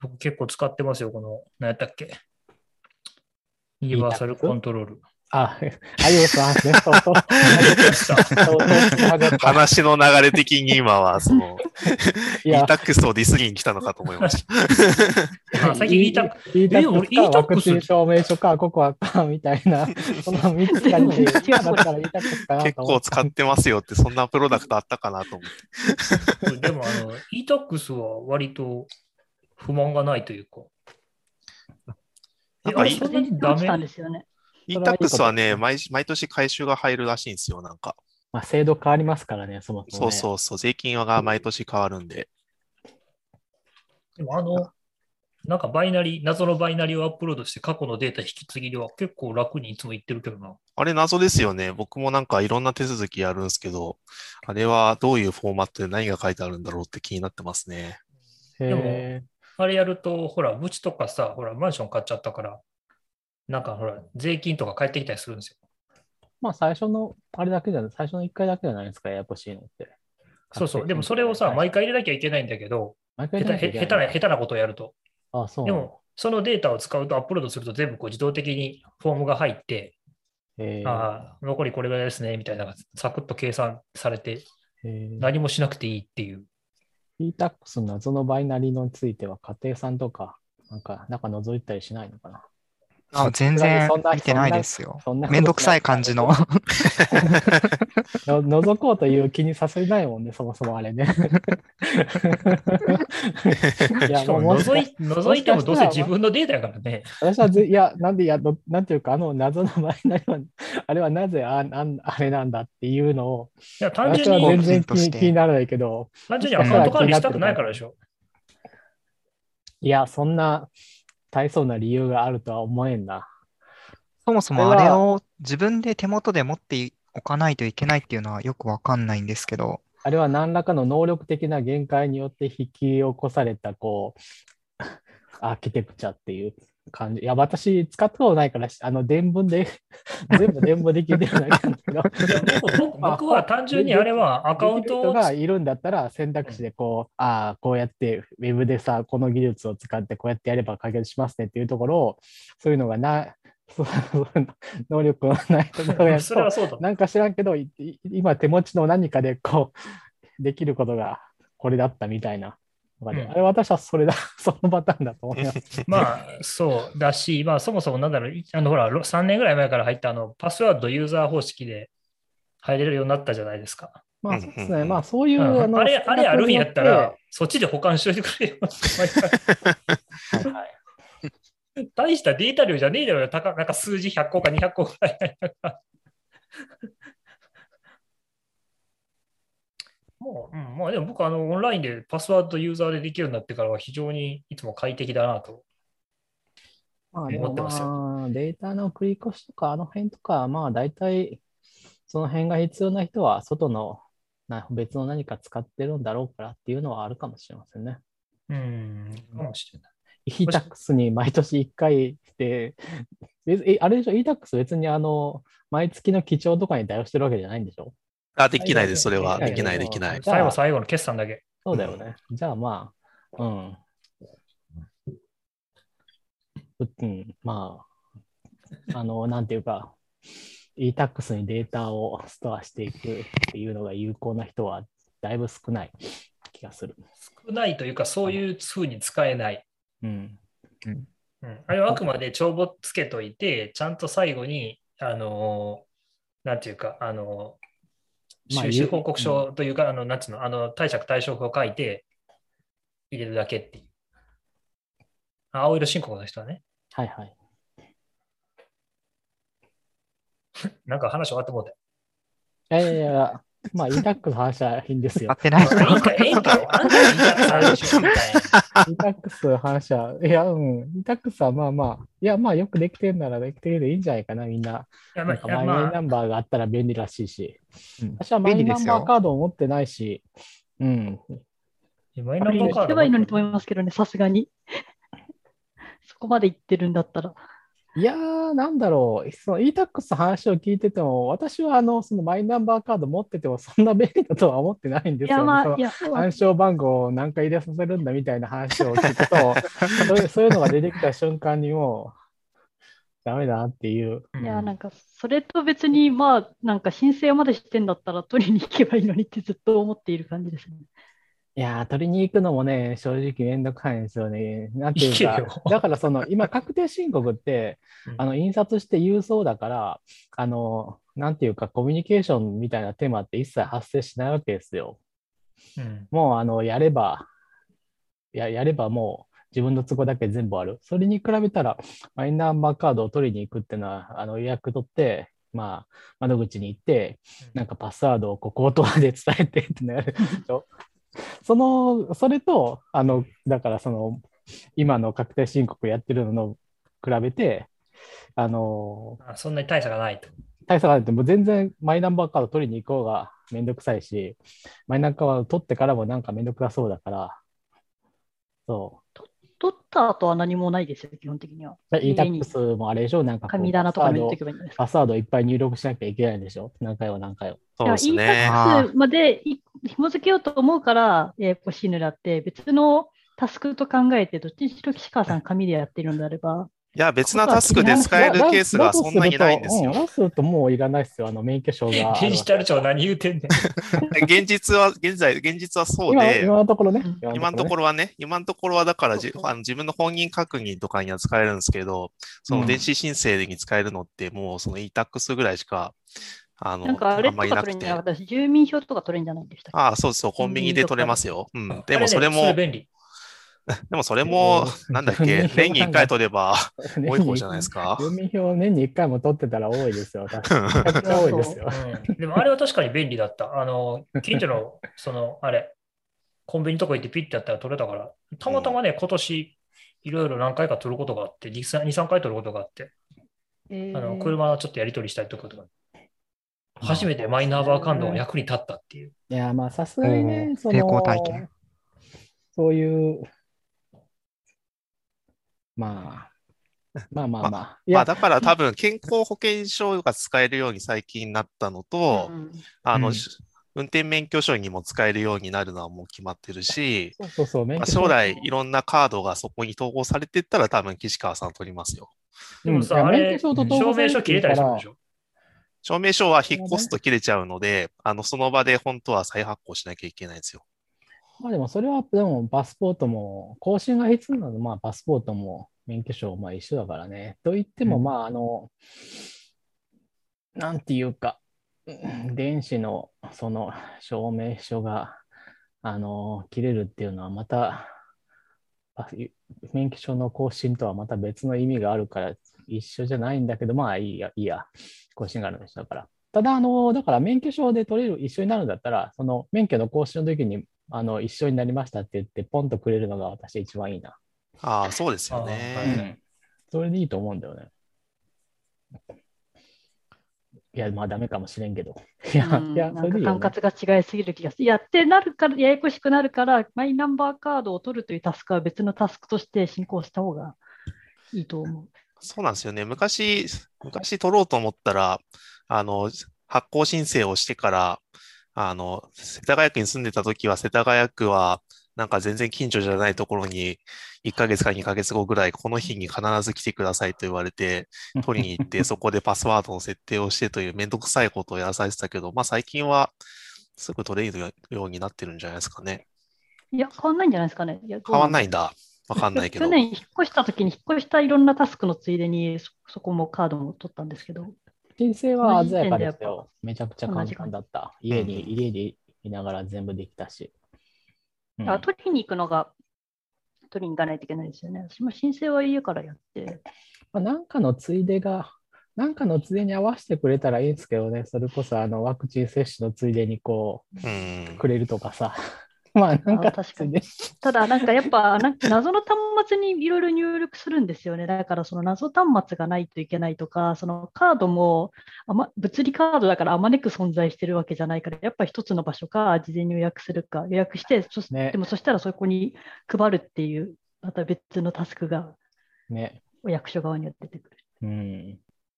僕結構使ってますよ、この、何やったっけ、ユニバーサルコントロール。 あ、iOS の話ね。そうそう。 話の流れ的に今は、 いや、 e-tax をディスりに来たのかと思いました。 最近 e-tax か、ワクチン e-tax 証明書か、ココアか、みたいな、その3つかにだったら e-tax かな結と思って。 構使ってますよって、そんなプロダクトあったかなと思って。 でも、e-tax は割と不満がないというか。 なんかそんなにダメですよね。 e-tax はね、毎年回収が入るらしいんですよ、なんか。 まあ、制度変わりますからね、そもそもね。 そう、税金が毎年変わるんで。 でもなんか謎のバイナリをアップロードして過去のデータ引き継ぎでは結構楽にいつも言ってるけどな。 あれ謎ですよね。僕もなんかいろんな手続きやるんですけど、あれはどういうフォーマットで何が書いてあるんだろうって気になってますね。 でも、あれやると、ほら、うちとかさ、ほら、マンション買っちゃったから、なんかほら、税金とか返ってきたりするんですよ。 まあ、最初の、あれだけじゃない、最初の1回だけじゃないですか、ややこしいのって。 そう。でもそれをさ、毎回入れなきゃいけないんだけど、下手なことをやると。 あ、そう。 でも、そのデータを使うとアップロードすると全部こう自動的にフォームが入って、残りこれぐらいですね、みたいな、サクッと計算されて、何もしなくていいっていう。 e-tax の謎のバイナリーについては家庭さんとか、なんか覗いたりしないのかな。 全然見てないですよ。めんどくさい感じの。 覗こうという気にさせないもんね、そもそもあれね。 いや、もう覗いてもどうせ自分のデータやからね。 私はなんていうか、謎のバイナリーは、あれはなぜあれなんだっていうのを、 いや、単純に全然気にならないけど、 単純にアカウント管理したくないからでしょ。 いや、そんな大層な理由があるとは思えんな。 そもそもあれを自分で手元で持っておかないといけないっていうのはよくわかんないんですけど。 あれは何らかの能力的な限界によって引き起こされた、アーキテクチャっていう感じ。いや、私、使ったことないから、伝聞で、全部伝聞で聞いてるだけなんだけど。 僕は単純にあれはアカウントがいるんだったら、選択肢でこうやって、ウェブでさ、この技術を使ってこうやってやれば解決しますねっていうところを、そういうのが能力のないところがやると、なんか知らんけど、今手持ちの何かでできることがこれだったみたいな。あれ、私はそのパターンだと思います。 まあ、そうだし、まあ、そもそもなんだろう、ほら、3年ぐらい前から入ったパスワードユーザー方式で入れるようになったじじゃないですか。 まあ、そうですね。まあ、そういう、 あれあるんやったら、そっちで保管しといてくれよ。はいはい。大したデータ量じゃねえだろよ。なんか数字100個か200個ぐらい。まあでも僕オンラインでパスワードユーザーでできるようになってからは非常にいつも快適だなと思ってますよ。 データの繰り越しとか、あの辺とか、まあ大体その辺が必要な人は外の別の何か使ってるんだろうからっていうのはあるかもしれませんね。 かもしれない。 e-tax に毎年1回で、あれでしょ、e-tax 別に毎月の記帳とかに対応してるわけじゃないんでしょ？ できないです、それは。できない。 最後の決算だけ。 そうだよね。じゃあまあ、まあ、なんていうか、e-tax にデータをストアしていくっていうのが有効な人はだいぶ少ない気がする。 少ないというか、そういうふうに使えない。あれはあくまで帳簿つけといて、ちゃんと最後に、なんていうか、収支報告書というか、なんつうの、貸借対照表を書いて入れるだけっていう。青色申告の人はね。 はいはい。 なんか話終わってもうて。 いや、まあ、e-tax の話はいいんですよ。 合ってないか。 e-tax の話は、e-tax はまあ、よくできてるならできてるでいいんじゃないかな、みんな。マイナンバーがあったら便利らしいし。私はマイナンバーカードを持ってないし、 マイナンバーカード行けばいいのにと思いますけどね、さすがに。そこまで行ってるんだったら。 いやー、なんだろう、その e-tax の話を聞いてても、私はそのマイナンバーカード持っててもそんな便利だとは思ってないんでいや、 すよね。 まあ、 そのいや、 暗証番号を何回入れさせるんだみたいな話を聞くと、そういうのが出てきた瞬間にもうダメだなっていう。 いや、なんか、それと別に、まあ、なんか申請までしてんだったら取りに行けばいいのにってずっと思っている感じですね。 いやー、取りに行くのもね、正直めんどくさいんですよね。なんていうか、 いけよ。 だから今確定申告って印刷して郵送だから、なんていうか、コミュニケーションみたいなテーマって一切発生しないわけですよ。もう、やればもう自分の都合だけ全部ある。それに比べたら、マイナンバーカードを取りに行くっていうのは、予約取って、まあ、窓口に行って、なんかパスワードを口頭で伝えてってなるでしょ。それと、だから今の確定申告やってるのの比べて、 そんなに大差がないと。 大差がないって、もう全然マイナンバーカード取りに行こうがめんどくさいし、マイナンバーカード取ってからもなんかめんどくさそうだから、そう。 取った後は何もないですよ、基本的には。 e-tax もあれでしょ、なんか神棚とかに入れておけばいいんじゃないですか。 パスワードいっぱい入力しなきゃいけないでしょ、何回も何回も。 そうですね。 e-tax まで紐付けようと思うから、ややこしいのであって、別のタスクと考えて、どっちにしろ岸川さん紙でやっているのであれば、 いや、別なタスクで使えるケースがそんなにないんですよ。 そうするともういらないですよ、免許証が。 デジタル庁何言うてんねん。 現実はそうで、 今のところね。 今のところはだから自分の本人確認とかには使えるんですけど、その電子申請に使えるのってもうその e-tax ぐらいしか、 なんかあれとか取れんじゃなかったし、住民票とか取れんじゃないでしたっけ？ ああ、そうそう、コンビニで取れますよ。うん。でもそれも、 それ便利。 でもそれも、なんだっけ、年に1回取れば多い方じゃないですか。 住民票年に1回も取ってたら多いですよ。確かに。多いですよ。 でもあれは確かに便利だった。近所の、コンビニとか行ってピッてやったら取れたから、たまたまね、今年、いろいろ何回か取ることがあって、2、3回取ることがあって、車はちょっとやり取りしたいところとか、初めてマイナンバーカードが役に立ったっていう。 いや、まあ、さすがにね、 成功体験。 そういう、まあ、 だから多分健康保険証が使えるように最近なったのと、運転免許証にも使えるようになるのはもう決まってるし、将来いろんなカードがそこに統合されていったら多分岸川さん取りますよ。 でもさ、あれ、証明書切れたりするでしょ？ 証明書は引っ越すと切れちゃうので、その場で本当は再発行しなきゃいけないんですよ。 まあでもそれは、でもパスポートも、更新が必要なので、まあパスポートも免許証も一緒だからね。と言っても、まあなんていうか、電子のその証明書が、切れるっていうのはまた、免許証の更新とはまた別の意味があるから一緒じゃないんだけど、まあいいや、更新があるんですだから。ただ、だから免許証で取れる、一緒になるんだったら、その免許の更新の時に、一緒になりましたって言って、ポンとくれるのが私一番いいな。 ああ、そうですよね。 それでいいと思うんだよね。いや、まあダメかもしれんけど。いや、 なんか管轄が違いすぎる気がする。いや、ってなるから、ややこしくなるから、マイナンバーカードを取るというタスクは別のタスクとして進行した方がいいと思う。 そうなんですよね。昔取ろうと思ったら、発行申請をしてから、世田谷区に住んでた時は、世田谷区は、なんか全然近所じゃないところに、1ヶ月か2ヶ月後ぐらい、この日に必ず来てくださいと言われて、取りに行って、そこでパスワードの設定をしてというめんどくさいことをやらされてたけど、まあ最近はすぐ取れるようになってるんじゃないですかね。 いや、変わんないんじゃないですかね。 変わんないんだ。わかんないけど。 去年引っ越した時に引っ越したいろんなタスクのついでにそこもカードも取ったんですけど。 申請は鮮やかですよ。めちゃくちゃ簡単だった。家にいながら全部できたし。 取りに行くのが、取りに行かないといけないですよね。私も申請は家からやって。 なんかのついでに合わせてくれたらいいんですけどね。それこそワクチン接種のついでにくれるとかさ。まあなんか確かに。ただなんかやっぱ謎の端末にいろいろ入力するんですよね。だからその謎端末がないといけないとか、そのカードも物理カードだからあまねく存在してるわけじゃないから、やっぱ一つの場所か事前に予約するか、予約して、でもそしたらそこに配るっていう、また別のタスクが、お役所側には出てくる。 うん。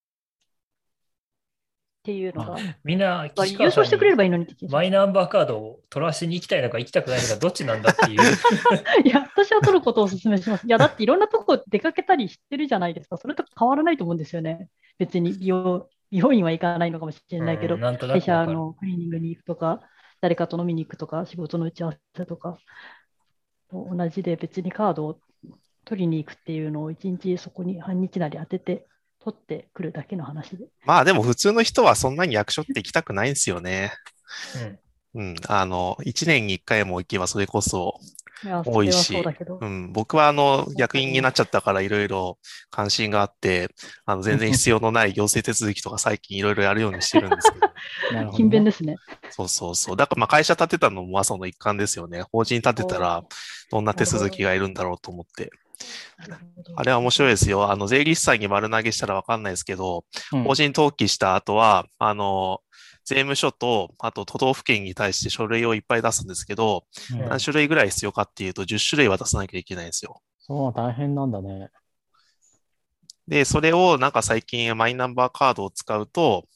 っていうのが、 みんな、岸郵川さん送してくれれにばいいのにって気がします。 マイナンバーカードを取らせに行きたいのか行きたくないのか、どっちなんだっていう。 いや、私は取ることをお勧めします。いや、だっていろんなとこ出かけたりしてるじゃないですか。それと変わらないと思うんですよね。別に美容院は行かないのかもしれないけど、 なんとな会くわかる。 社のクリーニングに行くとか、誰かと飲みに行くとか、仕事の打ち合わせとかと同じで、別にカードを取りに行くっていうのを一日そこに半日なり当てて取ってくるだけの話で。 まあでも普通の人はそんなに役所って行きたくないんですよね。 うん。 1年に1回も行けばそれこそいや、そ多いれはそうしだけど。 僕は役員になっちゃったからいろいろ関心があって、全然必要のない行政手続きとか最近いろいろやるようにしてるんですけど。 なるほど勤勉ですね。 そうそうそう。だからまあ会社建てたのもまあその一環ですよね。法人建てたらどんな手続きがいるんだろうと思って。あれは面白いですよ。税理士さんに丸投げしたらわかんないですけど、法人登記した後は、税務署と、あと都道府県に対して書類をいっぱい出すんですけど、何種類ぐらい必要かっていうと10種類は出さなきゃいけないんですよ。 そう、大変なんだね。 で、それをなんか最近マイナンバーカードを使うと、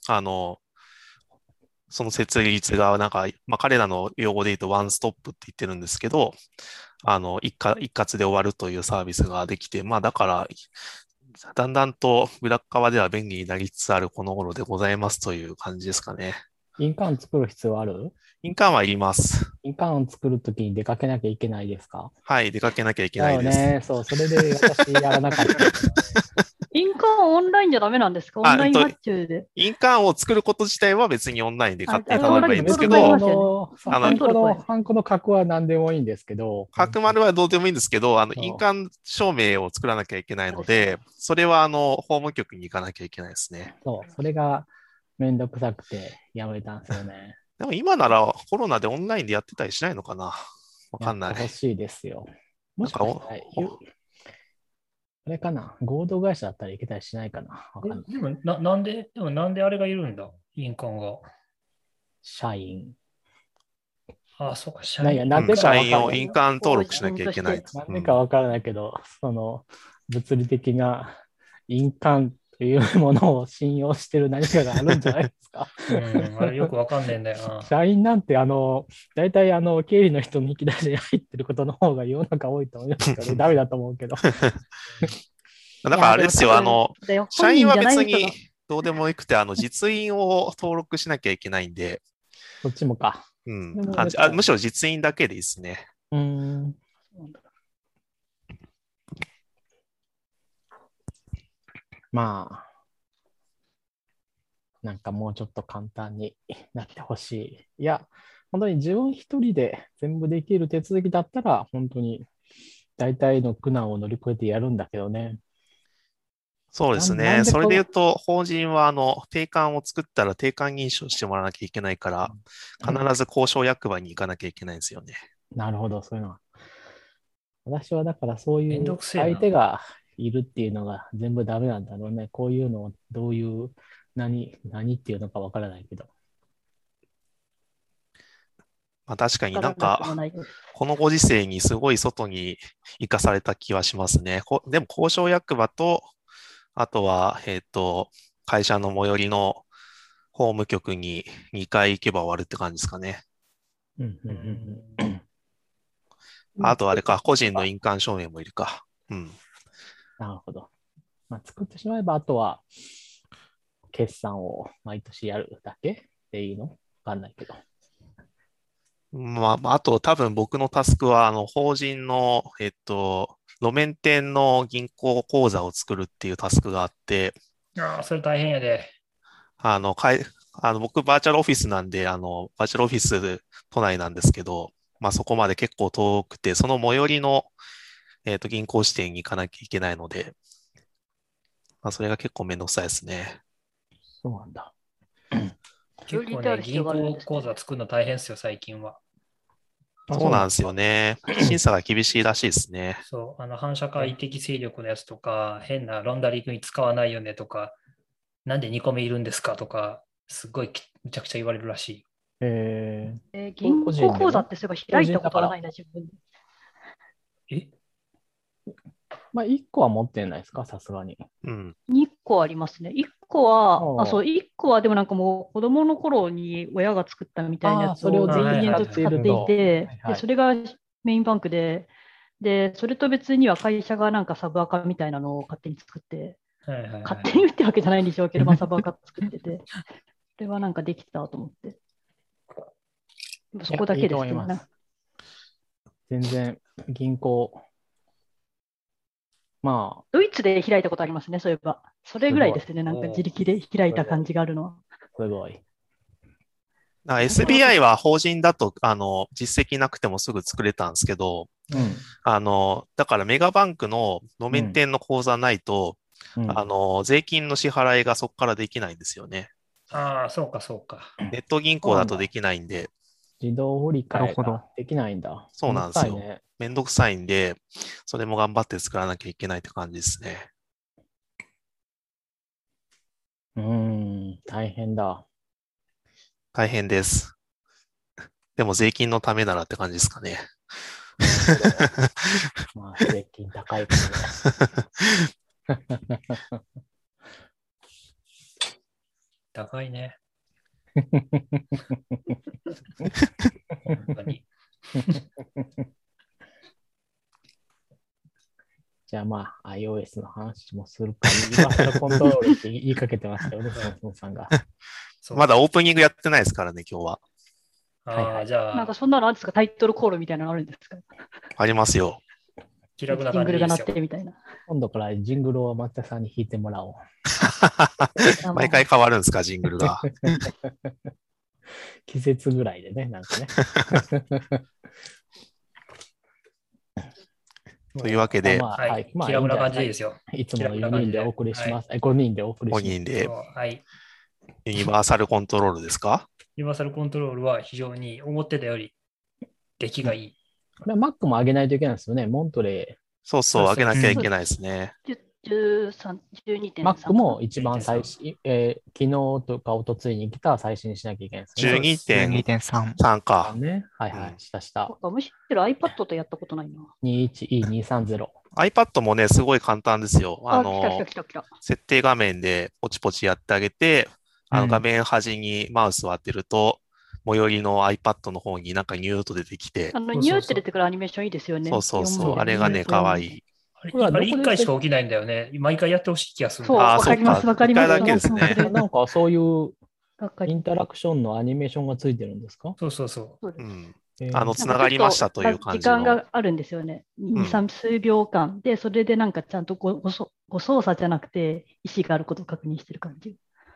その設立がなんか、まあ、彼らの用語で言うとワンストップって言ってるんですけど、一括で終わるというサービスができて、まあだから、だんだんと裏側では便利になりつつあるこの頃でございますという感じですかね。 印鑑作る必要ある？ 印鑑はいります。 印鑑を作るときに出かけなきゃいけないですか？ はい、出かけなきゃいけないです。 だよね、そう、それで私やらなかった。 印鑑オンラインじゃダメなんですか？オンライン発注で。 印鑑を作ること自体は別にオンラインで勝手にあ頼めばいいんですけど、 ハンコの格は何でもいいんですけど、 角丸はどうでもいいんですけど、印鑑証明を作らなきゃいけないので、それは法務局に行かなきゃいけないですね。 そう、それがめんどくさくてやめたんですよね。 でも今ならコロナでオンラインでやってたりしないのかな？わかんない。 欲しいですよ。もしかしたらあれかな、合同会社だったらいけたりしないかな。わかんない。 でもなんであれがいるんだ、印鑑が。 社員。 ああ、そうか、 社員を印鑑登録しなきゃいけない。 なんでかわからないけど、物理的な印鑑というものを信用してる何かがあるんじゃないですか。 あれよくわかんねえんだよな。 社員なんて、大体経理の人の引き出しに入ってることの方が世の中多いと思いますから、ダメだと思うけど。 だからあれですよ、社員は別にどうでもよくて、実印を登録しなきゃいけないんで。 そっちもか。 むしろ実印だけでいいですね。 まあ、なんかもうちょっと簡単になってほしい。いや、本当に自分一人で全部できる手続きだったら、本当に大体の苦難を乗り越えてやるんだけどね。 そうですね。それで言うと、法人は定款を作ったら定款認証してもらわなきゃいけないから、必ず交渉役場に行かなきゃいけないんですよね。 なるほど、そういうのは。私はだからそういう相手がいるっていうのが全部ダメなんだろうね。こういうのをどういう何っていうのかわからないけど。 まあ、確かになんか、このご時世にすごい外に行かされた気はしますね。でも交渉役場と、あとは、会社の最寄りの法務局に2回行けば終わるって感じですかね。あとあれか、個人の印鑑証明もいるか。 なるほど。まあ、作ってしまえば、あとは、決算を毎年やるだけでいいの？わかんないけど。 まあ、あと多分僕のタスクは、法人の、路面店の銀行口座を作るっていうタスクがあって。 ああ、それ大変やで。 僕バーチャルオフィスなんで、バーチャルオフィス都内なんですけど、まあそこまで結構遠くて、その最寄りの、銀行支店に行かなきゃいけないので、まあそれが結構めんどくさいですね。 そうなんだ。 結構ね、銀行口座作るの大変ですよ、最近は。 そうなんですよね。審査が厳しいらしいですね。 そう、反社会的勢力のやつとか、変なロンダリングに使わないよねとか、なんで2個目いるんですかとか、すごいむちゃくちゃ言われるらしい。 銀行口座ってすごい開いたことがないな、自分で。 まあ、1個は持ってないですか、さすがに。 うん。 2個ありますね。1個は、 そう、 1個はでもなんかもう子供の頃に親が作ったみたいなやつそれをを電源延々と源としている使っていと。 て、で、 はいはい。 それがメインバンクで、それと別には会社がなんかサブアカみたいなのを勝手に作って、 はいはいはい。 勝手に打ってわけじゃないんでしょうけど、まあ、サブアカ作ってて、それはなんかできたと思って。そこだいいけですね。 と思います。全然、銀行、まドイツで開いたことありますね、そういえば。それぐらいですね、なんか自力で開いた感じがあるのは。 すごい。 SBI は法人だと、実績なくてもすぐ作れたんですけど、だからメガバンクの路面店の口座ないと、税金の支払いがそこからできないんですよね。 ああ、そうかそうか。 ネット銀行だとできないんで。 自動振り替えができないんだ。 そうなんですよ。めんどくさいんで、それも頑張って作らなきゃいけないって感じですね。 大変だ。 大変です。でも税金のためならって感じですかね。 まあ、税金高いからね。 高いね。本当に。 じゃあまあ、iOS の話もするか、ユニバーサルコントロールって言いかけてましたよね、ソンさんが。 まだオープニングやってないですからね、今日は。 ああ、じゃあ。 なんかそんなのあるんですか、タイトルコールみたいなのあるんですか？ ありますよ。 気楽なジングルが鳴感じですよ。 ってみたいな。 今度からジングルを松田さんに弾いてもらおう。 毎回変わるんですか、ジングルが。 季節ぐらいでね、なんかね。 というわけで、 はい、気楽な感じでいいですよ。 いつもの4人でお送りします。5人でお送りします。 5人で。 はい。 ユニバーサルコントロールですか？ ユニバーサルコントロールは非常に思ってたより出来がいい。 これは Mac も上げないといけないですよね、モントレー。 そうそう、上げなきゃいけないですね。 12.3。 Mac も一番最新、昨日とかおとついに来た最新しなきゃいけないですね。 12.3 か。 ね。はいはい、した。 むしろ iPad とやったことないな。 21E230。 iPad もね、すごい簡単ですよ。 来た。 設定画面でポチポチやってあげて、画面端にマウスを当てると、最寄りの iPad の方になんかニューッと出てきて。 ニューって出てくるアニメーションいいですよね。 そう。あれがね、かわいい。 あれ1回しか起きないんだよね。毎回やってほしい気がする。 そう、わかります。 1回だけですね。 なんかそういうインタラクションのアニメーションがついてるんですか？ そう。 つながりましたという感じの。 時間があるんですよね。2、3数秒間で、それでなんかちゃんとご操作じゃなくて、意思があることを確認してる感じ。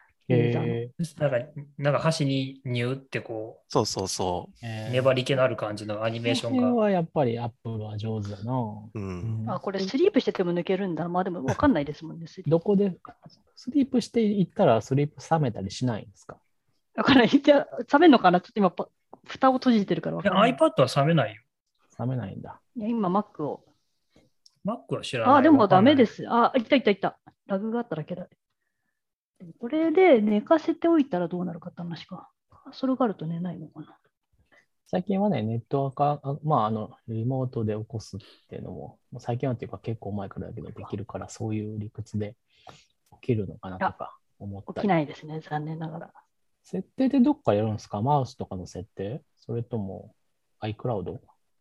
なんか端にニューってこう。そう。 粘り気のある感じのアニメーションが。 これはやっぱりアップルは上手だな。これスリープしてても抜けるんだ。まあでも分かんないですもんね。 どこでスリープしていったらスリープ冷めたりしないんですか？ だから、じゃあ冷めるのかな？ちょっと今、蓋を閉じてるから分かんない。 iPad は冷めないよ。 冷めないんだ。 いや、今 Mac を。 Mac は知らない。 でもダメです。いた。ラグがあっただけだ。これで寝かせておいたらどうなるかって話か。それがあると寝ないのかな。 最近はね、ネットワーク、リモートで起こすっていうのも、最近はっていうか結構前からだけどできるから、そういう理屈で起きるのかなとか思ったり。 起きないですね、残念ながら。 設定でどっかやるんですか？マウスとかの設定？それとも iCloud？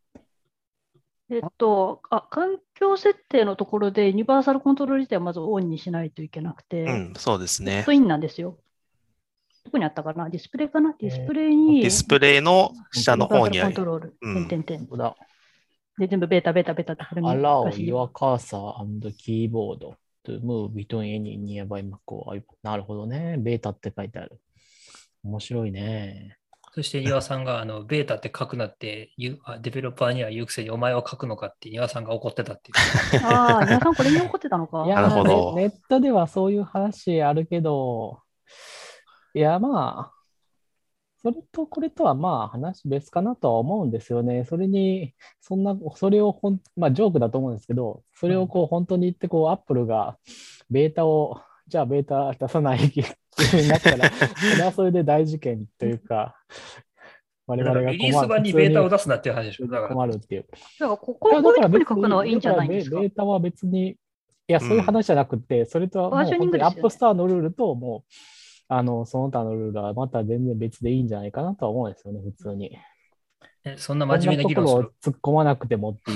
環境設定のところでユニバーサルコントロール自体をまずオンにしないといけなくて、 そうですね。 オプトインなんですよ。どこにあったかな？ディスプレイかな？ディスプレイに。 ディスプレイの下の方にある。コントロール。で、全部ベータってこれに。Allow your cursor and keyboard to move between any nearby Mac or iPad。なるほどね。ベータって書いてある。面白いね。 そして庭さんがベータって書くなってデベロッパーには言うくせにお前は書くのかって庭さんが怒ってたっていう。 庭さんこれに怒ってたのか。 なるほど。 ネットではそういう話あるけど、いやまあ、それとこれとはまあ話別かなとは思うんですよね。それに、それをジョークだと思うんですけど、それを本当に言ってアップルがベータを、じゃあベータ出さないってなったら、それはそれで大事件というか、 我々がリリース版にベータを出すなっていう話でしょ。だから困るっていう。 だからこういうところに書くのはいいんじゃないですか。 ベータは別に、いや、そういう話じゃなくて、それとはもう本当にアップストアのルールと、もう、その他のルールはまた全然別でいいんじゃないかなとは思うんですよね、普通に。 そんな真面目な議論する。 突っ込まなくてもっていう。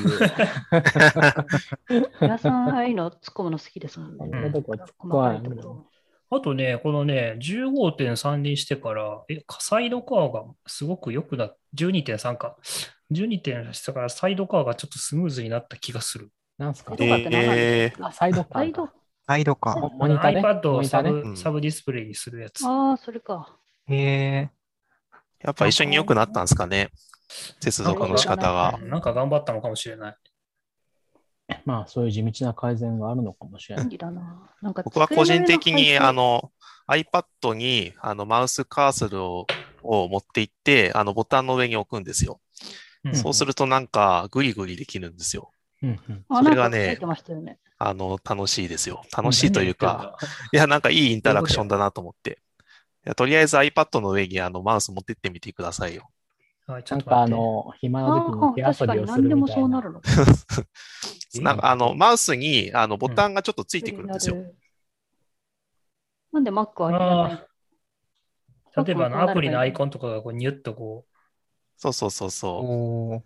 皆さん、ああいうの突っ込むの好きですもんね。 あとね、このね、15.3 にしてから、サイドカーがすごく良くなっ、12.3 か。12.3 したから、サイドカーがちょっとスムーズになった気がする。 なんすかサイドカーって何なんですか？ サイドカー。 サイドカー。 モニターね。 iPad をサブディスプレイにするやつ。 ああ、それか。 へえ。 やっぱ一緒に良くなったんですかね。接続の仕方が。 なんか頑張ったのかもしれない。 まあ、そういう地道な改善があるのかもしれない。 僕は個人的にiPad にマウスカーソルを持っていってボタンの上に置くんですよ。そうするとなんかグリグリできるんですよ。それがね、楽しいですよ。楽しいというか、いや、なんかいいインタラクションだなと思って。とりあえず iPad の上にマウス持ってってみてくださいよ。 なんか暇な時に手遊びをするみたいな。 なんかマウスにボタンがちょっとついてくるんですよ。 なんで Mac は開かない？ 例えばアプリのアイコンとかがこうニュッとこう。そう。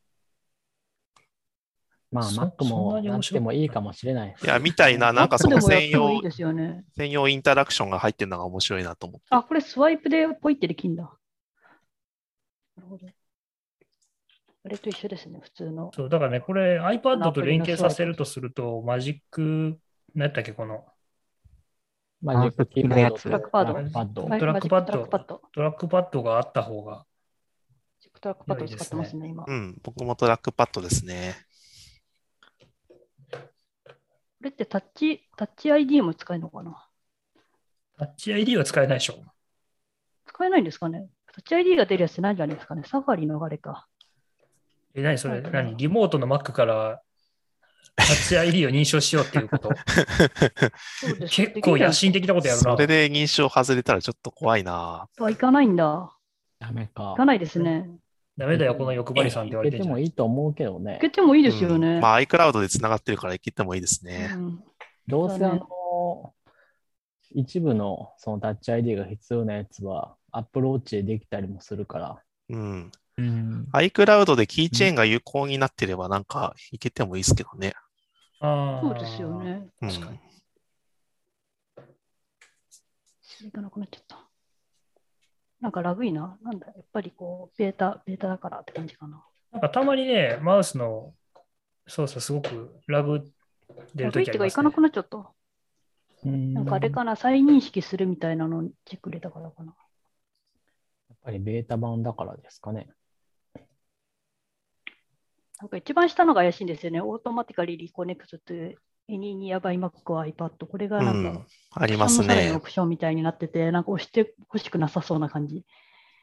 まあ Mac もなってもいいかもしれない。 いや、みたいな、なんかその専用インタラクションが入ってるのが面白いなと思って。 あ、これスワイプでポイってできるんだ。なるほど。あれと一緒ですね、普通の。 そう、だからね、これ iPad と連携させるとすると、マジック、何やったっけ、この。 マジックキーボードとトラックパッド。 トラックパッドがあった方が。 トラックパッド使ってますね、今。 僕もトラックパッドですね。 これってタッチ ID も使えるのかな？ タッチ ID は使えないでしょ。 使えないんですかね？タッチ ID が出るやつって何じゃないですかね？サファリのあれか。 何それ？リモートの Mac からタッチ ID を認証しようっていうこと結構野心的なことやるな。 それで認証外れたらちょっと怖いな。 いかないんだ。 ダメか。 いかないですね。 ダメだよ、この欲張りさんって言われていけてもいいと思うけどね。 いけてもいいですよね。 まあ iCloud で繋がってるからいけてもいいですね。 どうせ一部のそのタッチ ID が必要なやつはアップローチでできたりもするから。 iCloud でキーチェーンが有効になってればなんかいけてもいいですけどね。 そうですよね。 確かに。 いかなくなっちゃった。なんかラグいな。なんだ、やっぱりこう、ベータだからって感じかな。 なんかたまにね、マウスの操作すごくラグ出るときありますね。ラグってかいかなくなっちゃった。なんかあれかな、再認識するみたいなのにチェック入れたからかな。 やっぱりベータ版だからですかね。 なんか一番下のが怪しいんですよね。オートマティカリーリコネクトというAny Nearby Mac or iPad。これがなんか、 ありますね。 オプションみたいになってて、なんか押してほしくなさそうな感じ。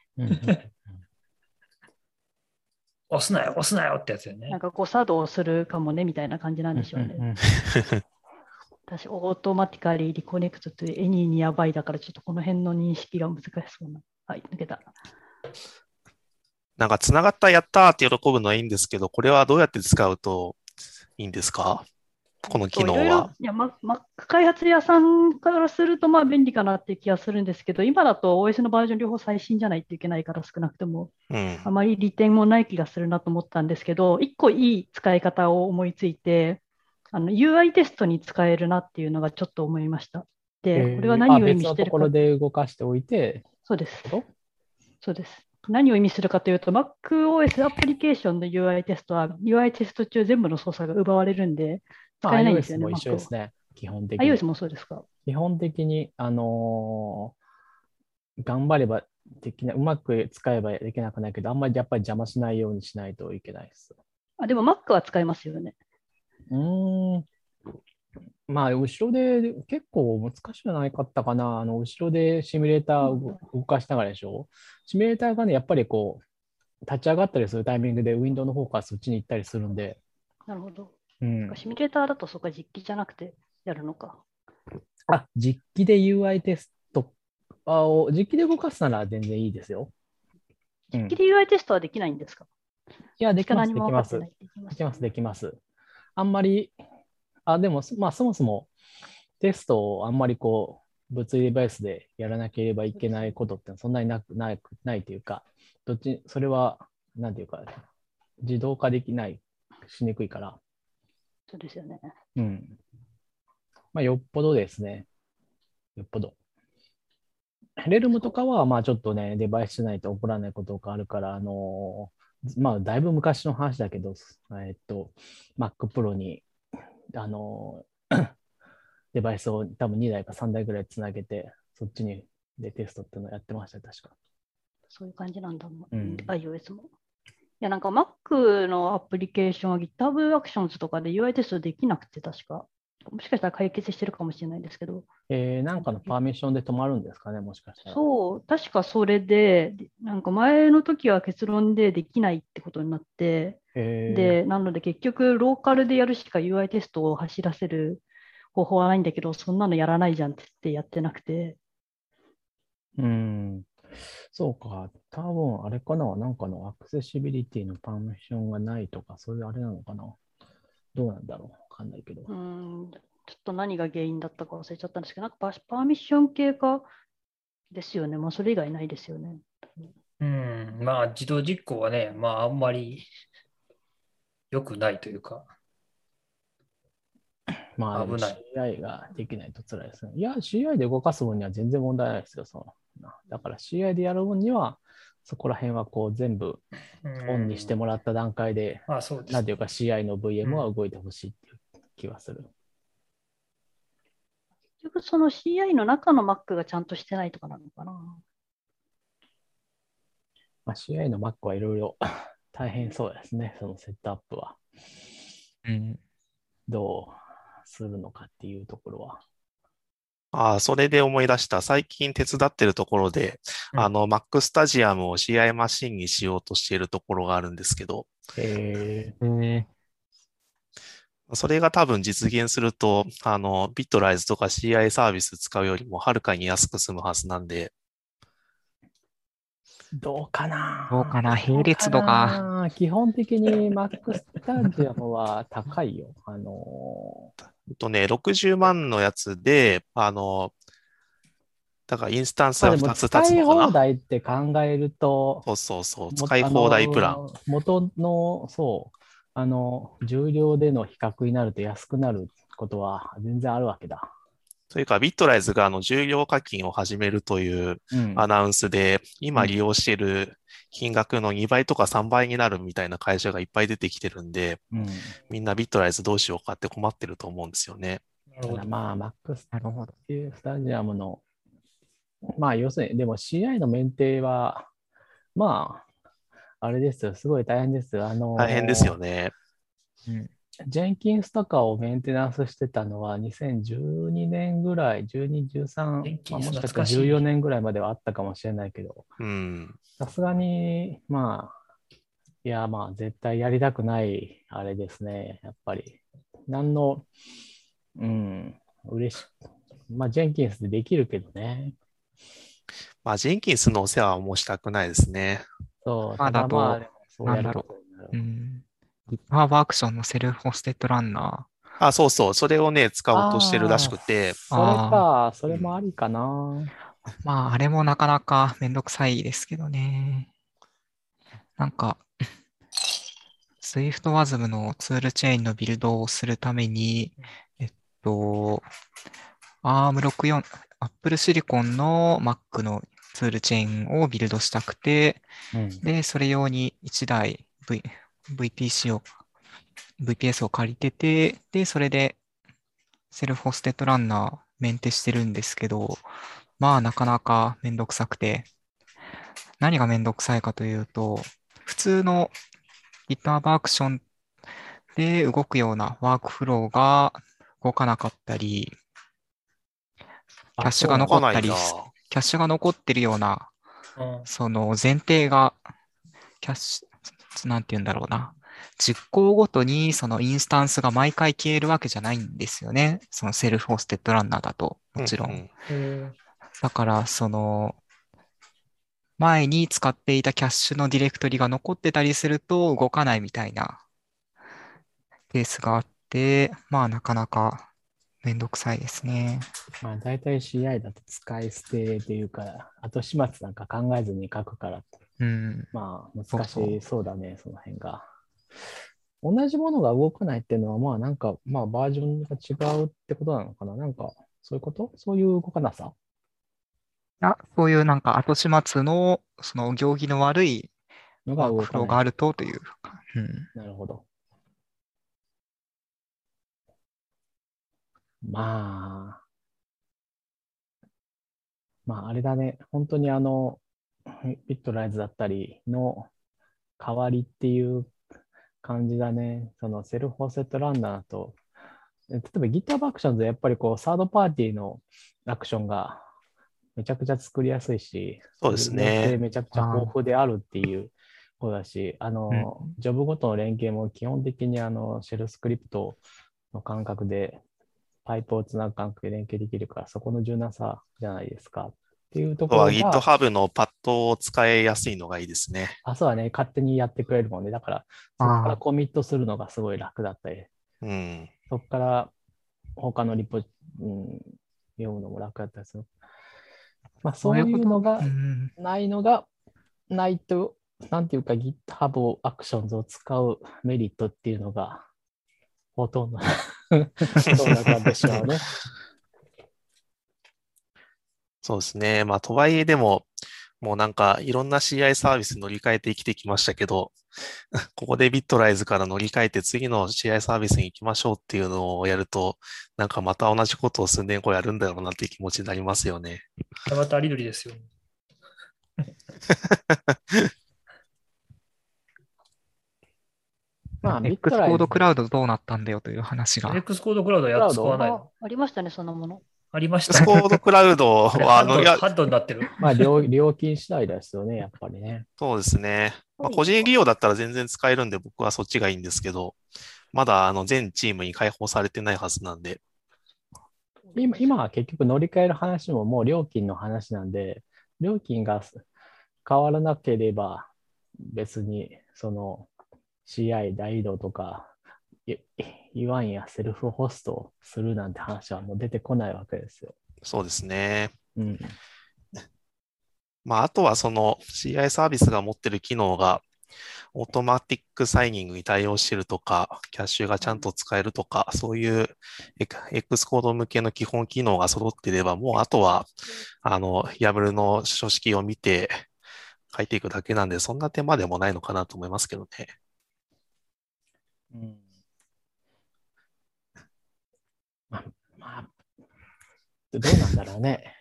押すなよってやつよね。 なんか誤作動するかもねみたいな感じなんでしょうね。私、オートマティカリーリコネクトというAny Nearbyだから、ちょっとこの辺の認識が難しそうな。はい、抜けた。 なんか繋がったやったーって喜ぶのはいいんですけど、これはどうやって使うといいんですか？この機能は。 いや、Mac 開発屋さんからするとまあ便利かなっていう気がするんですけど、今だと OS のバージョン両方最新じゃないといけないから少なくとも、あまり利点もない気がするなと思ったんですけど、一個いい使い方を思いついて、UI テストに使えるなっていうのがちょっと思いました。で、これは何を意味してるか。 別のところで動かしておいて。 そうです。そうです。何を意味するかというと、MacOS アプリケーションの UI テストは UI テスト中全部の操作が奪われるんで、使えないんですよね。 iOS も一緒ですね、基本的に。 iOS もそうですか。 基本的に、頑張ればできない、うまく使えばできなくないけど、あんまりやっぱり邪魔しないようにしないといけないです。 でも Mac は使えますよね。 まあ、後ろで結構難しくないかったかな。後ろでシミュレーターを動かしながらでしょ。シミュレーターがね、やっぱりこう、立ち上がったりするタイミングでウィンドウの方からそっちに行ったりするんで。 なるほど。シミュレーターだとそうか、実機じゃなくてやるのか。 実機で UI テストを、実機で動かすなら全然いいですよ。 実機で UI テストはできないんですか？ いや、できます、 何もできます。 分かってない。 できます、できます。あんまり、でも、まあ、そもそもテストをあんまり物理ベースでやらなければいけないことってそんなにないというか、それは、なんていうか、自動化できない、しにくいから。 そうですよね。 うん。まあ、よっぽどですね。よっぽど。レルムとかは、まあちょっとね、デバイスしないと起こらないことがあるから、まあだいぶ昔の話だけど、Mac Pro に、デバイスを多分2台か3台ぐらいつなげて、そっちでテストっていうのをやってました、確か。 そういう感じなんだもん、 うん、 iOS も。いや、なんか Mac のアプリケーションは GitHub Actions とかで UI テストできなくて、確か。もしかしたら解決してるかもしれないですけど。 なんかのパーミッションで止まるんですかね、もしかしたら。 そう、確かそれで、なんか前の時は結論でできないってことになって、で、なので結局ローカルでやるしか UI テストを走らせる方法はないんだけど、そんなのやらないじゃんって言ってやってなくて。 そうか。多分あれかな。なんかのアクセシビリティのパーミッションがないとか、そういうあれなのかな。どうなんだろう。わかんないけど。 ちょっと何が原因だったか忘れちゃったんですけど、なんかパーミッション系かですよね。まあ、それ以外ないですよね。 まあ、自動実行はね、まあ、あんまり良くないというか、 まあでも危ない。 CI ができないと辛いですね。いや、CI で動かす分には全然問題ないですよ。だから CI でやる分には、そこら辺は全部オンにしてもらった段階で、 そうですね。 なんていうか CI の VM は動いてほしいっていう気はする。 結局その CI の中の Mac がちゃんとしてないとかなのかな。 まあ、CI の Mac はいろいろ大変そうですね、そのセットアップは。どうするのかっていうところは。 それで思い出した。最近手伝ってるところで、Mac スタジアムを CI マシンにしようとしているところがあるんですけど、それが多分実現すると、ビットライズとか CI サービス使うよりもはるかに安く済むはずなんで。 どうかな並列度が。 基本的に Mac スタジアムは高いよ。 60万のやつで、だからインスタンスが2つ立つ使いのかな。 放題って考えると、 そう、使い放題プラン。 元の、重量での比較になると安くなることは全然あるわけだ。 というか、ビットライズが重量課金を始めるというアナウンスで、今利用している金額の2倍とか3倍になるみたいな会社がいっぱい出てきてるんで、みんなビットライズどうしようかって困ってると思うんですよね。 まあ、Mac スタジアムの、まあ、要するに、でも CI のメンテは、まあ、あれですよ、すごい大変ですよ。 大変ですよね。 ジェンキンスとかをメンテナンスしてたのは2012年ぐらい、12、13、もしかしたら14年ぐらいまではあったかもしれないけど、さすがに、まあ、絶対やりたくない、あれですね、やっぱり。嬉しい。まあ、ジェンキンスでできるけどね。 まあ、ジェンキンスのお世話はもうしたくないですね。 そう、 ただまあ、そうやることになる。 GitHub アクションのセルフホステッドランナー。そうそう。それをね、使おうとしてるらしくて。 それもありかな。 まあ、あれもなかなかめんどくさいですけどね。なんか、SwiftWasm のツールチェーンのビルドをするために、ARM64、Apple Silicon の Mac のツールチェーンをビルドしたくて、で、それ用に1台VPS を借りてて、で、それでセルフホステッドランナーメンテしてるんですけど、まあなかなかめんどくさくて、何がめんどくさいかというと、普通の GitHub Action で動くようなワークフローが動かなかったり、キャッシュが残ったり、キャッシュが残ってるような、その前提が、なんて言うんだろうな。実行ごとにそのインスタンスが毎回消えるわけじゃないんですよね。そのセルフホステッドランナーだと、もちろん。だから、 前に使っていたキャッシュのディレクトリが残ってたりすると動かないみたいなケースがあって、まあなかなかめんどくさいですね。 まあ大体 CI だと使い捨てっていうか、後始末なんか考えずに書くから、まあ難しそうだね、その辺が。同じものが動かないっていうのは、まあなんか、まあバージョンが違うってことなのかな。なんか、そういうこと？そういう動かなさ？ そういうなんか後始末の、その行儀の悪いワークフローがあるとという。 なるほど。まああれだね。本当にビットライズだったりの代わりっていう感じだね。そのセルフフォーセットランナーと、例えば GitHub アクションズやっぱりこう、サードパーティーのアクションがめちゃくちゃ作りやすいし、 そうですね。 めちゃくちゃ豊富であるっていうことだし、ジョブごとの連携も基本的にシェルスクリプトの感覚で、パイプをつなぐ感覚で連携できるから、そこの柔軟さじゃないですか。っていうところが。 GitHub のパッドを使いやすいのがいいですね。 そうだね。勝手にやってくれるもんね。だから、そこからコミットするのがすごい楽だったり、そこから他のリポ、読むのも楽だったりする。まあ、そういうのがないと、なんていうか GitHub アクションズを使うメリットっていうのが、ほとんどそうな感じでしょうね。 そうですね。まあ、とはいえでも、もうなんかいろんな CI サービス乗り換えて生きてきましたけど、ここでビットライズから乗り換えて次の CI サービスに行きましょうっていうのをやると、なんかまた同じことを数年後やるんだろうなっていう気持ちになりますよね。 またありどりですよ。 まあ、X コードクラウドどうなったんだよという話が。 X コードクラウドやっと使わないの？ ありましたね、そんなもの。 ありました。 X コードクラウドは、 ハッドになってる。 まあ料金次第ですよね、やっぱりね。 そうですね。まあ、個人利用だったら全然使えるんで、僕はそっちがいいんですけど、まだ全チームに開放されてないはずなんで。 今は結局乗り換える話ももう料金の話なんで、料金が変わらなければ別にその CI 大移動とか言わんやセルフホストをするなんて話はもう出てこないわけですよ。 そうですね。まあ、あとはその CI サービスが持ってる機能がオートマティックサイニングに対応してるとか、キャッシュがちゃんと使えるとか、そういう X コード向けの基本機能が揃っていれば、もうあとは、YAML の書式を見て書いていくだけなんで、そんな手間でもないのかなと思いますけどね。 まあ、どうなんだろうね。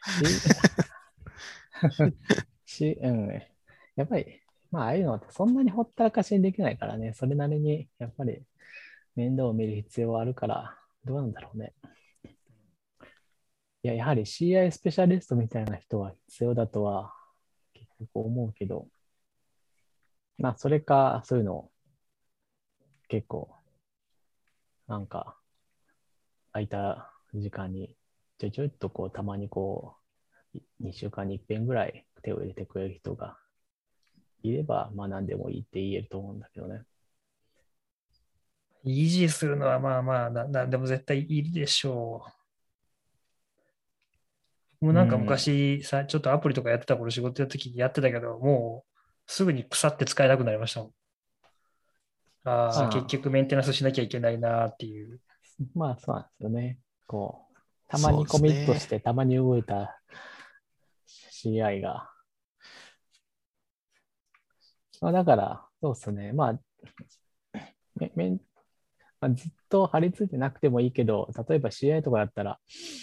やっぱり、まあ、ああいうのってそんなにほったらかしにできないからね、それなりにやっぱり面倒を見る必要はあるから、どうなんだろうね。やはり CI スペシャリストみたいな人は必要だとは結構思うけど、まあ、それか、そういうの結構、なんか、空いた時間にちょいっとこう、たまにこう、2週間に一遍ぐらい手を入れてくれる人がいれば、まあ何でもいいって言えると思うんだけどね。 維持するのはまあまあ、なんでも絶対いいでしょう。もうなんか昔さ、ちょっとアプリとかやってた頃仕事やった時にやってたけど、もうすぐに腐って使えなくなりましたもん。結局メンテナンスしなきゃいけないなっていう。 まあそうなんですよね。こう、たまにコミットして、たまに動いた CI が。まあ、だから、そうですね。まあ、ずっと張り付いてなくてもいいけど、例えば CI とかだったら、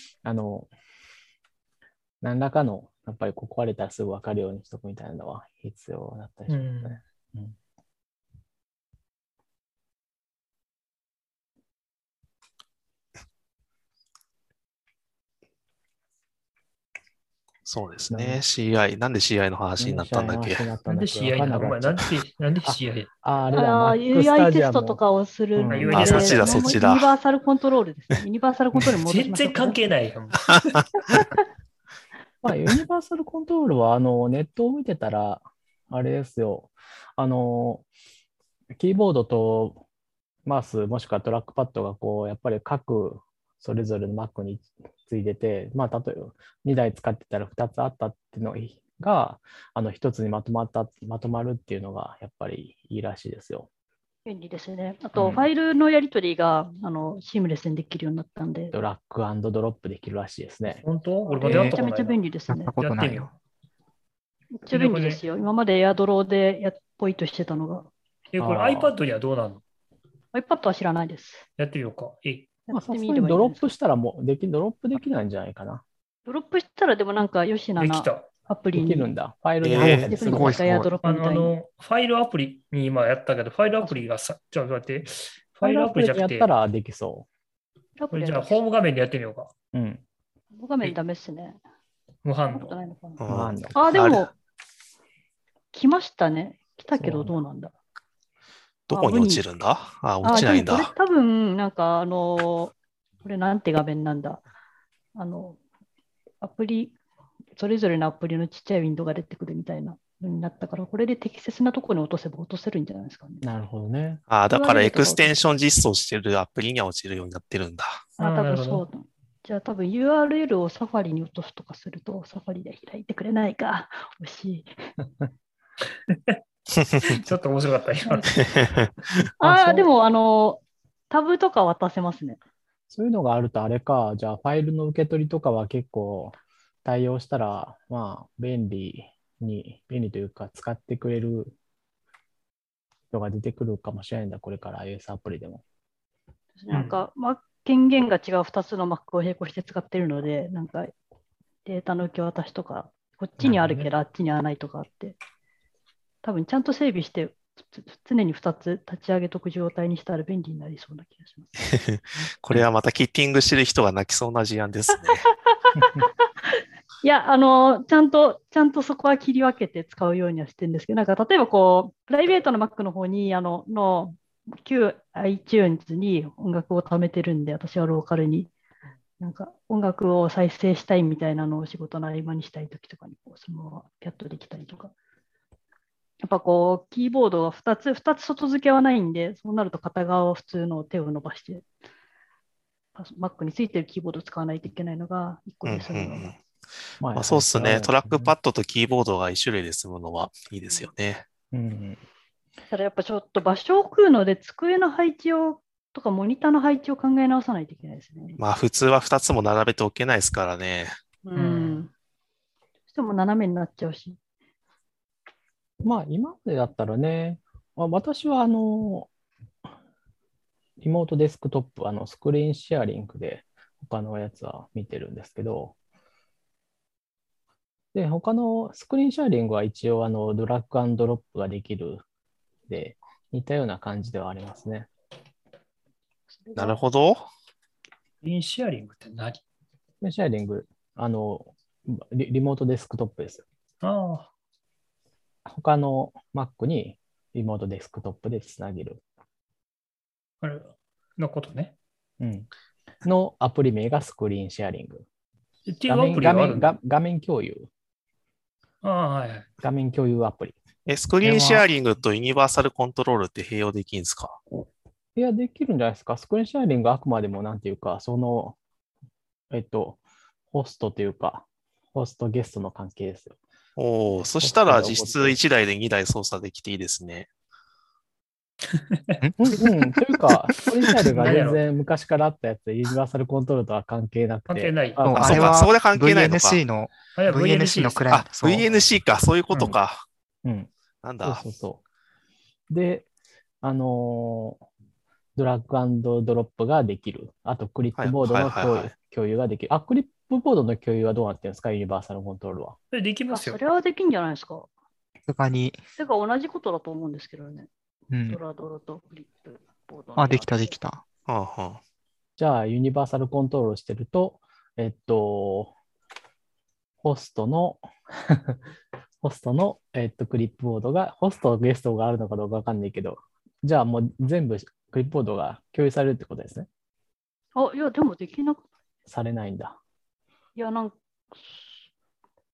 何らかの、やっぱりここ壊れたらすぐ分かるようにしとくみたいなのは必要だったりしますね。 そうですね。CI。なんで CI の話になったんだっけ？ なんで CI なの？お前、なんで CI？ あれだ、 UI テストとかをするので、 そっちだ、そっちだ。 ユニバーサルコントロールですね。ユニバーサルコントロールに戻しましょう。 全然関係ないよ。 まあ、ユニバーサルコントロールは、ネットを見てたら、あれですよ。キーボードとマウス、もしくはトラックパッドが、こう、やっぱり各、それぞれの Mac についてて、まあ、例えば2台使ってたら2つあったっていうのが、1つにまとまるっていうのが、やっぱりいいらしいですよ。 便利ですね。あと、ファイルのやり取りが、シームレスにできるようになったんで。 ドラッグ&ドロップできるらしいですね。 本当？俺までやったことないな。 めちゃめちゃ便利ですね。 やったことないよ。 めっちゃ便利ですよ。今までエアドローでポイントしてたのが。 これ iPad にはどうなるの？ iPad は知らないです。 やってみようか。 まあ、さすがにドロップしたらドロップできないんじゃないかな。 ドロップしたらでもなんか、よしななアプリにできるんだ。ファイルにすごいすごい。 エアドロップみたいに。 ファイルアプリに今やったけど、ファイルアプリがちょっと待って、ファイルアプリじゃなくて、 やったらできそう。 これじゃあ、ホーム画面でやってみようか。 うん。 ホーム画面ダメっすね。 無反応。 でも、来ましたね。来たけどどうなんだ。 どこに落ちるんだ？落ちないんだ。 これ多分、なんかこれなんて画面なんだ。アプリ、それぞれのアプリのちっちゃいウィンドウが出てくるみたいなのになったから、これで適切なところに落とせば落とせるんじゃないですかね。 なるほどね。 だからエクステンション実装してるアプリには落ちるようになってるんだ。 多分そうだ。じゃあ多分 URL をサファリに落とすとかすると、サファリで開いてくれないか。惜しい。 ちょっと面白かった、 でも、タブとか渡せますね。 そういうのがあるとあれか、じゃあファイルの受け取りとかは結構対応したら、まあ、便利というか、使ってくれる人が出てくるかもしれないんだ、これから iOS アプリでも。 なんか、権限が違う2つの Mac を並行して使ってるので、なんかデータの受け渡しとか、こっちにあるけどあっちにはないとかあって、多分ちゃんと整備して、常に2つ立ち上げとく状態にしたら便利になりそうな気がします。 これはまたキッティングしてる人が泣きそうな事案ですね。 いや、ちゃんとそこは切り分けて使うようにはしてるんですけど、なんか例えばプライベートの Mac の方に、旧 iTunes に音楽を貯めてるんで、私はローカルに、なんか音楽を再生したいみたいなのを仕事の合間にしたいときとかに、そのままピャッとできたりとか。やっぱキーボードが2つ外付けはないんで、そうなると片側を普通の手を伸ばして、Mac についてるキーボードを使わないといけないのが1個で済むのが。 そうっすね。トラックパッドとキーボードが1種類で済むのはいいですよね。 ただやっぱちょっと場所を食うので、机の配置とかモニターの配置を考え直さないといけないですね。 普通は2つも並べておけないですからね。 どうしても斜めになっちゃうし。 今までだったらね、私はリモートデスクトップ、スクリーンシェアリングで他のやつは見てるんですけど、で、他のスクリーンシェアリングは一応ドラッグ&ドロップができるで、似たような感じではありますね。 なるほど。 スクリーンシェアリングって何？スクリーンシェアリング、リモートデスクトップですよ。他の Mac にリモートデスクトップでつなげる。 あれのことね。 のアプリ名がスクリーンシェアリング。 っていうアプリがあるの？ 画面共有。画面共有アプリ。 スクリーンシェアリングとユニバーサルコントロールって併用できるんですか？ いや、できるんじゃないですか。スクリーンシェアリングはあくまでもなんていうか、ホストというか、ホストゲストの関係ですよ。 そしたら実質1台で2台操作できていいですね。 というか、スクリーンシェアリングが全然昔からあったやつで、ユニバーサルコントロールとは関係なくて。 関係ない。 あれはそこで関係ないのか。 VNC のクライアント。 VNC か、そういうことか。なんだ。 そう。で、ドラッグ&ドロップができる。あと、クリップボードの共有ができる。クリップボードの共有はどうなってるんですか、ユニバーサルコントロールは。 できますよ。 それはできるんじゃないですか。 他に。 それが同じことだと思うんですけどね。ドラドロとクリップボード。 できた、できた。 じゃあ、ユニバーサルコントロールしてると、ホストのクリップボードが、ホストゲストがあるのかどうかわかんないけど、じゃあもう全部クリップボードが共有されるってことですね。 いや、でもできなくされないんだ。 いや、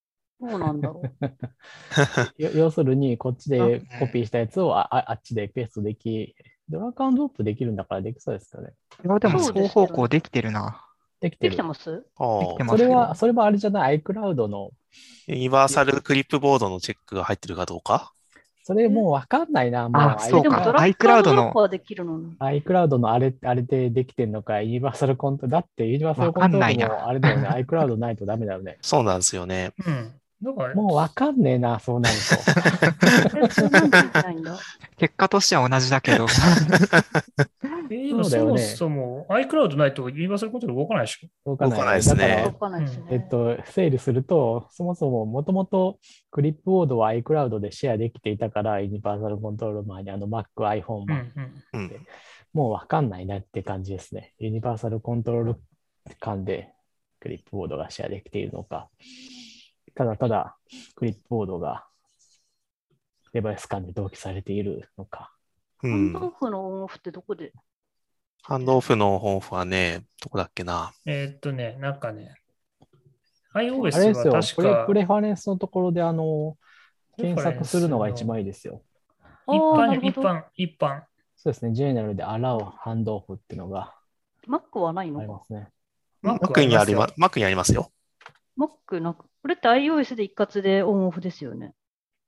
どうなんだろう。 要するに、こっちでコピーしたやつをあっちでペーストでき、ドラッグアンドドロップできるんだからできそうですよね。 いやでも双そうですけどね方向できてるな。 でできてる。 きてますああできてますよ。 それはあれじゃない、iCloud の、 ユニバーサルクリップボードのチェックが入ってるかどうか。 それもうわかんないな、もうあそうかでもドラッグ iCloud のドロップはできるのに。 iCloud のあれでできてんのか、ユニバーサルコントロール、だってユニバーサルコントロールわかんないなもあれだよね、iCloud ないとダメだよね。 そうなんですよね。 うん。だから、 もうわかんねえな、そうなると。 それなんでできないんだ。 結果としては同じだけど。 でもそもそうだよねそも iCloud ないとユニバーサルコントロール動かないでしょ。 動かない動かないですねだからわかんないですね。 整理すると、そもそももともとクリップボードは iCloud でシェアできていたから、ユニバーサルコントロール前にMac、iPhone も、 うんうん。 うん。 もうわかんないなって感じですね。ユニバーサルコントロール間でクリップボードがシェアできているのか、ただただクリップボードがデバイス間で同期されているのか。 うんハンドオフのオンオフってどこで？ ハンドオフのオンオフはね、どこだっけな。 なんかね、 あれ iOS ですよは確かプレファレンスのところで検索するのが一番いいですよ。 一ああ、な般に、 るほど。 一般。 そうですね、ジェネラルでAllow ハンドオフっていうのが Mac はないのかありますね。 Mac にあります。Mac にありますよ。 ？Mac なんか、これって iOS で一括でオンオフですよね。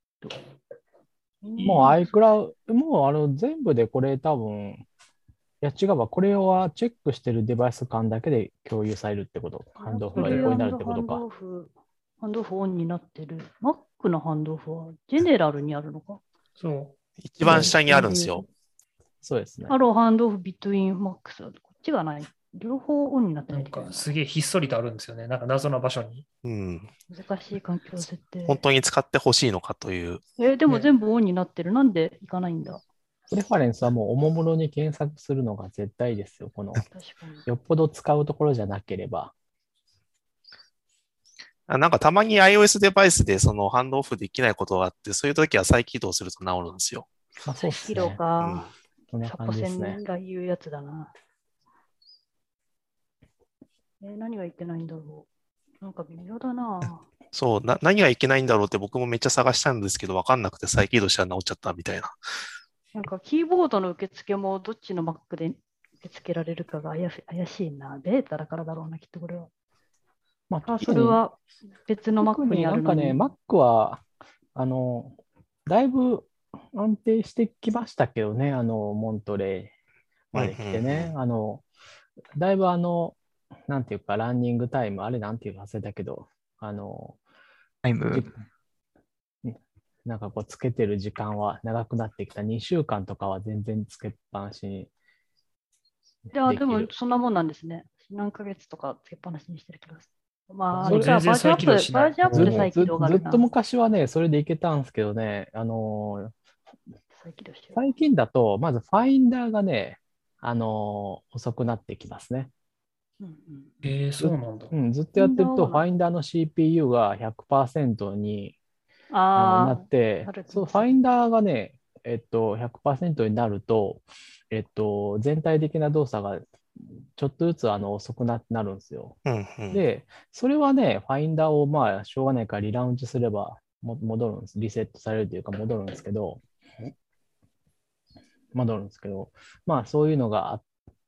もう iCloud、もう全部でこれ多分、いや違うわ、これはチェックしてるデバイス間だけで共有されるってこと。ハンドオフが横になるってことか。 ハンドオフオンになってる。Mac のハンドオフはジェネラルにあるのか？ そ一番下にあるんですよ。 そうですね。 ハローハンドオフビトゥインマックス。こっちがない。両方オンになってう。 なといけないないんかすげえひっそりとあるんですよね。なんか謎の場所に。 うん。 難しい環境設定。 本当に使ってほしいのかという。 でも全部オンになってる。なんでいかないんだ？ プレファレンスはもうおもむろに検索するのが絶対ですよ。 確かに。 よっぽど使うところじゃなければ。 なんかたまに iOS デバイスでそのハンドオフできないことがあって、そういう時は再起動すると治るんですよ。 まあそうですキロね。 か。 そんなサポセ感じですねン。が言うやつだな。何がいけないんだろう。なんか微妙だな。 そう、何がいけないんだろうって僕もめっちゃ探したんですけど、わかんなくて再起動したら治っちゃったみたいな。 なんかキーボードの受付もどっちの Mac で受け付けられるかが怪しいな。ベータだからだろうな、きっとこれは。 まあ、 それは別の Mac にあるのに。 なんかね、Mac は、だいぶ安定してきましたけどね、モントレーまで来てね。だいぶなんていうか、ランニングタイム、あれなんていうか忘れたけど、 タイム。 なんかこう、つけてる時間は長くなってきた。2週間とかは全然つけっぱなしにでもそんなもんなんですね。何ヶ月とかつけっぱなしにしてる気がする。まあ、 全然バージョンアップ、 再起動しないバージョンアップで再起動があるな。 ずっと昔はね、それでいけたんですけどね、 再起動しよう。 最近だと、まずファインダーがね、遅くなってきますね。 そうなんだ。 ずっとやってると、ファインダーの CPU が100% になって、そう、ファインダーがね、100% になると、全体的な動作がちょっとずつ遅くなるんですよ。で、それはね、ファインダーをまあ、しょうがないからリラウンジすれば戻るんです。リセットされるというか戻るんですけど、まあ、そういうのが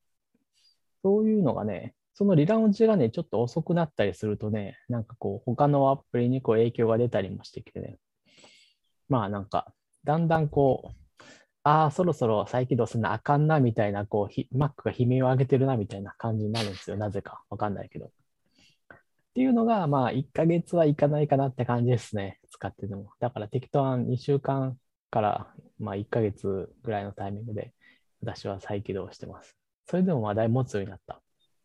ね、そのリラウンジがね、ちょっと遅くなったりするとね、なんかこう、他のアプリにこう影響が出たりもしてきてね、まあなんか、だんだんこう、そろそろ再起動するのあかんなみたいな、こう、Mac が悲鳴を上げてるなみたいな感じになるんですよ。なぜか。わかんないけど。っていうのが、まあ、1ヶ月はいかないかなって感じですね。使ってても。だから適当な2週間から、まあ、1ヶ月ぐらいのタイミングで、私は再起動してます。それでもまあ、だいぶ持つようになった。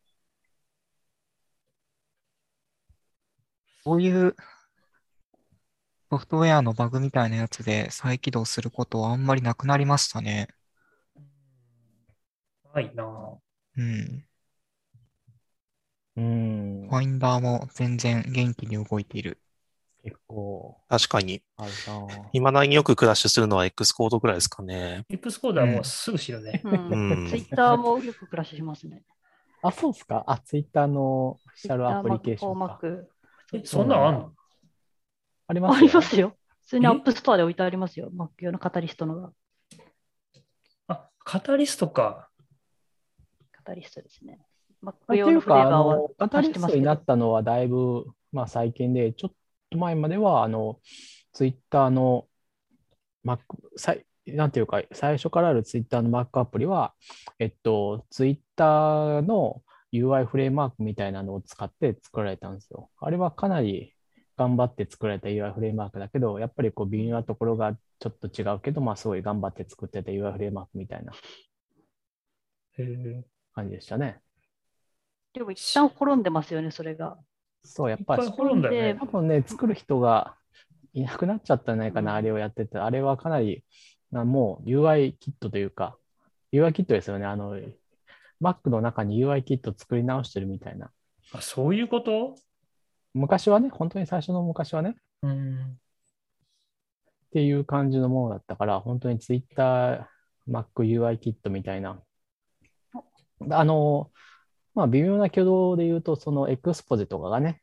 こういうソフトウェアのバグみたいなやつで再起動することはあんまりなくなりましたね。 ないなぁ。 ファインダーも全然元気に動いている。 結構。 確かに。今だによくクラッシュするのは X コードぐらいですかね。 X コードはもうすぐ知るね。 Twitter もよくクラッシュしますね。 そうですか？Twitter のオフィシャルアプリケーションか。 そんなんあんの？ ありまあすよ。 りますよ。普通にアッえプストアで置いてありますよ。Mac 用のカタリストのが。 あ、カタリストか。 カタリストですね。 っ Mac 用のフていうか、 レーバーはカタ足しリストになてますけど。 ったのはだいぶ、まあ最近で、ちょっと前までは、ツイッターの Mac、なんていうか、最初からあるツイッターの Mac アプリは、ツイッターの UI フレームワークみたいなのを使って作られたんですよ。あれはかなり頑張って作られた UI フレームワークだけど、やっぱりこう微妙なところがちょっと違うけど、まあすごい頑張って作ってた UI フレームワークみたいなへー感じでしたね。 でも一旦滅んでますよね、それが。 そう、やっぱり一回滅んだよね多。分ね、作る人がいなくなっちゃったんじゃないかな、あれをやってて。あれはかなり、もう UI キットというか、UI キットですよね。Mac の中に UI キット作り直してるみたいな。 あ、そういうこと？ 昔はね、本当に最初の昔はね、 うん。 っていう感じのものだったから、本当に Twitter、Mac UI キットみたいな。まあ、微妙な挙動で言うと、そのエクスポジとかがね、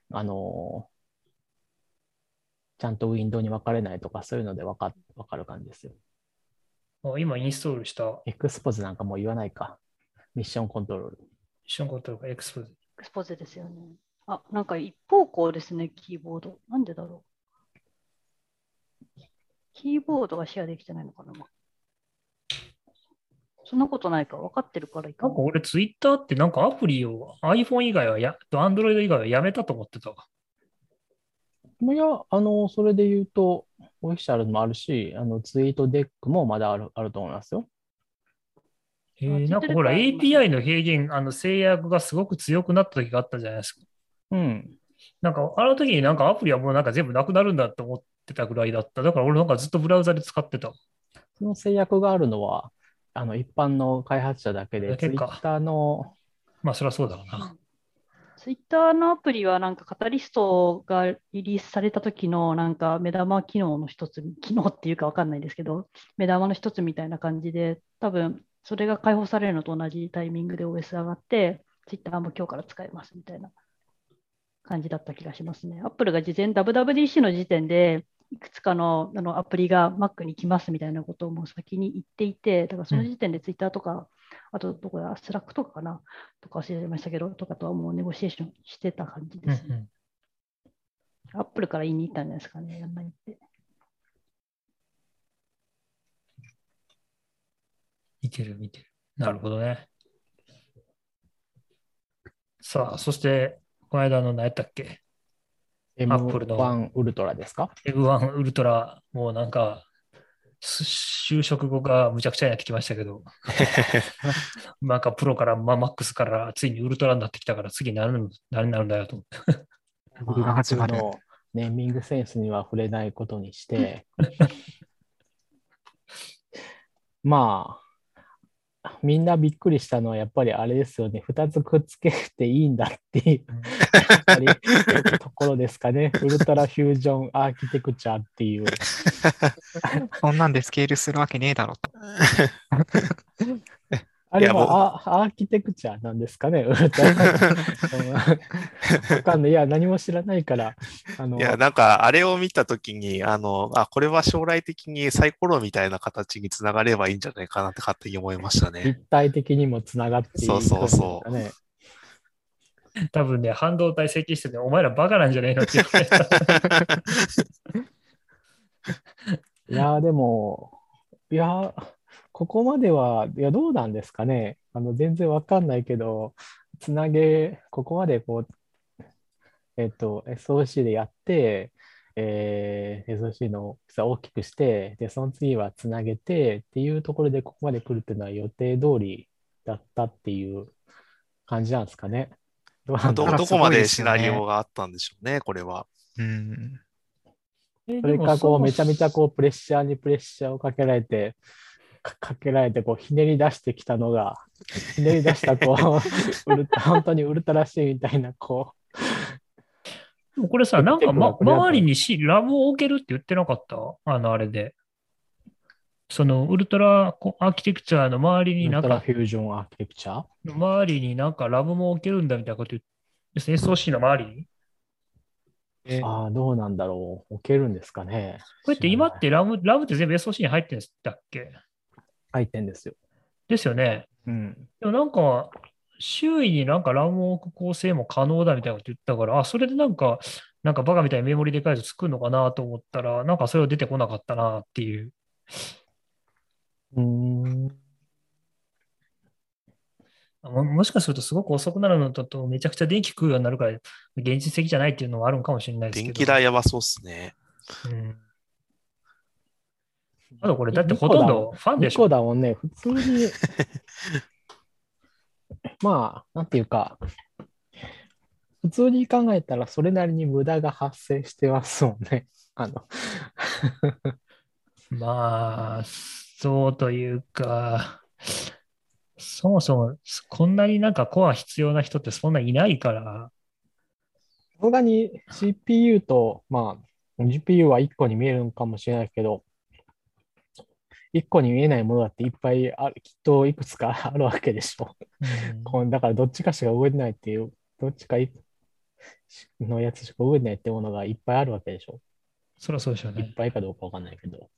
ちゃんとウィンドウに分かれないとか、そういうので分かる感じですよ。 あ、今インストールしたエクスポジなんかもう言わないか。ミッションコントロール。 ミッションコントロールエクスポーズ。 エクスポーズですよね。あ、なんか一方向ですね、キーボード。なんでだろう。キーボードがシェアできてないのかな。そんなことないか。分かってるからいいかも。 なんか俺ツイッターってなんかアプリを iPhone 以外はAndroid 以外はやめたと思ってたわ。 いや、それで言うと、オフィシャルもあるし、ツイートデックもまだあると思いますよ。 なんかほら API の平限、制約がすごく強くなった時があったじゃないですか。 うん。 なんかあの時になんかアプリはもうなんか全部なくなるんだって思ってたぐらいだった。だから俺なんかずっとブラウザで使ってた。 その制約があるのは、一般の開発者だけで、 だけかツイッターの、 まあそりゃそうだろうな。 ツイッターのアプリはなんかカタリストがリリースされた時のなんか目玉機能の一つ、機能っていうかわかんないですけど、目玉の一つみたいな感じで、多分それが開放されるのと同じタイミングで OS 上がって、ツイッターも今日から使えますみたいな感じだった気がしますね。Apple がWWDC の時点で、いくつかのアプリが Mac に来ますみたいなことをもう先に言っていて、だからその時点で Twitter とか、あとどこだ、Slack とかかな、とか忘れましたけど、とかとはもうネゴシエーションしてた感じですね。Apple から言いに行ったんじゃないですかね、やんないって。 見てる。なるほどね。さあ、そして、この間の何やったっけ？ Apple の M1 ウルトラですか？ M1 ウルトラ、もうなんか、就職後がむちゃくちゃになってきましたけど、なんかプロから、マックスからついにウルトラになってきたから、次何になるんだよと思って。 売りが始まる。 のネーミングセンスには触れないことにして、まあ、みんなびっくりしたのはやっぱりあれですよね。2つくっつけていいんだっていうやっぱりところですかね。ウルトラフュージョンアーキテクチャっていう。 そんなんでスケールするわけねえだろと。 あれはアーキテクチャなんですかね。ウルトラわかんない。いや、何も知らないから。 いや、なんか、あれを見たときに、これは将来的にサイコロみたいな形につながればいいんじゃないかなって勝手に思いましたね。 立体的にもつながっていくんですかね。 そう多分ね、半導体設計してて、お前らバカなんじゃねえのって言われた。 いや、でも、ここまでは、どうなんですかね。全然わかんないけど、ここまでSOC でやって、SOC の大きさを大きくして、で、その次はつなげてっていうところでここまで来るっていうのは予定通りだったっていう感じなんですかね。 どこまでシナリオがあったんでしょうね、これは。 それかめちゃめちゃプレッシャーにプレッシャーをかけられて、ひねり出してきたのが、ひねり出した本当にウルトラシーみたいなこれさ、なんか、周りにラブを置けるって言ってなかった？あれで。そのウルトラアーキテクチャの周りになんか、 ウルトラフュージョンアーキテクチャ周りになんかラブも置けるんだみたいなこと言って、SOC の周りにどうなんだろう。置けるんですかね。 これって今ってラムって全部 SOC に入ってるんだっけ？ 入ってんですよ。 ですよね。 うん。 でもなんか、周囲になんかラムを置く構成も可能だみたいなこと言ったから、それでなんかバカみたいにメモリでかいやつ作るのかなと思ったら、なんかそれは出てこなかったなっていう。もしかするとすごく遅くなるのとめちゃくちゃ電気食うようになるから、現実的じゃないっていうのはあるのかもしれないですけど。 電気代やばそうっすね。 あとこれだってほとんどファンでしょ。 2個だもんね、普通に。まあ、なんていうか、普通に考えたらそれなりに無駄が発生してますもんね。 まあ、そうというか、そもそもこんなになんかコア必要な人ってそんないないから。 さすがに CPU と、まあ、GPU は1個に見えるのかもしれないけど、1個に見えないものだっていっぱいある、きっといくつかあるわけでしょ。だからどっちかしか動いてないっていう、どっちかのやつしか動いてないってものがいっぱいあるわけでしょ。 そりゃそうでしょうね。 いっぱいかどうかわかんないけど。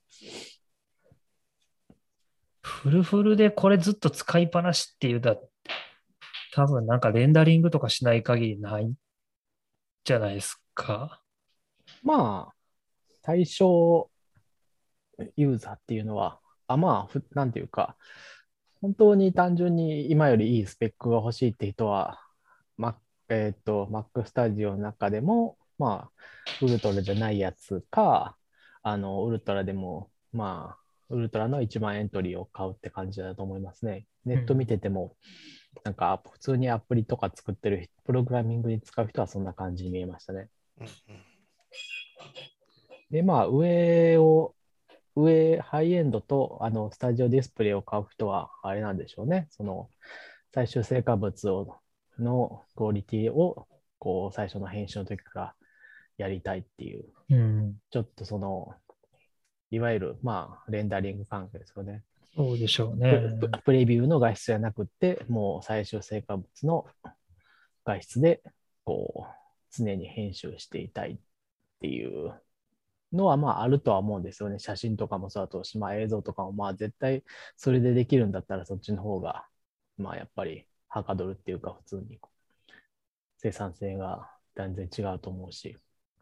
フルフルでこれずっと使いっぱなしっていう多分なんかレンダリングとかしない限りないじゃないですか。 まあ、対象ユーザーっていうのは、まあ、なんていうか、本当に単純に今よりいいスペックが欲しいって人は、Mac Studio の中でも、まあ、ウルトラじゃないやつか、ウルトラでも、まあ、ウルトラの一番エントリーを買うって感じだと思いますね。ネット見てても、なんか普通にアプリとか作ってる、プログラミングに使う人はそんな感じに見えましたね。で、まあ、ハイエンドとスタジオディスプレイを買う人は、あれなんでしょうね。最終成果物のクオリティを、最初の編集の時からやりたいっていう、ちょっといわゆる、まあ、レンダリング関係ですよね。 そうでしょうね。 プレビューの画質じゃなくて、もう最終成果物の画質で、常に編集していたいっていうのは、まあ、あるとは思うんですよね。写真とかもそうだとし、まあ、映像とかも、まあ、絶対それでできるんだったら、そっちの方が、まあ、やっぱり、はかどるっていうか、普通に生産性が全然違うと思うし。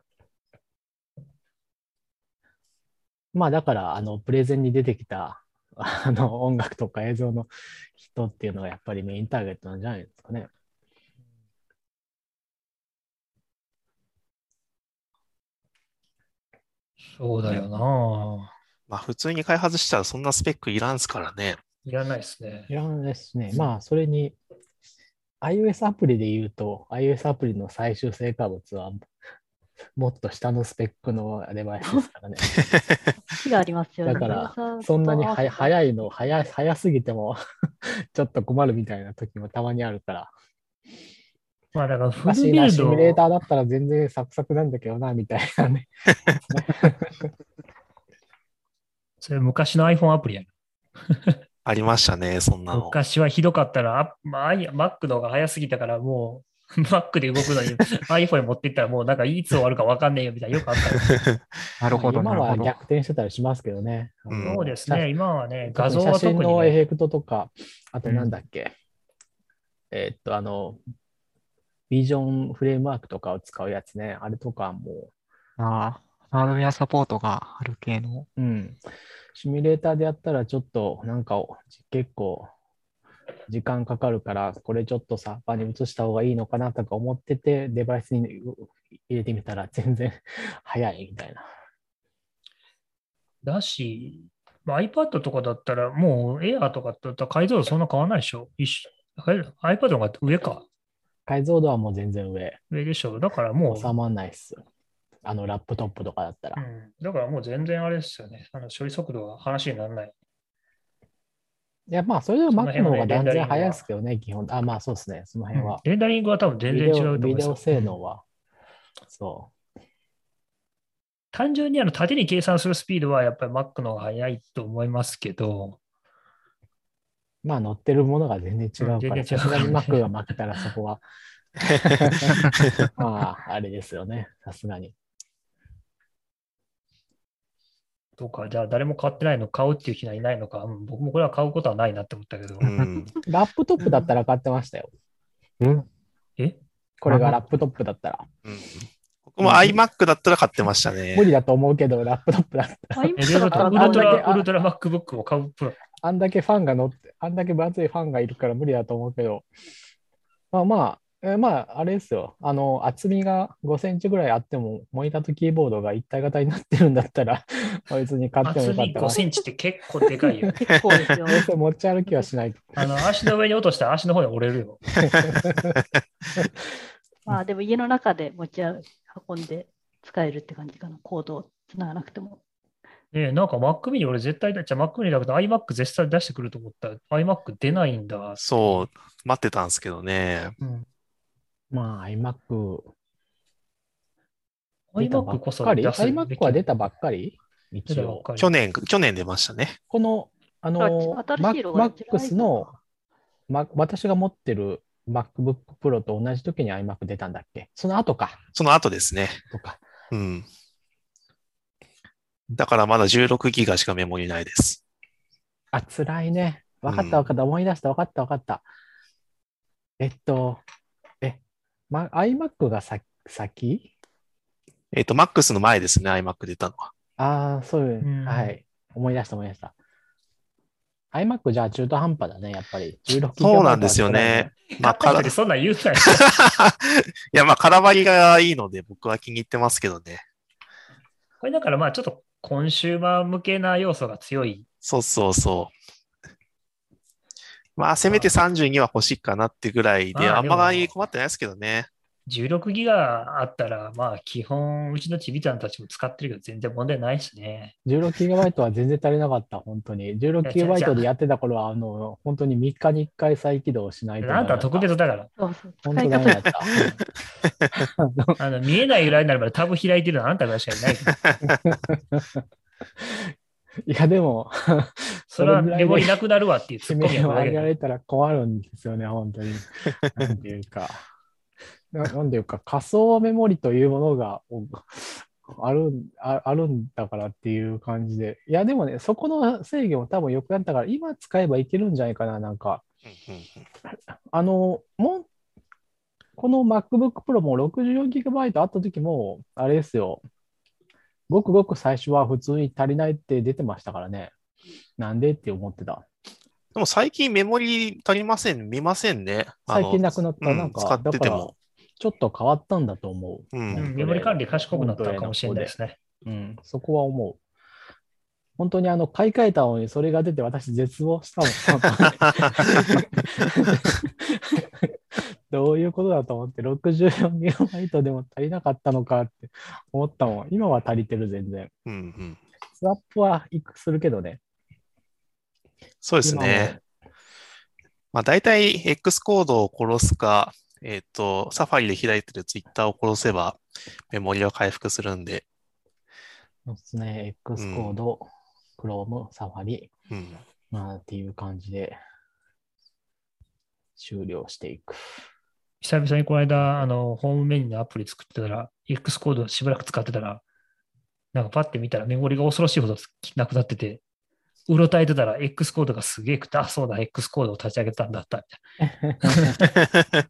まあ、だから、プレゼンに出てきた、音楽とか映像の人っていうのが、やっぱりメインターゲットなんじゃないですかね。 そうだよな。 まあ、普通に開発したらそんなスペックいらんすからね。 いらないですね。 いらないですね。まあ、それに、iOS アプリで言うと、iOS アプリの最終成果物は、もっと下のスペックのデバイスですからね。 木がありますよね。 だから、そんなに早すぎてもちょっと困るみたいな時もたまにあるから。 まあだからフルビルドシミュレーターだったら全然サクサクなんだけどな、みたいなね。 それ昔の iPhone アプリやる。 ありましたね、そんなの。 昔はひどかったら、Mac の方が早すぎたからもう、Mac で動くのに iPhone に持っていったらもうなんかいつ終わるか分かんねえよみたいなよくあった。 なるほど、 今は逆転してたりしますけどね。 そうですね、今はね、画像は特に、 特に、 写真のエフェクトとか、あとなんだっけ、ビジョンフレームワークとかを使うやつね。あれとかも。 ハードウェアサポートがある系の。 うん。シミュレーターでやったらちょっとなんか結構時間かかるから、これちょっとサーバーに移した方がいいのかなとか思ってて、デバイスに入れてみたら全然早いみたいな。 だし、iPad とかだったらもう Air とかだったら解像度そんな変わらないでしょ。iPad の方が上か。 解像度はもう全然上。 上でしょ。だからもう。 収まんないっす。ラップトップとかだったら。 だからもう全然あれですよね。処理速度は話にならない。 いや、まあ、それでも Mac の方が断然早いですけどね、基本。まあ、そうですね。その辺は。 レンダリングは多分全然違うと思います。 ビデオ性能は。そう。 単純に縦に計算するスピードはやっぱり Mac の方が速いと思いますけど。 まあ、乗ってるものが全然違うから、さすがに Mac が負けたらそこはまあ、あれですよね。さすがに。 とか、じゃあ誰も買ってないの買うっていう人はいないのか、僕もこれは買うことはないなって思ったけど。 うん。 ラップトップだったら買ってましたよ。 えこれがラップトップだったら。 うん、僕も iMac だったら買ってましたね。 無理だと思うけど、ラップトップだったら。 ウルトラ MacBook を買うプロ。 あんだけファンが乗って、あんだけ分厚いファンがいるから無理だと思うけど、あれですよ。厚みが5センチぐらいあっても、モニターとキーボードが一体型になってるんだったら、別に買ってもよかった。 厚み5センチって結構でかいよ。 結構ですよ。 それ持ち歩きはしない。 足の上に落としたら足の方に折れるよ。 まあでも家の中で運んで使えるって感じかな。コードをつながなくても。 なんか Mac mini 俺絶対じゃあ Mac mini だけど iMac 絶対出してくると思ったら iMac 出ないんだ。 そう、待ってたんですけどね。 まあ iMac こそ出すべき。 iMac は出たばっかり一応。 去年出ましたね。 この、MacBook の、私が持ってる MacBook Pro と同じ時に iMac 出たんだっけ？その後か。 その後ですね。うん。だからまだ16ギガしかメモリないです。 あ、辛いね。わかった。思い出した。わかった。iMac が先 Max の前ですね、iMac 出たのは。 ああ、そういう、はい。思い出した。iMac じゃあ中途半端だね、やっぱり。16 そうなんですよね。 まあ、そんなん言うなよ。いや、まあ、空張りがいいので僕は気に入ってますけどね。 これだからまあちょっとコンシューマー向けな要素が強い。 そう。まあ、せめて32は欲しいかなってぐらいで、あんまり困ってないですけどね。 16ギガあったら、まあ、基本、うちのちびちゃんたちも使ってるけど、全然問題ないしね。 16GB は全然足りなかった、本当に。16GB でやってた頃は、本当に3日に1回再起動しないと。 あなたは特別だから。 本当ダメだった。 見えないぐらいになればタブ開いてるのはあんたぐらいしかいないから。 いや、でも、 それはメモリなくなるわっていうツッコミを上げられたら困るんですよね、本当に。なんていうか、仮想メモリというものがあるんだからっていう感じで。いや、でもね、そこの制御も多分よくなったから、今使えばいけるんじゃないかな、なんか。この MacBook Pro も 64GB あった時も、あれですよ。ごくごく最初は普通に足りないって出てましたからね。なんでって思ってた。 でも最近メモリ足りません、見ませんね。 最近なくなった。なんか、 使ってても。 ちょっと変わったんだと思う。 メモリ管理賢くなったかもしれないですね。 そこは思う。本当に買い替えたのにそれが出て私絶望したもん。どういうことだと思って 64GB でも足りなかったのかって思ったもん。今は足りてる全然。スワップはするけどね。 そうですね。まあ大体 X コードを殺すか、サファリで開いてるツイッターを殺せばメモリは回復するんで。 そうですね。X コード、Chrome、サファリ、まあっていう感じで終了していく。 久々にこの間、ホームメニューのアプリ作ってたら、X コードしばらく使ってたら、なんかパッて見たらメモリが恐ろしいほどなくなってて、うろたえてたら X コードがすげえくて、あ、そうだ、X コードを立ち上げたんだったみたいな。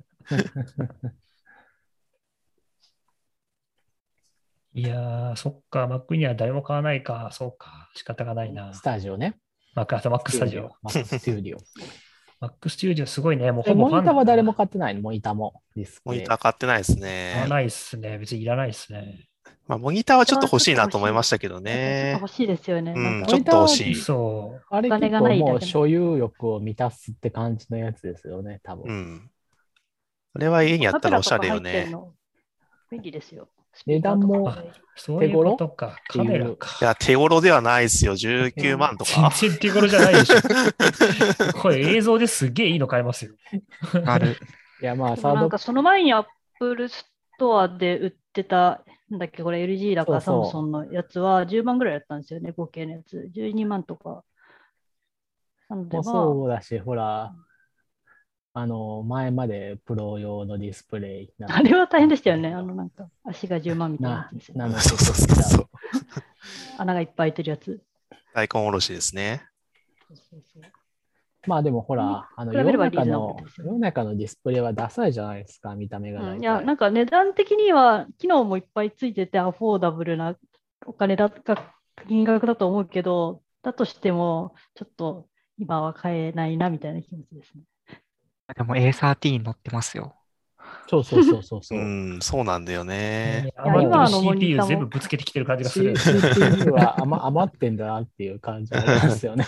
いやー、そっか、Mac には誰も買わないか、そうか、仕方がないな。 スタジオね。 Mac スタジオ。 Mac スタジオ。 Mac スタジオすごいね。もうほぼモニターは誰も買ってないの、モニターも。 モニター買ってないですね。 買わないですね。別にいらないですね。 まあ、モニターはちょっと欲しいなと思いましたけどね。 欲しいですよね。 ちょっと欲しい。 そう。 あれ結構もう所有欲を満たすって感じのやつですよね、多分。 あれは家にあったらおしゃれよね。 便利ですよ。 値段も手頃とか、カメラか。 いや、手頃ではないですよ。19万とか。 全然手頃じゃないでしょ。これ映像ですげえいいの買えますよ。 ある。 いや、まあ、 なんかその前に Apple ストアで売ってた、なんだっけ、これ LG だかサムソンのやつは10万ぐらいだったんですよね、合計のやつ。12万とか。 なのでそうだし、ほら、 前までプロ用のディスプレイあれは大変でしたよね。なんか足が10万みたいなやつですよね。 そうそうそうそう。 穴がいっぱい開いてるやつ。 大根おろしですね。 そうそうそうまあでもほら、 比べればリーズナブルですよね世の中のディスプレイはダサいじゃないですか、見た目が大体。 いや、なんか値段的には機能もいっぱいついててアフォーダブルなお金だか金額だと思うけど、だとしてもちょっと今は買えないなみたいな気持ちですね。 でも A13 乗ってますよ。 そうそうそうそうそう。 そうなんだよね。 余ってる今のモニ CPU ターも全部ぶつけてきてる感じがする。 CPU は余ってんだなっていう感じありますよね。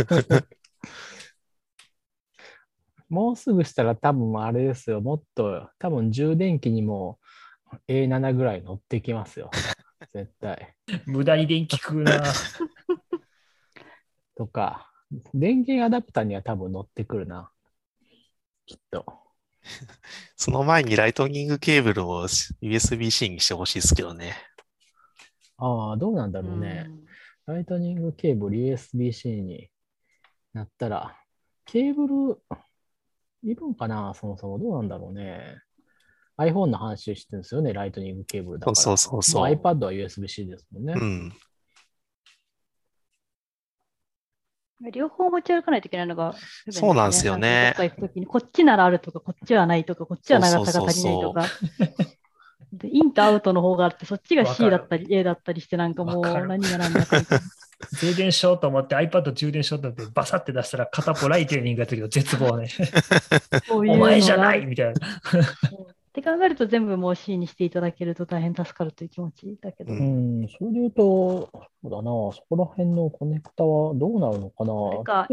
もうすぐしたら多分あれですよ。もっと多分充電器にも A7 ぐらい乗ってきますよ。絶対。 無駄に電気食うな。 とか、電源アダプターには多分乗ってくるな。きっと。 その前にライトニングケーブルを USB-C にしてほしいですけどね。 ああ、どうなんだろうね。ライトニングケーブル USB-C になったら、ケーブルいるんかな、そもそもどうなんだろうね。iPhone の話してるんですよね、ライトニングケーブルだから。 そうそうそうそう。 もう iPad は USB-C ですもんね。 両方持ち歩かないといけないのが、 そうなんですよね。 どっか行くときにこっちならあるとか、こっちはないとか、こっちは長さが足りないとか。でインとアウトの方があって、そっちが C だったり A だったりして、なんかもう何が何だか。 充電しようと思って iPad 充電しようと思ってバサって出したら片方ライトニングやったけど絶望ね。お前じゃないみたいな。 って考えると全部もう C にしていただけると大変助かるという気持ちだけど。 それで言うと、そうだな、そこら辺のコネクタはどうなるのかな。 なんか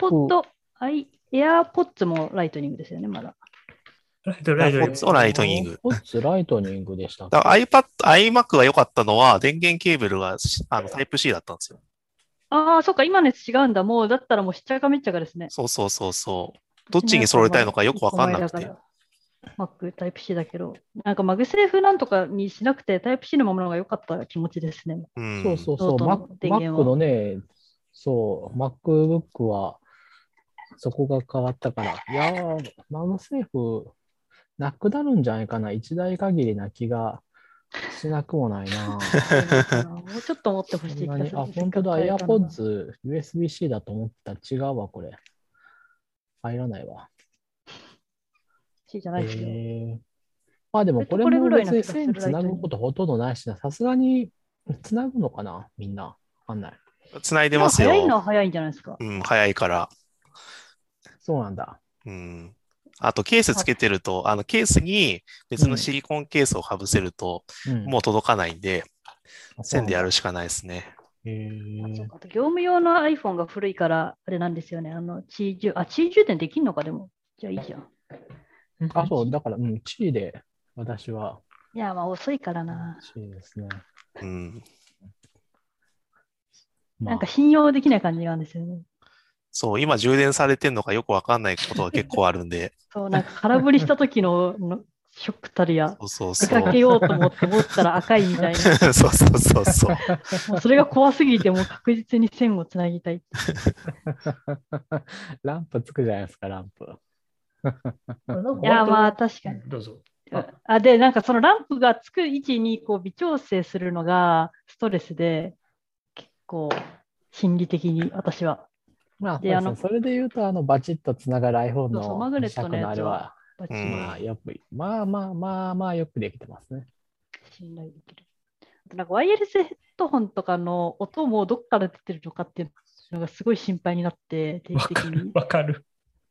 AirPods もライトニングですよね、まだ。 ライトニング。 ライトニングでしたっけ。iMac が良かったのは電源ケーブルがタイプ C だったんですよ。 ああ、そっか、今のやつ違うんだ。もう、だったらもうしっちゃかめっちゃかですね。 そうそうそうそう。どっちに揃えたいのかよくわかんなくて。 Mac タイプ C だけど、なんかマグセーフなんとかにしなくてタイプ C のままのが良かった気持ちですね。 そうそうそう。Mac のね、そう、MacBook はそこが変わったから。いやー、マグセーフなくなるんじゃないかな。一台限りな気がしなくもないな。 もうちょっと持ってほしい気がする。 あ、本当だ。AirPods USB-C だと思ったら違うわ、これ。入らないわ。 C じゃないですよ。 まあでもこれも別に線つなぐことほとんどないしな。さすがにつなぐのかなみんな。わかんない。 つないでますよ。 早いのは早いんじゃないですか。 早いから。 そうなんだ。 あとケースつけてると、ケースに別のシリコンケースをかぶせると、もう届かないんで、線でやるしかないですね。 業務用の iPhone が古いから、あれなんですよね。地充電できんのか、でも。じゃあいいじゃん。 そう、だから、地で私は。 いや、まあ遅いからな。 地ですね。 なんか信用できない感じがあるんですよね。 そう、今充電されてるのかよくわかんないことが結構あるんで。 そう、なんか空振りした時のショックたるや、出かけようと思って持ったら赤いみたいな。 そうそうそうそう。 もうそれが怖すぎて、もう確実に線をつなぎたい。 ランプつくじゃないですか、ランプ。 いや、まあ確かに。 どうぞ。 で、なんかそのランプがつく位置にこう微調整するのがストレスで、結構心理的に私は。 まあ、それで言うと、バチッとつながる iPhone のマグネットのやつは、まあよくできてますね。 信頼できる。なんかワイヤレスヘッドホンとかの音もどっから出てるのかっていうのがすごい心配になって、定期的に。 わかる。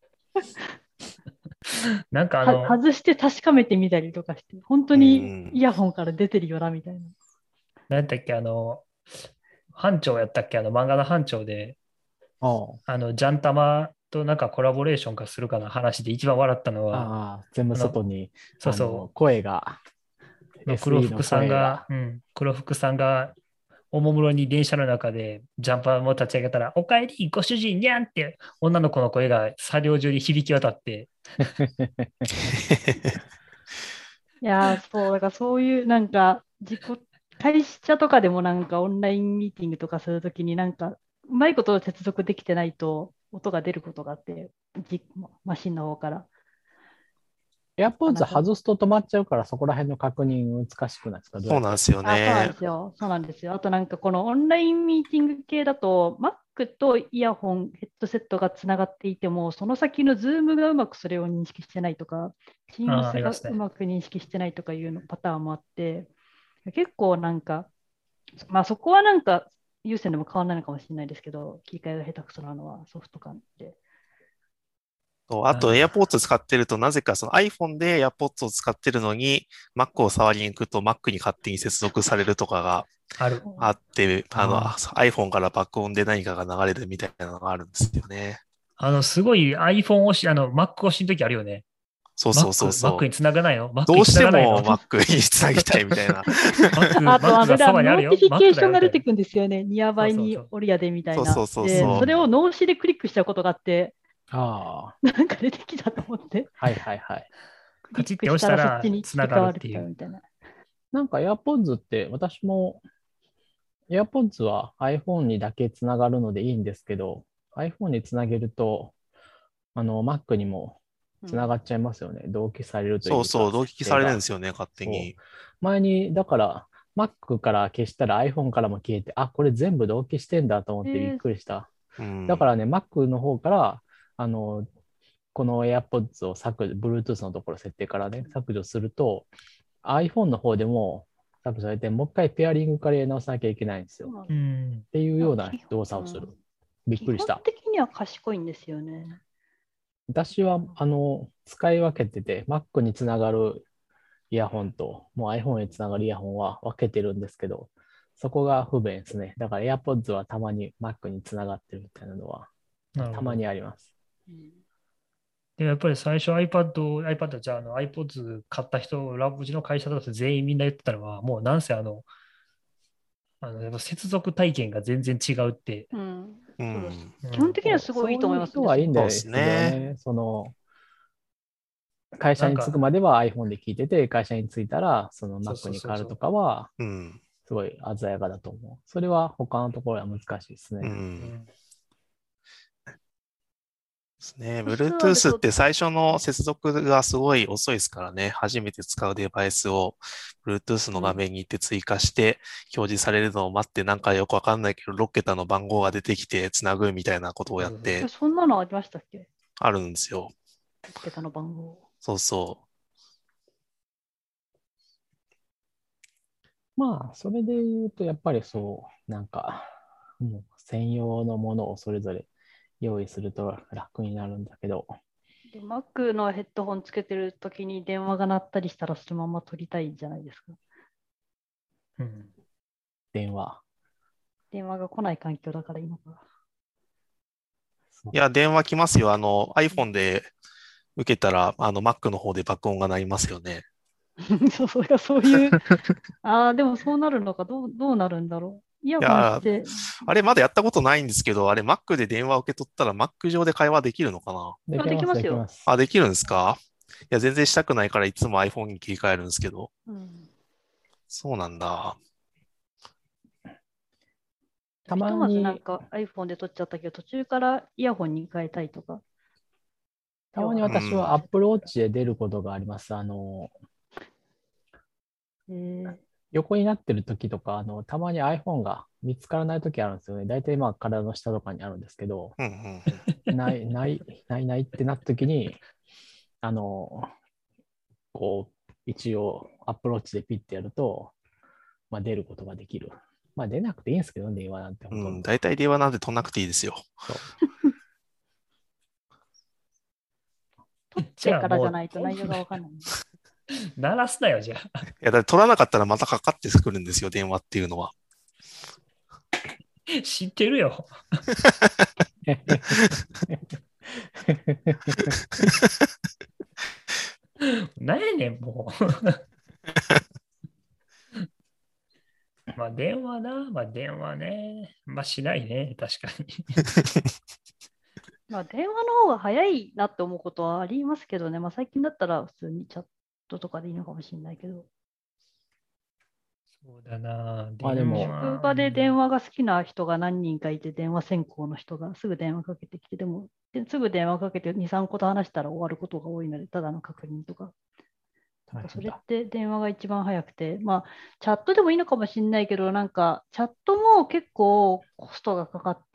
なんか外して確かめてみたりとかして、本当にイヤホンから出てるよなみたいな。 なんだっけ、班長やったっけ、漫画の班長で、ジャンタマとなんかコラボレーション化するかの話で一番笑ったのは、 全部外にそう声が、 黒服さんがおもむろに電車の中でジャンパーも立ち上げたら、おかえりご主人にゃんって女の子の声が車両中に響き渡って。 いやそう、だからそういうなんか会社とかでもなんかオンラインミーティングとかするときになんかうまいこと接続できてないと音が出ることがあって、マシンの方から。 AirPods 外すと止まっちゃうから、そこら辺の確認難しくないですか？ そうなんですよそうなんねで。すよ。そうなんですよ。あとなんかこのオンラインミーティング系だと、Mac とイヤホン、ヘッドセットがつながっていても、その先の Zoom がうまくそれを認識してないとか、 あ Teams がりますね。 うまく認識してないとかいうのパターンもあって、結構なんか、まあそこはなんか有線でも変わらないのかもしれないですけど、切り替えが下手くそなのはソフト感で。 あと AirPods 使ってると、なぜかその iPhone で AirPods を使ってるのに、Mac を触りに行くと Mac に勝手に接続されるとかがある。 あって、 あ iPhone から爆音で何かが流れるみたいなのがあるんですよね。 すごい iPhone 押し、Mac 押しの時あるよね。 そうそうそう Mac そう。 に繋がないの？ Mac どうにしても繋がないの？ Mac につなぎたいみたいな。 あと、あ Mac がれだ、 そばにあるよ。 ノーティフィケー Mac ションが出てだよみたいな。 くるんですよね。ニアバイそうそう。 にオリアでみたいな。 そうそうそうで、 そうそれを脳死でクリックしちゃうことがあって、 あ、 なんか出てきたと思って、 はいはいはい。 クリックしたらそっちに切り替わるみたいな。 なんか AirPods って私も AirPods は iPhone にだけつながるのでいいんですけど、iPhone につなげると、Mac にもつながっちゃいますよね。同期されるというか、 そうそう、同期されるんで設すよね、勝手定が。 に。 前に、だから、Mac から消したら iPhone からも消えて、あ、これ全部同期してんだと思ってびっくりした。だからね、Mac の方から、この AirPods をBluetooth のところ設定からね、削除すると、iPhone の方でも削除されて、もう一回ペアリングからやり直さなきゃいけないんですよ。っていうような動作をする。びっくりした。 基本的には賢いんですよね。 私は、使い分けてて、Mac につながるイヤホンと、もう iPhone につながるイヤホンは分けてるんですけど、そこが不便ですね。だから AirPods はたまに Mac につながってるみたいなのは、たまにあります。 で、やっぱり最初 iPad じゃiPods 買った人、うちの会社だと全員みんな言ってたのは、もうなんせやっぱ接続体験が全然違うって。 基本的にはすごいいいと思います、 そういう人はいいんですよね。会社に着くまでは iPhone で聞いてて、会社に着いたらその Mac に変わるとかは、すごい鮮やかだと思う。それは他のところは難しいですね。 Bluetooth って最初の接続がすごい遅いですからね。初めて使うデバイスを Bluetooth の画面に行って追加して表示されるのを待って、なんかよくわかんないけど6桁の番号が出てきてつなぐみたいなことをやって。 そんなのありましたっけ？ あるんですよ。 6桁の番号。 そうそう。 まあ、それで言うと、やっぱりそう、なんか、もう専用のものをそれぞれ用意すると楽になるんだけど。 で、Mac のヘッドホンつけてるときに電話が鳴ったりしたらそのまま取りたいんじゃないですか。 電話が来ない環境だからいいのか。 いや、電話来ますよ。iPhone で受けたら、Mac の方で爆音が鳴りますよね。 そういう。でもそうなるのか、どうなるんだろう。イヤホンして。 あれ、まだやったことないんですけど、あれ、Mac で電話を受け取ったら Mac 上で会話できるのかな？ できますよ。 できるんですか？いや、全然したくないからいつも iPhone に切り替えるんですけど。そうなんだ。 たまになんか iPhone で撮っちゃったけど、途中からイヤホンに変えたいとか。 たまに私は Apple Watch で出ることがあります。横になってる時とか、たまに iPhone が見つからない時あるんですよね。大体まあ体の下とかにあるんですけど、ないってなった時に、こう、一応 Apple Watch でピッてやると、まあ、出ることができる。まあ出なくていいんですけど、電話なんて。 大体電話なんて取んなくていいですよ。 取ってからじゃないと内容がわかんない。 鳴らすなよ、じゃあ。 いや、だって取らなかったらまたかかってくるんですよ、電話っていうのは。 知ってるよ。何やねん、もう。まあ電話ね。まあしないね、確かに。 まあ電話の方が早いなって思うことはありますけどね。まあ最近だったら普通にチャットとかでいいのかもしれないけど。 そうだな。 まあでも職場で電話が好きな人が何人かいて、電話専攻の人がすぐ電話かけてきて、すぐ電話かけて2、3個と話したら終わることが多いので、ただの確認とか。それって電話が一番早くて、まあ、チャットでもいいのかもしれないけど、なんか、チャットも結構コストがかかって、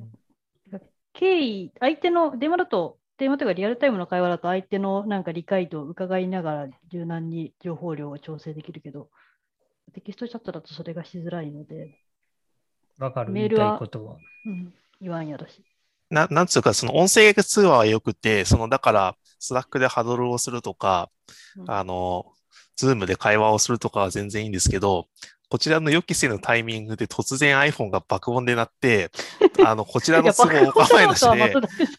相手の、電話というかリアルタイムの会話だと相手のなんか理解度を伺いながら柔軟に情報量を調整できるけど、テキストチャットだとそれがしづらいので、 わかる、メールは言いたいことは。 言わんやだし。 なんつうか、その音声通話は良くて、だから、スラックでハドルをするとか、ズームで会話をするとかは全然いいんですけど、こちらの予期せぬタイミングで突然 iPhone が爆音で鳴って、こちらの都合お構いなしで、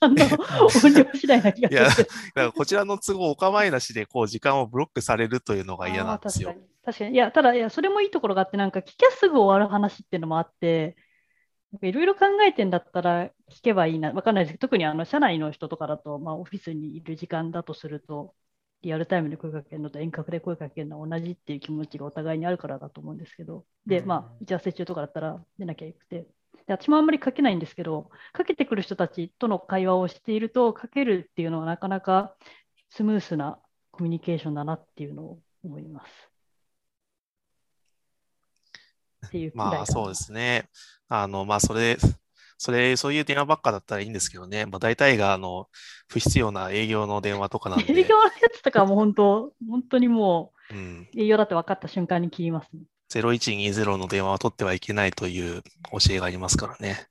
こちらの都合お構いなしで、時間をブロックされるというのが嫌なんですよ。 確かに。ただ、それもいいところがあって、なんか聞きゃすぐ終わる話っていうのもあって、いろいろ考えてんだったら聞けばいいな。わかんないですけど、特に社内の人とかだと、オフィスにいる時間だとすると、リアルタイムで声かけるのと遠隔で声かけるのは同じっていう気持ちがお互いにあるからだと思うんですけど、で、打ち合わせ中とかだったら出なきゃいけなくて、で私もあんまりかけないんですけど、かけてくる人たちとの会話をしていると、かけるっていうのはなかなかスムースなコミュニケーションだなっていうのを思います。っていうそうですね。そういう電話ばっかだったらいいんですけどね。大体が、不必要な営業の電話とかなんで。 営業のやつとかも本当にもう、営業だって分かった瞬間に切りますね。 0120の電話は取ってはいけないという教えがありますからね。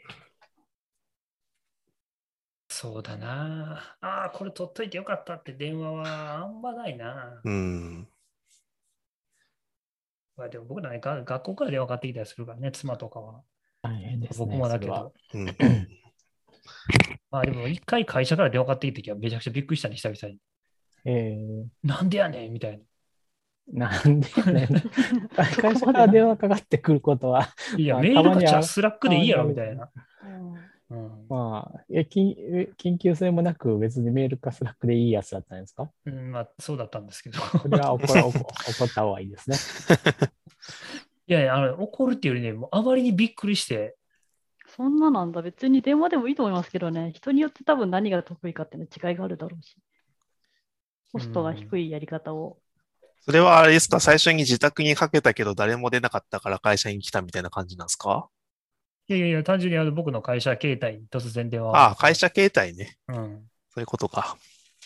そうだな。これ取っといてよかったって電話はあんまないな。でも僕なんか学校から電話かかってきたりするからね、妻とかは。 大変ですね。 僕もだけど。でも一回会社から電話かかってきたときはめちゃくちゃびっくりしたね、久々に。なんでやねんみたいな。なんでやねん。会社から電話かかってくることは。 いや、メールかスラックでいいやろみたいな。 緊急性もなく別にメールかスラックでいいやつだったんですか？ そうだったんですけど。 それは怒った方がいいですね。 いや、怒るっていうよりね、もうあまりにびっくりして。 そんななんだ。別に電話でもいいと思いますけどね。人によって多分何が得意かっていうの違いがあるだろうし。コストが低いやり方を。 それはあれですか？最初に自宅にかけたけど誰も出なかったから会社に来たみたいな感じなんですか？ いや、単純に僕の会社携帯に突然電話を。 会社携帯ね。そういうことか。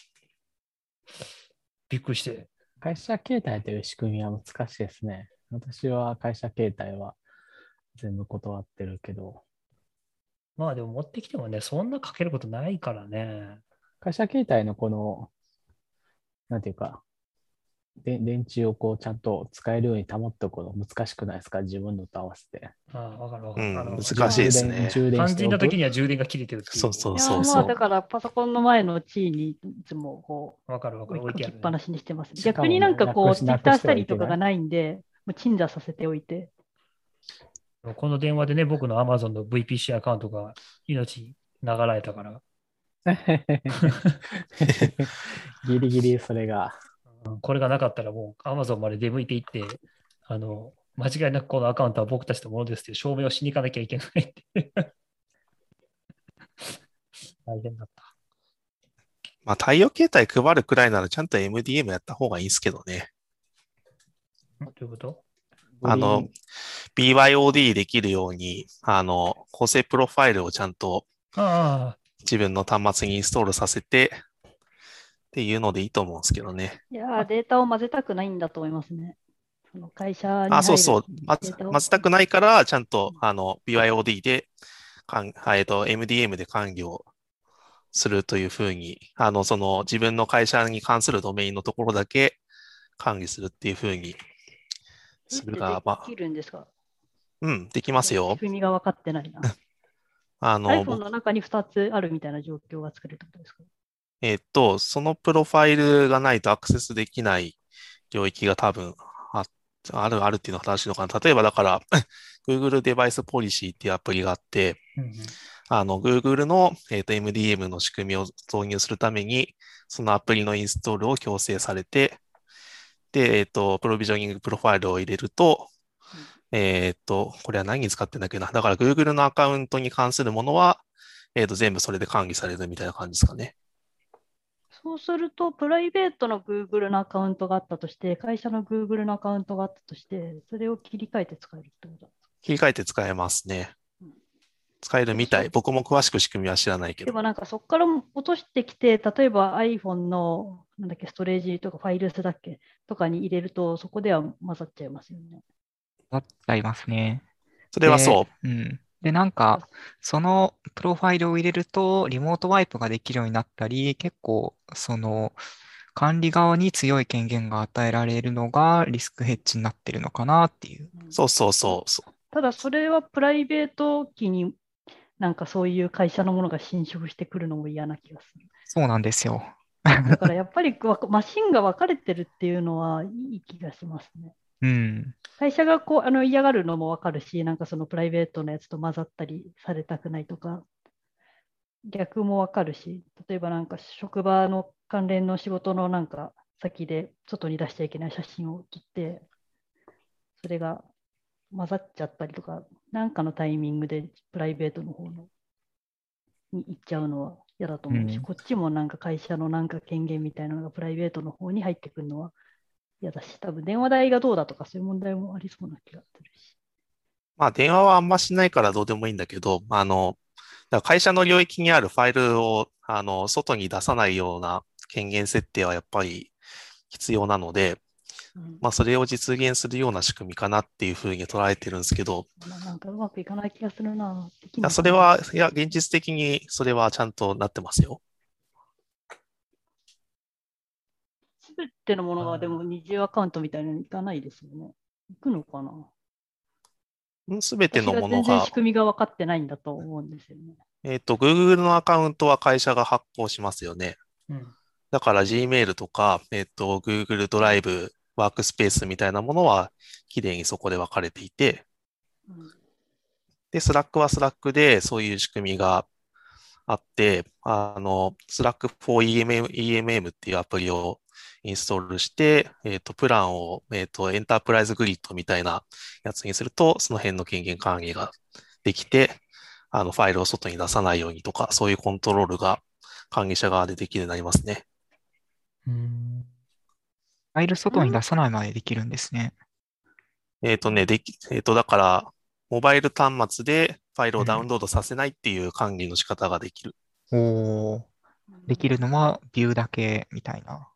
びっくりして。 会社携帯という仕組みは難しいですね。私は会社携帯は全部断ってるけど。 でも持ってきてもね、そんなかけることないからね。 会社携帯のなんていうか、電池をちゃんと使えるように保っておくの難しくないですか？自分のと合わせて。 わかる。 難しいですね。 肝心な時には充電が切れてるっていう。 そう。 だからパソコンの前の地位にいつも置きっぱなしにしてます。逆にツイッターしたりとかがないんで、もう鎮座させておいて。 この電話でね、僕の Amazon の VPC アカウントが命流られたから。 ギリギリそれが。 これがなかったらもう Amazon まで出向いていって、間違いなくこのアカウントは僕たちのものですっていう証明をしに行かなきゃいけないって。大変だった。 対応形態配るくらいならちゃんと MDM やった方がいいですけどね。 どういうこと？ BYOD できるように、構成プロファイルをちゃんと自分の端末にインストールさせてっていうのでいいと思うんですけどね。 いや、データを混ぜたくないんだと思いますね。その会社にそう。混ぜたくないから、ちゃんとBYOD でMDM で管理をするというふうに、自分の会社に関するドメインのところだけ管理するっていうふうにするが、 できるんですか？ できますよ。 仕組みが分かってないな。iPhone の中に2つあるみたいな状況が作れるってことですか？ そのプロファイルがないとアクセスできない領域が多分あるっていうのが正しいのかな。例えばだから、Google デバイスポリシーっていうアプリがあって、Google の、MDM の仕組みを導入するために、そのアプリのインストールを強制されて、 で、プロビジョニングプロファイルを入れると、これは何に使ってんだっけな。だから Google のアカウントに関するものは、全部それで管理されるみたいな感じですかね。 そうすると、プライベートの Google のアカウントがあったとして、会社の Google のアカウントがあったとして、それを切り替えて使えるってことだ。 切り替えて使えますね。使えるみたい。僕も詳しく仕組みは知らないけど。 でもなんかそこから落としてきて、例えば iPhone のなんだっけストレージとかファイルスだっけとかに入れると、そこでは混ざっちゃいますよね。 混ざっちゃいますね。 それはそう。で、なんか、そのプロファイルを入れると、リモートワイプができるようになったり、結構、管理側に強い権限が与えられるのがリスクヘッジになってるのかなっていう。 そうそうそう。 ただ、それはプライベート機になんかそういう会社のものが侵食してくるのも嫌な気がする。 そうなんですよ。 だからやっぱりマシンが分かれてるっていうのはいい気がしますね。会社が嫌がるのも分かるし、なんかそのプライベートのやつと混ざったりされたくないとか、逆も分かるし、例えばなんか職場の関連の仕事のなんか先で外に出しちゃいけない写真を切って、それが混ざっちゃったりとか、なんかのタイミングでプライベートの方のに行っちゃうのは嫌だと思うし、こっちもなんか会社のなんか権限みたいなのがプライベートの方に入ってくるのは嫌だし、多分電話代がどうだとかそういう問題もありそうな気がするし。 まあ電話はあんましないからどうでもいいんだけど、だから会社の領域にあるファイルを、外に出さないような権限設定はやっぱり必要なので、まあそれを実現するような仕組みかなっていうふうに捉えてるんですけど、 なんかうまくいかない気がするな。 それは、現実的にそれはちゃんとなってますよ。 すべてのものがでも二重アカウントみたいなのにいかないですよね。いくのかな。 すべてのものが。 全然仕組みが分かってないんだと思うんですよね。 Google のアカウントは会社が発行しますよね。だから Gmail とか、Google ドライブ、ワークスペースみたいなものは、きれいにそこで分かれていて、で、Slack は Slack でそういう仕組みがあって、Slack for EMM っていうアプリをインストールして、プランを、エンタープライズグリッドみたいなやつにすると、その辺の権限管理ができて、ファイルを外に出さないようにとか、そういうコントロールが管理者側でできるようになりますね。 ファイル外に出さないまでできるんですね。 だから、モバイル端末でファイルをダウンロードさせないっていう管理の仕方ができる。 できるのはビューだけみたいな。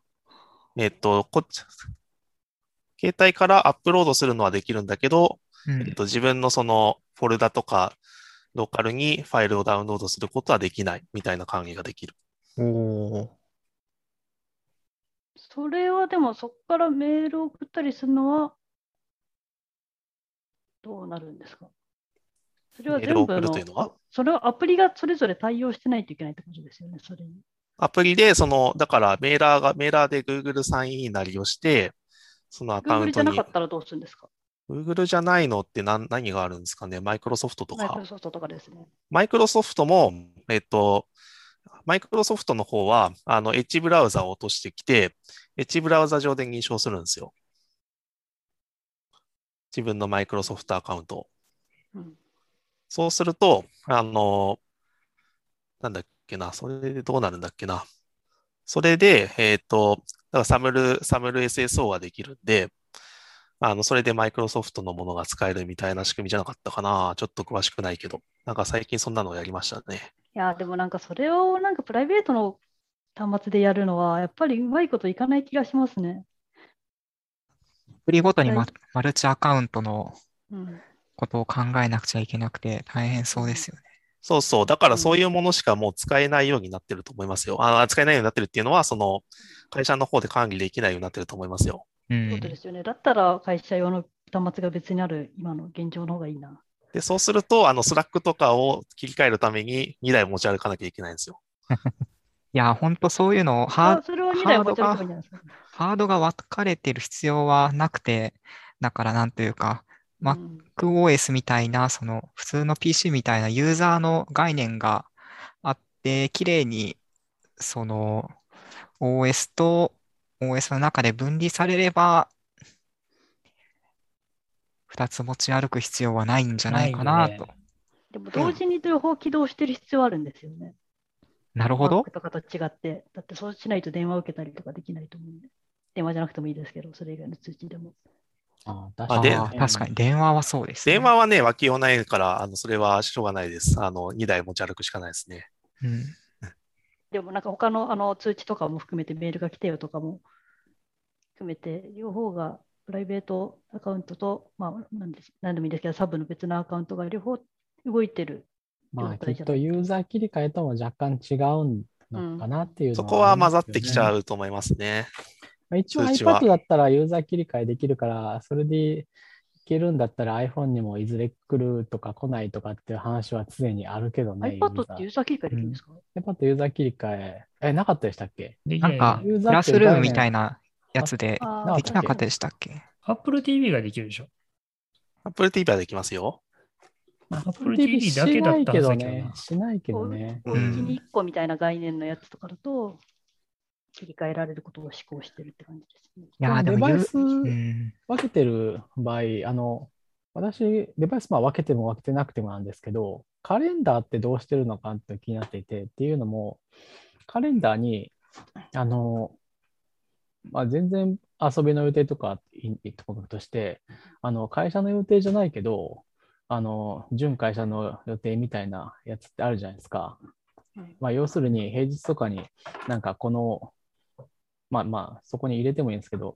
携帯からアップロードするのはできるんだけど、自分のそのフォルダとかローカルにファイルをダウンロードすることはできないみたいな管理ができる。 それはでもそこからメールを送ったりするのはどうなるんですか？それは全部の、それはアプリがそれぞれ対応してないといけないってことですよね、それに。 アプリで、だからメーラーで Google サインインなりをして、そのアカウントに。 Google じゃなかったらどうするんですか？ Google じゃないのって何があるんですかね？マイクロソフトとか。 マイクロソフトとかですね。 マイクロソフトも、マイクロソフトの方は、エッジブラウザを落としてきて、エッジブラウザ上で認証するんですよ。自分のマイクロソフトアカウントを。そうすると、なんだっけな、それでどうなるんだっけな。それで、だからサムル SSO ができるんで、それでマイクロソフトのものが使えるみたいな仕組みじゃなかったかな。ちょっと詳しくないけど、なんか最近そんなのをやりましたね。 いや、でもなんかそれをなんかプライベートの端末でやるのは、やっぱりうまいこといかない気がしますね。 アプリごとにマルチアカウントのことを考えなくちゃいけなくて大変そうですよね。 そうそう。だからそういうものしかもう使えないようになってると思いますよ。使えないようになってるっていうのは、その会社の方で管理できないようになってると思いますよ。 そうですよね。だったら会社用の端末が別にある今の現状の方がいいな。 で、そうすると、スラックとかを切り替えるために2台持ち歩かなきゃいけないんですよ。 いや、本当そういうのをハードが分かれてる必要はなくて、だからなんというか、MacOS みたいな、その普通の PC みたいなユーザーの概念があって、きれいにその OS と OS の中で分離されれば 2つ持ち歩く必要はないんじゃないかなと。 でも同時に両方起動してる必要あるんですよね。 なるほど。 Mac とかと違って、だってそうしないと電話を受けたりとかできないと思うんで。電話じゃなくてもいいですけど、それ以外の通知でも。 確かに電話はそうですね。 電話はね、脇用ないから、それはしょうがないです。2台持ち歩くしかないですね。 うん、 でもなんか他の通知とかも含めてメールが来てよとかも含めて、両方がプライベートアカウントと、まあ何でもいいですけど、サブの別のアカウントが両方動いてる。 まあきっとユーザー切り替えとも若干違うのかなっていうのは、 そこは混ざってきちゃうと思いますね。 一応 iPad だったらユーザー切り替えできるから、それでいけるんだったら iPhone にもいずれ来るとか来ないとかっていう話は常にあるけどね。 iPad ってユーザー切り替えできるんですか？ iPad ユーザー切り替え、なかったでしたっけ？ なんか、クラスルームみたいなやつでできなかったでしたっけ？ Apple TV ができるでしょ。 Apple TV はできますよ。 Apple TV だけだったはずだけどね。 しないけどね。 おうちに1個みたいな概念のやつとかだと、切り替えられることを試行してるって感じですね。 いや、 デバイス分けてる場合、私、デバイス分けても分けてなくてもなんですけど、カレンダーってどうしてるのかって気になっていて、っていうのも、カレンダーに、全然遊びの予定とかとして、会社の予定じゃないけど、準会社の予定みたいなやつってあるじゃないですか。要するに平日とかになんかそこに入れてもいいんですけど、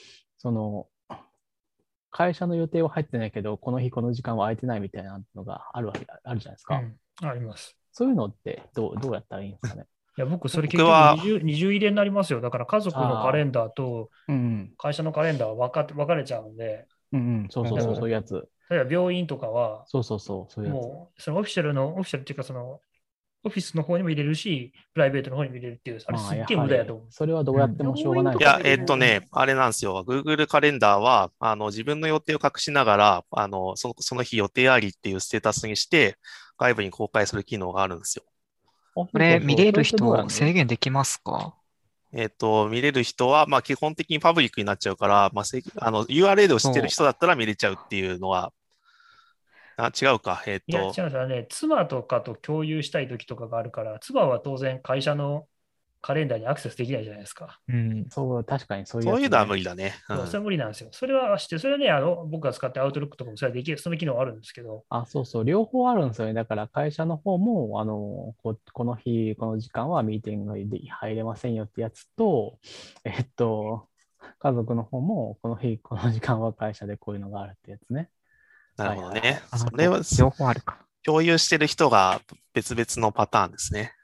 会社の予定は入ってないけど、この日この時間は空いてないみたいなのがあるじゃないですか。 あります。 そういうのってどうやったらいいんですかね。 いや、僕、それ結局二重入れになりますよ。だから家族のカレンダーと会社のカレンダーは分かれちゃうんで。 そういうやつ。 例えば病院とかは、 そういうやつ。 もう、そのオフィシャルっていうか、オフィスの方にも入れるし、プライベートの方にも入れるっていう、あれすっげえ無駄やと思う。 それはどうやってもしょうがない。 いや、あれなんですよ。Google カレンダーは、自分の予定を隠しながら、その日予定ありっていうステータスにして、外部に公開する機能があるんですよ。 これ、見れる人制限できますか？ 見れる人は、基本的にパブリックになっちゃうから、URL を知ってる人だったら見れちゃうっていうのは、違うか。 いや、違うんですよね。妻とかと共有したい時とかがあるから、妻は当然会社のカレンダーにアクセスできないじゃないですか。 確かにそういうのは無理だね。 それは無理なんですよ。それはそれはね、僕が使ってアウトロックとかもそれはできる、その機能あるんですけど。 両方あるんですよね。だから会社の方も、この日、この時間はミーティングに入れませんよってやつと、家族の方も、この日、この時間は会社でこういうのがあるってやつね。 なるほどね。それは、 両方あるか。 共有してる人が別々のパターンですね。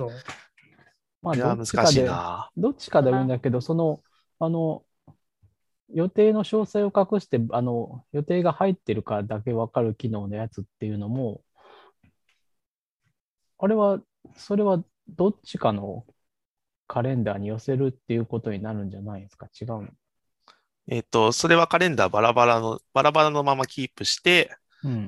難しいな。 どっちかでもいいんだけど、予定の詳細を隠して、予定が入ってるかだけ分かる機能のやつっていうのも、それはどっちかのカレンダーに寄せるっていうことになるんじゃないですか？違うの？それはカレンダーバラバラのままキープして、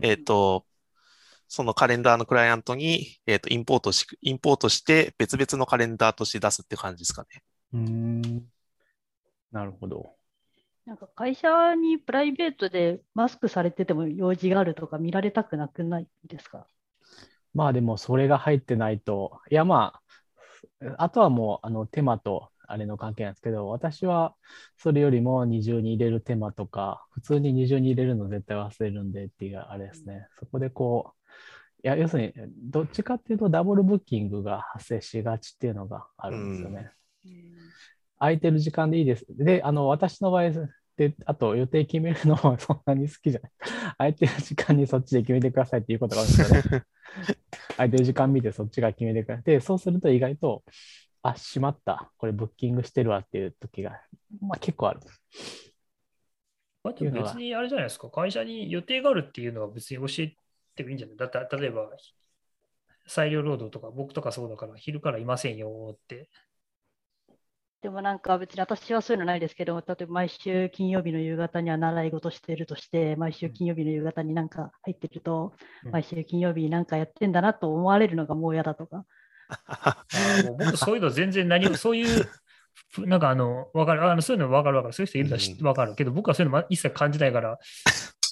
そのカレンダーのクライアントに、インポートして別々のカレンダーとして出すって感じですかね。 なるほど。 なんか会社にプライベートでマスクされてても用事があるとか見られたくなくないですか？ でもそれが入ってないと、あとはもう手間とあれの関係なんですけど、私はそれよりも二重に入れる手間とか、普通に二重に入れるの絶対忘れるんでっていうあれですね。そこで要するにどっちかっていうとダブルブッキングが発生しがちっていうのがあるんですよね。空いてる時間でいいです。で、私の場合で、あと予定決めるのもそんなに好きじゃない。空いてる時間にそっちで決めてくださいっていうことがあるんですよね。空いてる時間見てそっちが決めてください。で、そうすると意外と、しまった。これブッキングしてるわっていう時が、結構ある。 別にあれじゃないですか。会社に予定があるっていうのは別に教えてもいいんじゃない？だって例えば、裁量労働とか僕とかそうだから昼からいませんよって。 でもなんか別に私はそういうのないですけど、例えば毎週金曜日の夕方には習い事してるとして、毎週金曜日の夕方になんか入ってると、毎週金曜日になんかやってんだなと思われるのがもう嫌だとか。 もう僕そういうの全然そういうなんか分かる、そういうの分かる、そういう人いるのは分かるけど、僕はそういうの一切感じないから、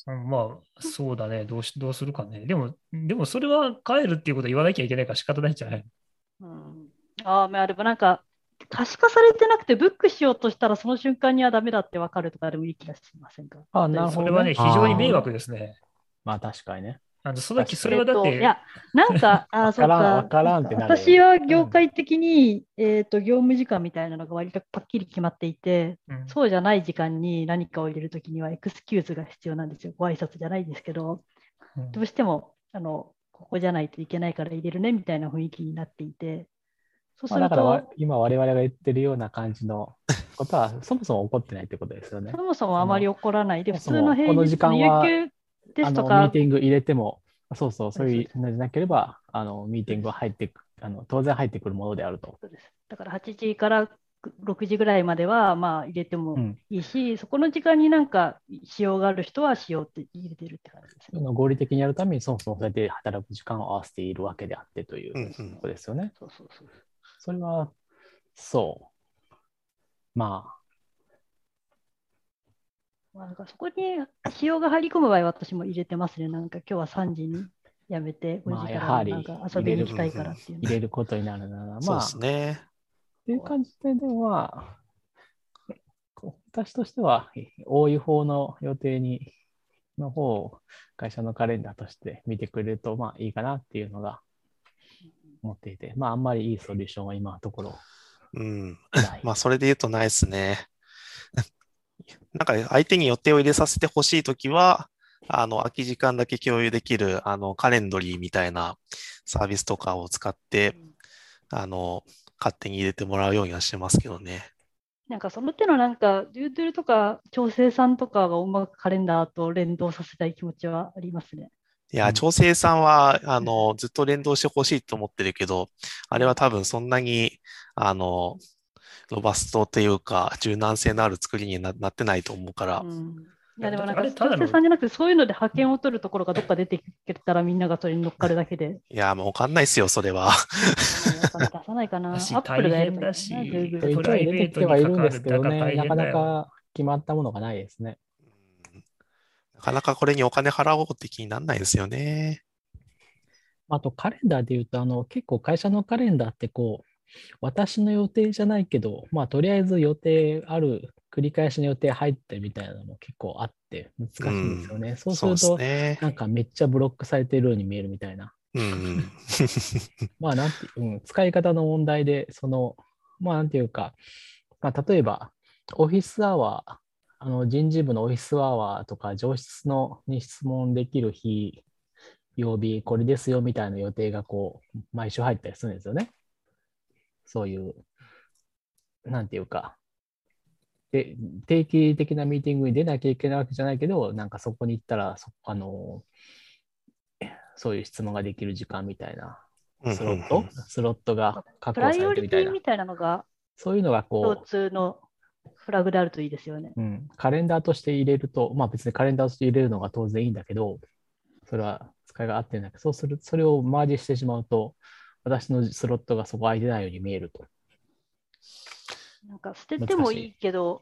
まあ、そうだね。どうするかね。でもそれは帰るっていうことは言わなきゃいけないから仕方ないんじゃない？ まあでもなんか、可視化されてなくてブックしようとしたらその瞬間にはダメだって分かるとかでもいい気がしませんか？ なるほどね。 それはね、非常に迷惑ですね。 まあ確かにね。 それはだって、 いや、なんか、そうか。 わからんってなるよ。 私は業界的に、業務時間みたいなのが割とパッキリ決まっていて、そうじゃない時間に何かを入れるときにはエクスキューズが必要なんですよ。ご挨拶じゃないですけど、どうしても、ここじゃないといけないから入れるねみたいな雰囲気になっていて、そうすると、 だから今我々が言ってるような感じのことはそもそも起こってないってことですよね。 そもそもあまり起こらないで、普通の平日の時間は有給ですとか、 ミーティング入れても、そういうのでなければ、ミーティングは当然入ってくるものであると。 そうです。だから8時から6時ぐらいまではまあ入れてもいいし、そこの時間になんか仕様がある人は仕様って入れてるって感じですね。 合理的にやるためにそもそもそうやって働く時間を合わせているわけであってということですよね。それは、まあ。なんかそこに仕様が入り込む場合は私も入れてますね。なんか今日は3時にやめて5時からなんか遊びに行きたいからっていう。 入れることになるなら、 そうですね。 っていう感じで、では、私としては多い方の予定の方を会社のカレンダーとして見てくれるとまあいいかなっていうのが思っていて、まああんまりいいソリューションは今のところ。 まあそれで言うとないですね。なんか相手に予定を入れさせてほしいときは、空き時間だけ共有できる、カレンドリーみたいなサービスとかを使って、勝手に入れてもらうようにはしてますけどね。 なんかその手のなんか、Doodle とか調整さんとかがうまくカレンダーと連動させたい気持ちはありますね。 いや、調整さんは、ずっと連動してほしいと思ってるけど、あれは多分そんなに、ロバストというか、柔軟性のある作りになってないと思うから。 いやでもなんか調整さんじゃなくて、そういうので派遣を取るところがどっか出てきたらみんながそれに乗っかるだけで。 いや、もうわかんないですよ、それは。 出さないかな。アップルがやるとし、 プライベートにはいるんですけどね、なかなか決まったものがないですね。 なかなかこれにお金払おうって気にならないですよね。 あとカレンダーでいうと、結構会社のカレンダーって私の予定じゃないけど、まあとりあえず予定ある、繰り返しの予定入ってみたいなのも結構あって難しいんですよね。そうすると、なんかめっちゃブロックされてるように見えるみたいな。まあ使い方の問題で、まあなんていうか、まあ例えばオフィスアワー、人事部のオフィスアワーとか上質に質問できる日、曜日、これですよみたいな予定が毎週入ったりするんですよね。そういう、なんていうか、定期的なミーティングに出なきゃいけないわけじゃないけど、なんかそこに行ったら、そういう質問ができる時間みたいな、スロットが確保されてみたいな。 プライオリティみたいなのが、 そういうのが共通のフラグであるといいですよね。 カレンダーとして入れると、まあ別にカレンダーとして入れるのが当然いいんだけど、それは使いが合ってないけど、それをマージしてしまうと、私のスロットがそこ空いてないように見えると。 なんか捨ててもいいけど、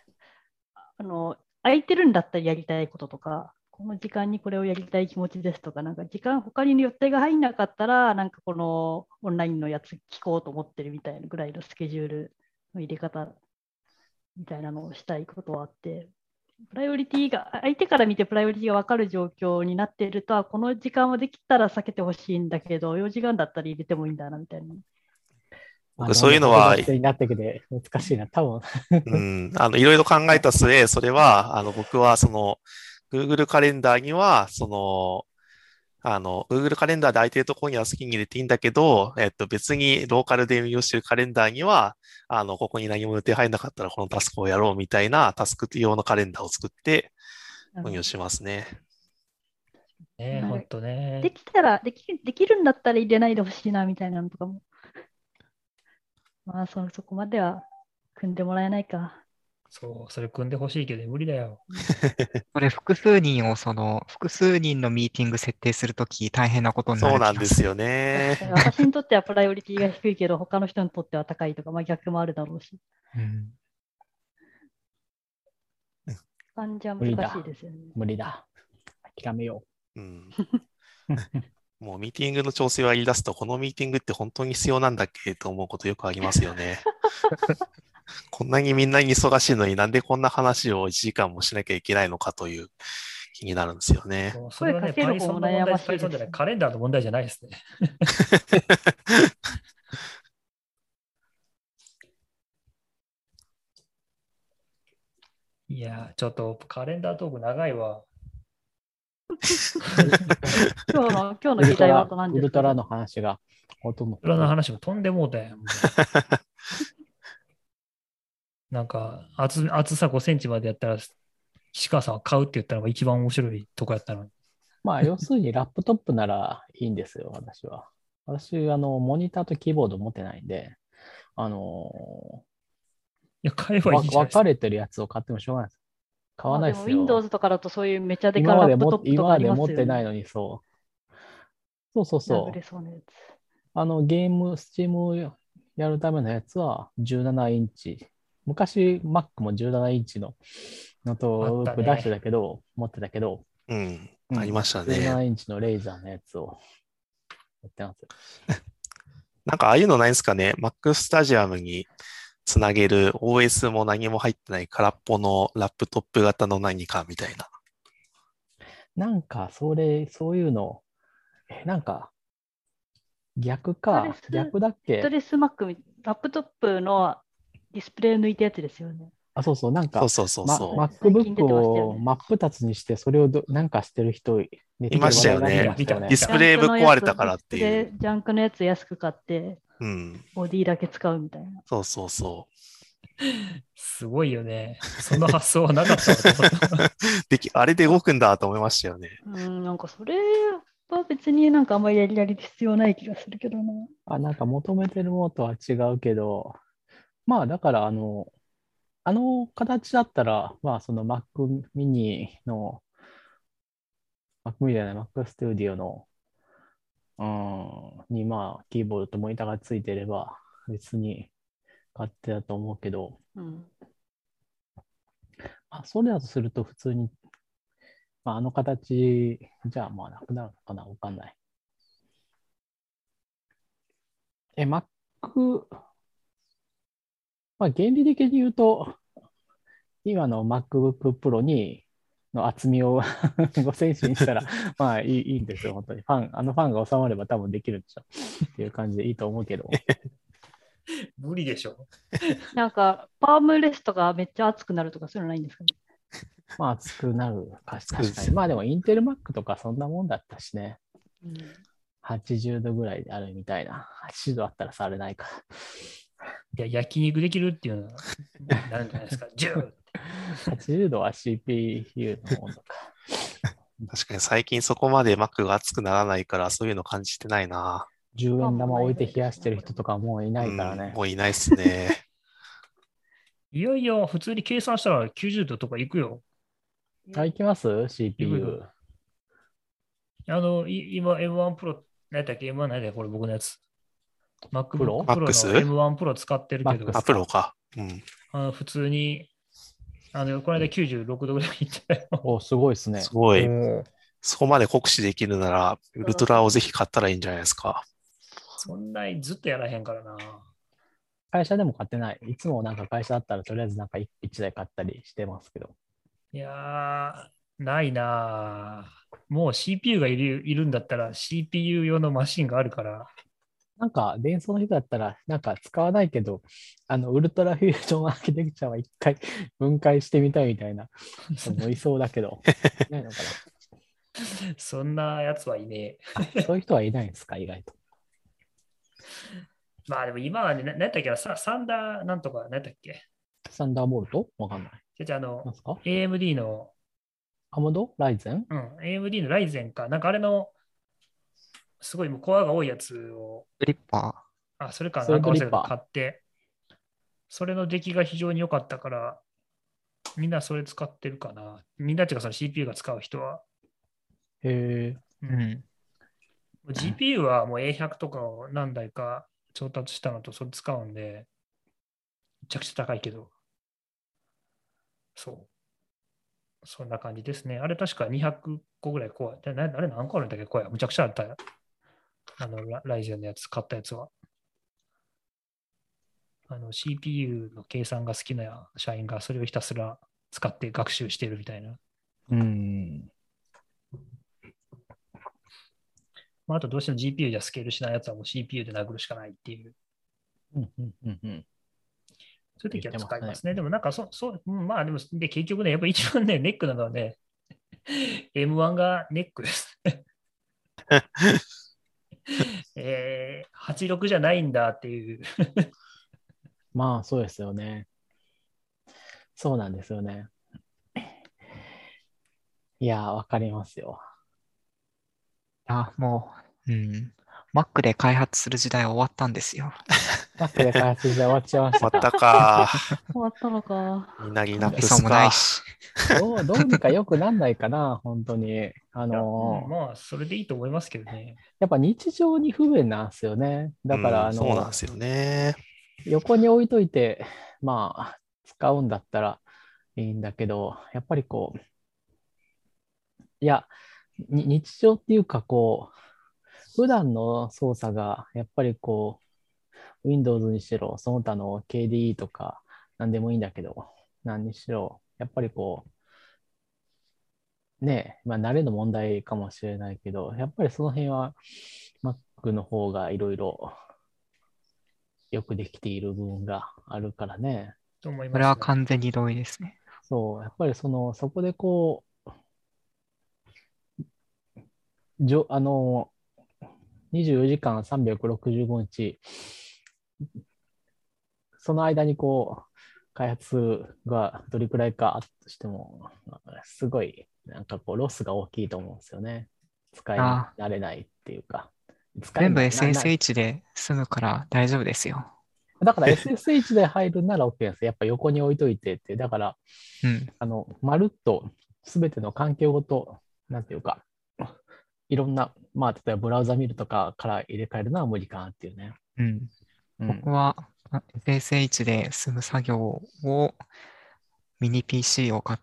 空いてるんだったらやりたいこととか、この時間にこれをやりたい気持ちですとか、なんか他に予定が入んなかったら、なんかこのオンラインのやつ聞こうと思ってるみたいなぐらいのスケジュールの入れ方みたいなのをしたいことはあって、プライオリティが、相手から見てプライオリティが分かる状況になっていると、この時間はできたら避けてほしいんだけど、4時間だったら入れてもいいんだなみたいな。 僕そういうのは、 難しいな、多分。 いろいろ考えた末、それは、僕はGoogle カレンダーには、Google カレンダーで空いてるところには好きに入れていいんだけど、別にローカルで運用してるカレンダーには、ここに何も予定入んなかったらこのタスクをやろうみたいなタスク用のカレンダーを作って運用しますね。 本当ね。 できたら、できるんだったら入れないでほしいなみたいなのとかも。まあ、そこまでは組んでもらえないか。 そう、それ組んでほしいけど無理だよ。 それ複数人のミーティング設定するとき大変なことになる。 そうなんですよね。 私にとってはプライオリティが低いけど、他の人にとっては高いとか、まあ逆もあるだろうし。感じは難しいですよね。 無理だ。 諦めようん。もうミーティングの調整をやり出すと、このミーティングって本当に必要なんだっけと思うことよくありますよね。こんなにみんなに忙しいのになんでこんな話を1時間もしなきゃいけないのかという気になるんですよね。 それはね、 声かける方 Python もの問題、 悩ましい Python です。 じゃない、カレンダーの問題じゃないですね。いやー、ちょっとカレンダートーク長いわ。 今日のう。 議題は何ですか？ ウルトラの話がほとんど。 ウルトラの話も飛んでもうたやん。なんか厚さ5センチまでやったら、岸川さんは買うって言ったのが一番面白いとこやったのに。 まあ、要するにラップトップならいいんですよ、私は。私、モニターとキーボード持ってないんで、 いや、買えばいいじゃないです分か。 かれてるやつを買ってもしょうがないです。買わないですよ。 でも Windows とかだとそういうめちゃでかラップトップとかありますよね。 今まで持ってないのにそうそうそ破れそうなやつ。 う。ゲーム、スチームをやるためのやつは17インチ。昔、Mac も17インチのノートブック出してたけど、持ってたけど、 うん、ありましたね。 17インチのレーザーのやつをやってますよ。 なんかああいうのないんですかね。Mac スタジアムにつなげる OS も何も入ってない空っぽのラップトップ型の何かみたいな。 なんか、そういうの、なんか、逆だっけ？ ストレス Mac、ラップトップのディスプレイ抜いたやつですよね。 あ、そうそう、なんか、 そう。 MacBook を真っ二つにして、それをなんかしてる人、 いましたよね。ディスプレイぶっ壊れたからっていう。 ジャンクのやつ安く買って、 うん、 ボディだけ使うみたいな。 そう。 すごいよね。その発想はなかったわと思ったあれで動くんだと思いましたよね。 なんかそれは別になんかあんまりやり必要ない気がするけどな。 なんか求めてるものとは違うけど、まあだから形だったら、まあその Mac mini の、Mac mini じゃない、Mac Studio の、にまあキーボードとモニターがついてれば別に勝手だと思うけど、それだとすると普通に、まあ、形じゃあまあなくなるのかな、わかんない。Mac、まあ原理的に言うと、今の MacBook Pro の厚みを5センチにしたら、まあいいんですよ、本当に。ファンが収まれば多分できるんでしょっていう感じでいいと思うけど。 無理でしょ。 なんか、パームレストがめっちゃ熱くなるとかそういうのないんですかね。 まあ熱くなるか、確かに。まあでもインテル Mac とかそんなもんだったしね。80度ぐらいであるみたいな。80度あったら触れないか。 いや、焼肉できるっていうのは、なんじゃないですか。 80度は CPU の温度か。 確かに最近そこまで Mac が熱くならないからそういうの感じてないな。 10円玉置いて冷やしてる人とかもういないからね。 もういないっすね。 いやいや、普通に計算したら90度とかいくよ。 行きます ?CPU。 今 M1 Pro、何だっけ ?M1 何だっけこれ僕のやつ。MacBook Pro の M1 Pro 使ってるけど。 プロか。 普通に、この間96度ぐらいいったよ。 お、すごいですね。 すごい。そこまで酷使できるなら、ウルトラをぜひ買ったらいいんじゃないですか。 そんなにずっとやらへんからな。 会社でも買ってない。いつもなんか会社だったらとりあえずなんか1台買ったりしてますけど。 いやー、ないな。もう CPU がいるんだったら CPU 用のマシンがあるから。 なんか、電装の人だったら、なんか使わないけど、ウルトラフュージョンアーキテクチャは一回分解してみたいみたいな人もいそうだけど、いないのかな。そんなやつはいねえ。そういう人はいないんですか、意外と。 まあでも今はね、何だっけサンダーなんとか、何だっけサンダーボルトわかんない。 じゃあAMD の。 アムドライゼン AMD のライゼンか。なんかあれの、すごいもうコアが多いやつを。 ドリッパー。それかなんか買って、それの出来が非常に良かったから、みんなそれ使ってるかな。みんなっていうかその CPU が使う人は。 へえ。 GPU はもう A100 とかを何台か調達したのとそれ使うんで、めちゃくちゃ高いけど。そう。 そんな感じですね。あれ確か200個ぐらいコア。あれ何個あるんだっけ、コア。むちゃくちゃあったよ。ライゼンのやつ、買ったやつは。CPU の計算が好きな社員がそれをひたすら使って学習してるみたいな。あとどうしても GPU じゃスケールしないやつはもう CPU で殴るしかないっていう。そういう時は使いますね。でもなんかまあでも、結局ね、やっぱ一番ね、ネックなのはね、M1 がネックです。86じゃないんだっていう。 まあそうですよね。そうなんですよね。いや、わかりますよ。 もう、Mac で開発する時代は終わったんですよ。 Mac で開発時代終わっちゃいました終わったか。 終わったのか。 みんな Linux そうもないか。 し。 どうにか良くなんないかな、本当に。 まあ、それでいいと思いますけどね。 やっぱ日常に不便なんですよね。だから、 そうなんですよね。 横に置いといて、まあ、使うんだったらいいんだけど、やっぱりこう、いや、日常っていうか、普段の操作が、やっぱりWindows にしろ、その他の KDE とか、なんでもいいんだけど、何にしろ、やっぱりね、まあ、慣れの問題かもしれないけど、やっぱりその辺は Mac の方がいろいろよくできている部分があるからね。 と思います、ね。 これは完全に同意ですね。 そう、やっぱりそこで24時間365日、その間に開発がどれくらいかあったとしても、すごい、なんかロスが大きいと思うんですよね。使い慣れないっていうか。 全部 SSH で済むから大丈夫ですよ。 だから SSH で入るなら OK です。やっぱ横に置いといてって、だから、まるっと全ての環境ごと、なんていうか、いろんな、まあ、例えばブラウザ見るとかから入れ替えるのは無理かなっていうね。 僕は SSH で済む作業をミニ PC を買って、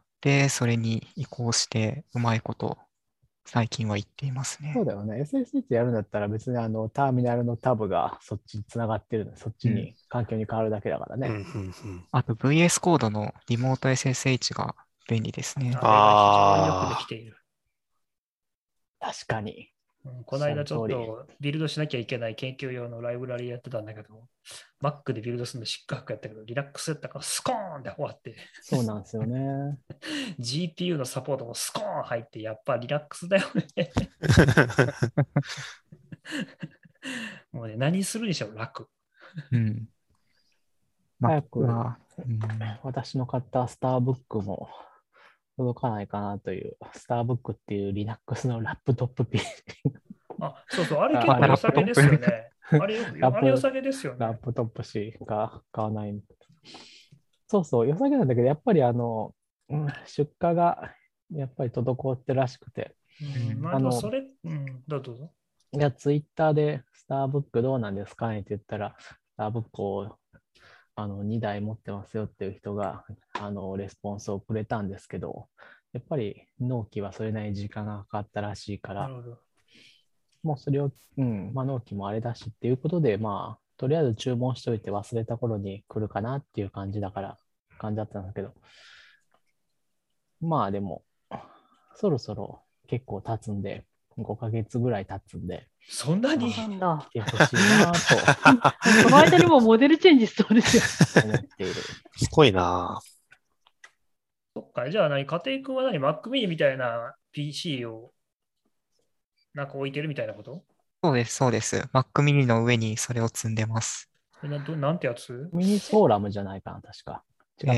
それに移行してうまいこと最近は言っていますね。 そうだよね。SSH やるんだったら別にターミナルのタブがそっちにつながってるので、そっちに環境に変わるだけだからね。 あと VS コードのリモート SSH が便利ですね。 あれが非常によくできている。 確かに。 この間ちょっとビルドしなきゃいけない研究用のライブラリやってたんだけど、Mac でビルドするのしっかりやったけど、Linux やったからスコーンで終わって。 そうなんですよね。 GPU のサポートもスコーン入って、やっぱ Linux だよね。もうね、何するにしても楽。 早く、私の買ったスターブックも届かないかなという、スターブックっていう Linux のラップトップ PC。 そう、あれ結構良さげですよね。あれ良さげですよね。 ラップトップ C が買わない。そうそう、良さげなんだけど、やっぱり出荷がやっぱり滞ってるらしくて。 それ、どうぞ。 いや、ツイッターでスターブックどうなんですかねって言ったら、スターブックを2台持ってますよっていう人がレスポンスをくれたんですけど、やっぱり納期はそれなりに時間がかかったらしいから、もうそれを、納期もあれだしっていうことで、とりあえず注文しといて忘れた頃に来るかなっていう感じだったんだけど、でも、そろそろ結構経つんで、5ヶ月ぐらい経つんで、 そんなに来てほしいなと。 その間にもモデルチェンジしそうですよ。 思っている。 すごいな。 そっか、じゃあ家庭君はMac mini みたいな PC をなんか置いてるみたいなこと？ そうです、そうです。Mac mini の上にそれを積んでます。 なんてやつ？ ミニフォーラムじゃないかな、確か。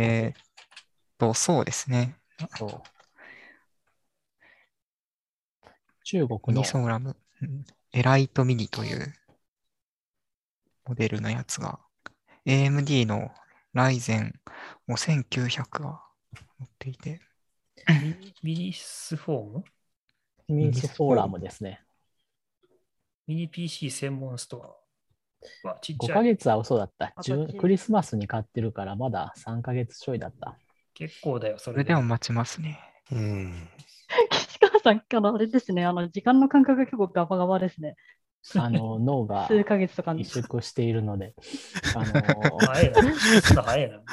そうですね。 そう。中国の。 ミニフォーラム。エライトミニというモデルのやつが、AMD のライゼン5900が持っていて。 ミニスフォーム？ ミニスフォーラムですね。 ミニ PC 専門ストア。ちっちゃい。 5ヶ月は嘘だった。クリスマスに買ってるからまだ3ヶ月ちょいだった。 結構だよ、 それでも待ちますね。 うん。 岸川さんからあれですね、時間の感覚が結構ガバガバですね。 脳が数ヶ月とか萎縮しているので、 早いな、萎縮するの早いな。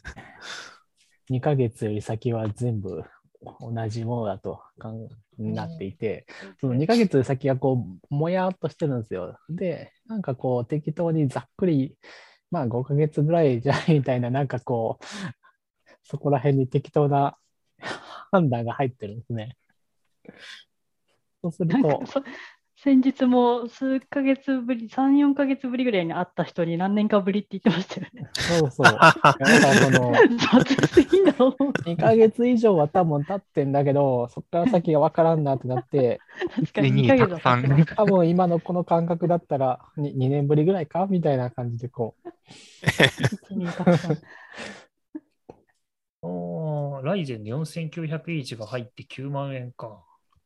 2ヶ月より先は全部同じものだとなっていて、その2ヶ月先がこう、もやっとしてるんですよ。で、なんかこう、適当にざっくり、まあ5ヶ月ぐらいじゃないみたいな、なんかこう、そこら辺に適当な判断が入ってるんですね。そうすると、 先日も数ヶ月ぶり、3、4ヶ月ぶりぐらいに会った人に何年かぶりって言ってましたよね。 そうそう。だからその、 雑すぎんだろう。 2ヶ月以上は多分経ってんだけど、そこから先が分からんなってなって、 確かに2ヶ月は経ってます。 多分今のこの感覚だったら 2年ぶりぐらいかみたいな感じでこう。 一人たくさん。 ライゼン 4900H が入って9万円か。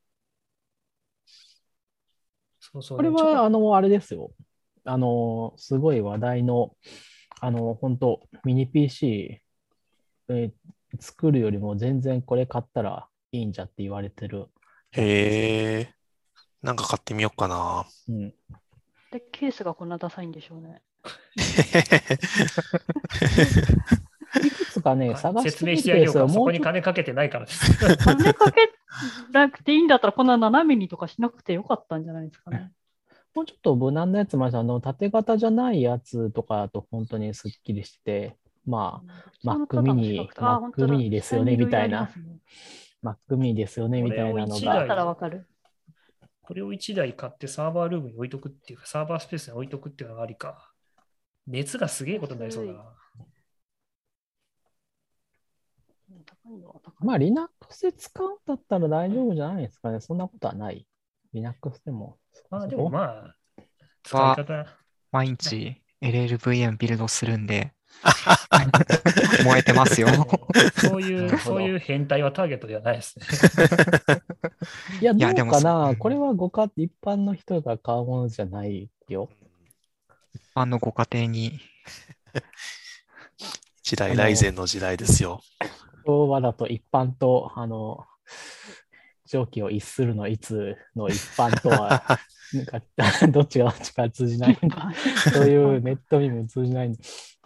そうそう。 これは、あれですよ。すごい話題の、本当ミニ PC、作るよりも全然これ買ったらいいんじゃって言われてる。 へえ。なんか買ってみようかな。 うん。 で、ケースがこんなダサいんでしょうね。 いくつかね、探して説明みしてあげようか。そこにもうちょっ金かけてないからです。 金かけなくていいんだったら、こんな斜めにとかしなくてよかったんじゃないですかね。 もうちょっと無難なやつもあるし、縦型じゃないやつとかだと本当にすっきりしてて、まあ、Mac mini ですよね、みたいな。Mac mini ですよね、みたいなのが。 これを1台買ってサーバールームに置いとくっていうか、サーバースペースに置いとくっていうのがありか。熱がすげえことになりそうだな。 まあ、Linux で使うんだったら大丈夫じゃないですかね。そんなことはない。Linux でも。 でもまあ、使い方。 毎日 LLVM ビルドするんで、燃えてますよ。 そういう変態はターゲットではないですね。 いや、どうかな。これは一般の人が買うものじゃないよ。 一般のご家庭に。 時代、ライゼンの時代ですよ。 昭和だと一般と、上記を逸するのいつの一般とは、なんかどっちが通じない。そういうネットミーム通じない。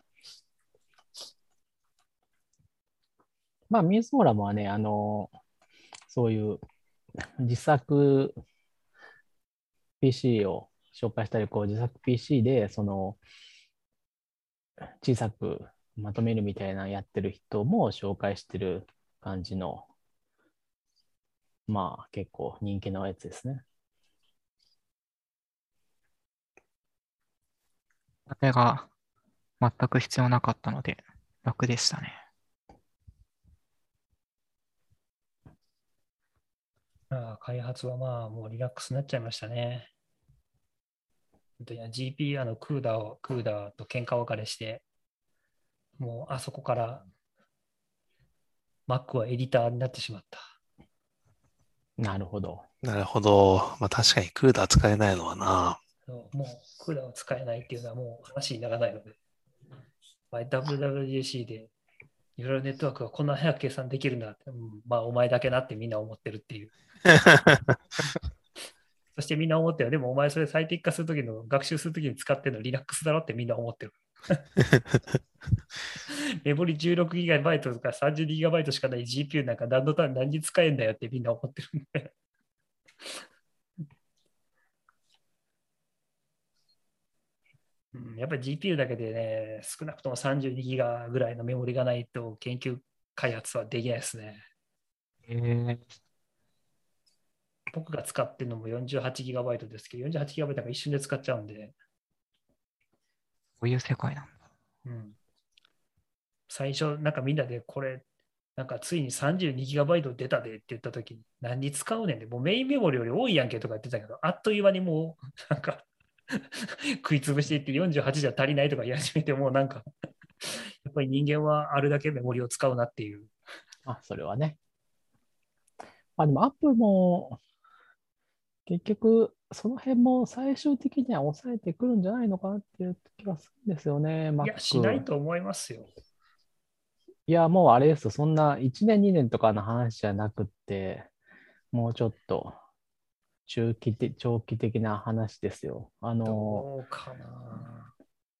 まあ、ミュースフォーラムはね、そういう自作 PC を紹介したり、自作 PC で、小さくまとめるみたいなのやってる人も紹介してる感じの、まあ、結構人気のやつですね。 これが全く必要なかったので楽でしたね。 開発はまあもうリラックスになっちゃいましたね。GPU クーダーと喧嘩別れして、もうあそこから Mac はエディターになってしまった。 なるほど。 なるほど。まあ確かにクーダー使えないのはな。 もうクーダーは使えないっていうのはもう話にならないので。WWDC でニューラルネットワークがこんな早く計算できるんだって、まあお前だけなってみんな思ってるっていう。そしてみんな思ってる。でもお前それ最適化するときの学習するときに使ってるの Linux だろってみんな思ってる。メモリ 16GB とか 32GB しかない GPU なんか何のため何に使えんだよってみんな思ってるんで。やっぱり GPU だけでね、少なくとも 32GB ぐらいのメモリがないと研究開発はできないですね。僕が使ってるのも 48GB ですけど、48GB なんか一瞬で使っちゃうんで。 そういう世界なんだ。 最初、なんかみんなでこれ、なんかついに 32GB 出たでって言ったときに、何に使うねんで、もうメインメモリより多いやんけとか言ってたけど、あっという間にもう、なんか食いつぶしていって48じゃ足りないとか言い始めて、もうなんかやっぱり人間はあるだけメモリを使うなっていう。 それはね。でも Apple も結局その辺も最終的には抑えてくるんじゃないのかなっていう気がするんですよね。 いや、しないと思いますよ。 いや、もうあれですよ。そんな1年、2年とかの話じゃなくって、もうちょっと長期的な話ですよ。 どうかな。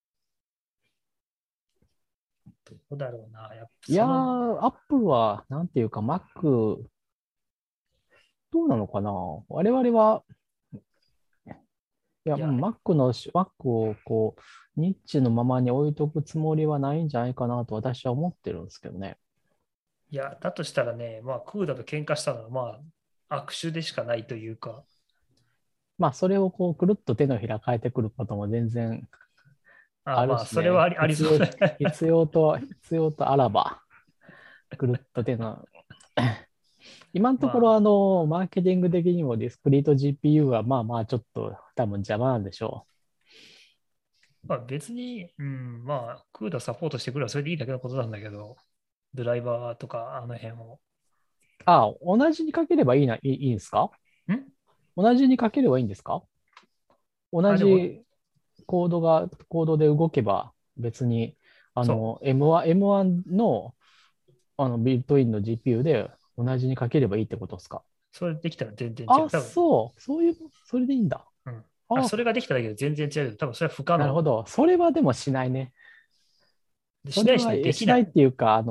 どうだろうな。 いやー、アップルは、なんていうか、Mac、どうなのかな。我々は、いや、Mac をこう、ニッチのままに置いとくつもりはないんじゃないかなと私は思ってるんですけどね。 いや、だとしたらね、まあ、クーダと喧嘩したのは、まあ、握手でしかないというか。 まあ、それをこう、くるっと手のひら変えてくることも全然あるまあ、 しね。 それはありそうだ。 必要とあらば、くるっと手の。今のところ、マーケティング的にもディスクリート GPU はまあまあちょっと多分邪魔なんでしょまあ、別に、まあ、クーダサポートしてくればそれでいいだけのことなんだけど、ドライバーとかあの辺を。 同じにかければいいんですか？同じにかければいいんですか？同じコードで動けば別に、M1 の、ビルトインの GPU で同じにかければいいってことですか？ それできたら全然違う。 それでいいんだ。 それができただけで全然違う。多分それは不可能。 なるほど。それはでもしないね。 しないっていうか、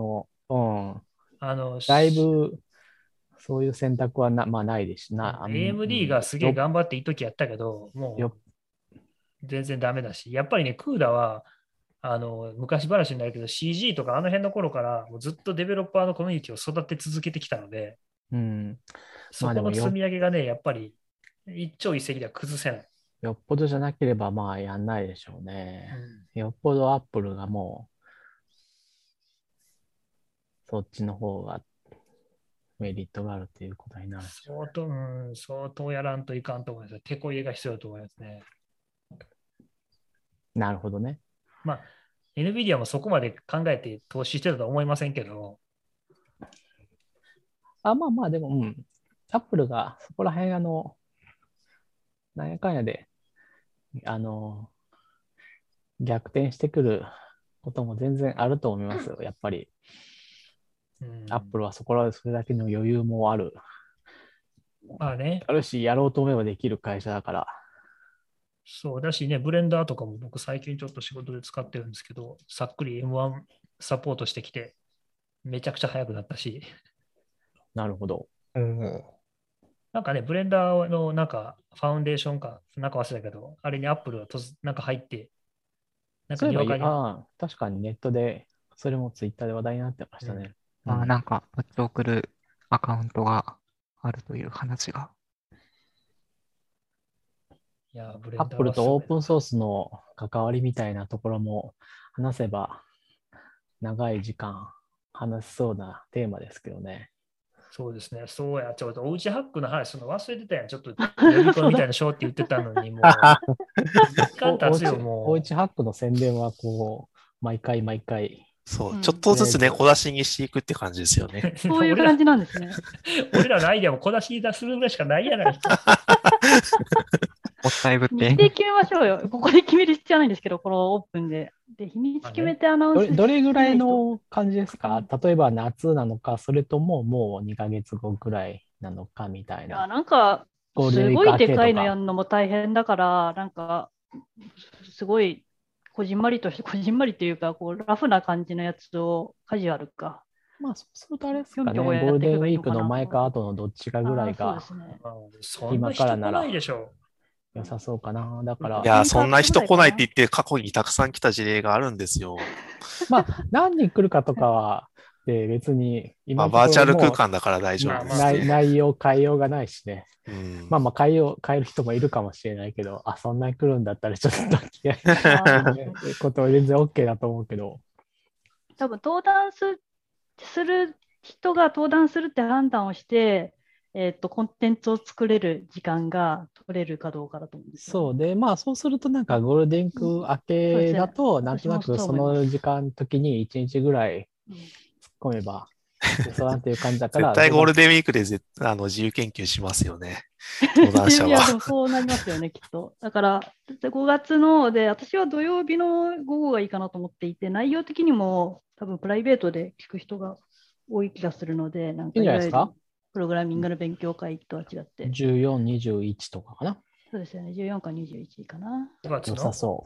だいぶ、そういう選択はまあないですしな。 AMD がすげえ頑張っていいときやったけど、もう全然ダメだし、やっぱりね、クーダは、昔話になるけど CG とかあの辺の頃からもうずっとデベロッパーのコミュニティを育て続けてきたので、そこの積み上げがね、やっぱり一朝一夕では崩せない。 よっぽどじゃなければまあやんないでしょうね。よっぽどアップルがもうそっちの方がメリットがあるということになる。 相当やらんといかんと思います。手こ入れが必要だと思いますね。 なるほどね。 まあ、NVIDIA もそこまで考えて投資してたとは思いませんけど。 まあまあ、でも、アップルがそこら辺、なんやかんやで、逆転してくることも全然あると思いますよ、やっぱり。アップルはそれだけの余裕もある。 まあね。 あるし、やろうと思えばできる会社だから。 そうだしね、ブレンダーとかも僕最近ちょっと仕事で使ってるんですけど、さっくり M1 サポートしてきて、めちゃくちゃ速くなったし。 なるほど。 なんかね、ブレンダーのなんかファウンデーションか、なんか忘れたけど、あれにアップルがなんか入って、 なんかにわかに。確かにネットで、それもツイッターで話題になってましたね。 なんか、バッチ送るアカウントがあるという話が。 アップルとオープンソースの関わりみたいなところも話せば、長い時間話しそうなテーマですけどね。 そうですね。そうや、ちょっとおうちハックの話、忘れてたやん。ちょっと呼び込みみたいなショーって言ってたのに、もう、時間経つよ、もう。 おうちハックの宣伝は、毎回。 そう、ちょっとずつね、小出しにしていくって感じですよね。 そういう感じなんですね。 俺らのアイデアも小出しにするぐらいしかないやないか。 もったいぶって。 日程決めましょうよ。ここで決める必要はないんですけど、このオープンで。で、日にち決めてアナウンスどれぐらいの感じですか？例えば夏なのか、それとももう2ヶ月後ぐらいなのかみたいな。 なんか、すごいでかいのやるのも大変だから、なんか、すごいこじんまりっていうか、ラフな感じのやつをカジュアルか。 まあ、そうするとあれですかね、ゴールデンウィークの前か後のどっちかぐらいが、 今からなら良さそうかな。だから。 いや、そんな人来ないって言って過去にたくさん来た事例があるんですよ。 まあ、何人来るかとかは、別に今バーチャル空間だから大丈夫です、 ね。内容変えようがないしね。まあ変える人もいるかもしれないけど、そんなに来るんだったらちょっとことは全然 OK だと思うけど。 多分登壇する人が登壇するって判断をして、コンテンツを作れる時間が取れるかどうかだと思うんですよ、ね。そうで、まあそうするとなんかゴールデンウィーク明けだと、なんとなくその時間時に1日ぐらい突っ込めばそうなんていう感じだから。 絶対ゴールデンウィークで自由研究しますよね。登壇者いや、では。 もそうなりますよね、きっと。だから、5月ので、私は土曜日の午後がいいかなと思っていて、内容的にも多分プライベートで聞く人が多い気がするので、なんいいんじゃないですか？ いわゆるプログラミングの勉強会とは違って。 14、21とかかな。 そうですよね、14か21かな。 良さそう。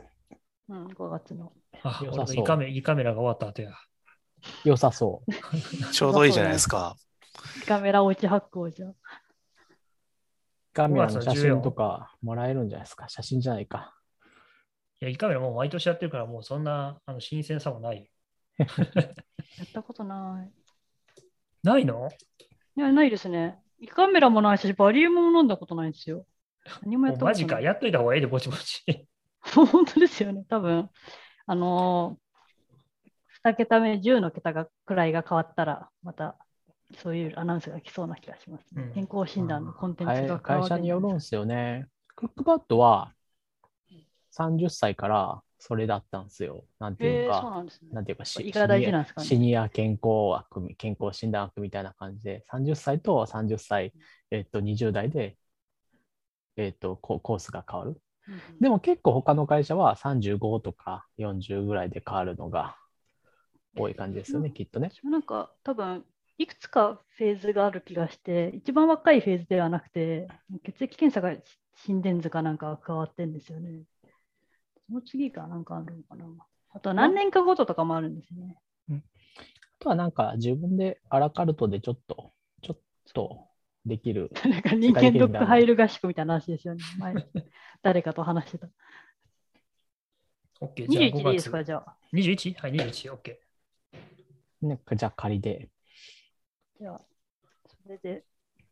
5月の。 俺の胃カメラが終わった後や。 良さそう。 ちょうどいいじゃないですか。 胃カメラ落ち発行じゃん。 胃カメラの写真とかもらえるんじゃないですか。写真じゃないか。 いや、胃カメラもう毎年やってるから、もうそんな新鮮さもない。 やったことない。 ないの？ いや、ないですね。胃カメラもないし、バリウムも飲んだことないんですよ。何もやったことない。 マジか、やっといた方がいいで、ぼちぼち。 本当ですよね。多分、2桁目、10の桁がくらいが変わったら、またそういうアナウンスが来そうな気がしますね。健康診断のコンテンツが変わる。 会社によるんですよね。クックパッドは30歳からそれだったんですよ。なんていうか、 そうなんですね、 なんていうか胃が大事なんですかね。 シニア健康診断枠みたいな感じで、30歳と30歳、20代で、コースが変わる。でも結構他の会社は35とか40ぐらいで変わるのが多い感じですよね、きっとね。 なんか多分いくつかフェーズがある気がして、一番若いフェーズではなくて、血液検査が心電図かなんかが変わってるんですよね。その次がなんかあるのかな。あとは何年かごととかもあるんですね。 あとはなんか自分でアラカルトでちょっとできる。 なんか人間ドック入る合宿みたいな話ですよね。前誰かと話してた。 OK、 じゃあ21でいいですか、じゃあ。 21？ はい、21、OK。 なんかじゃあ仮で。 じゃあ、それで。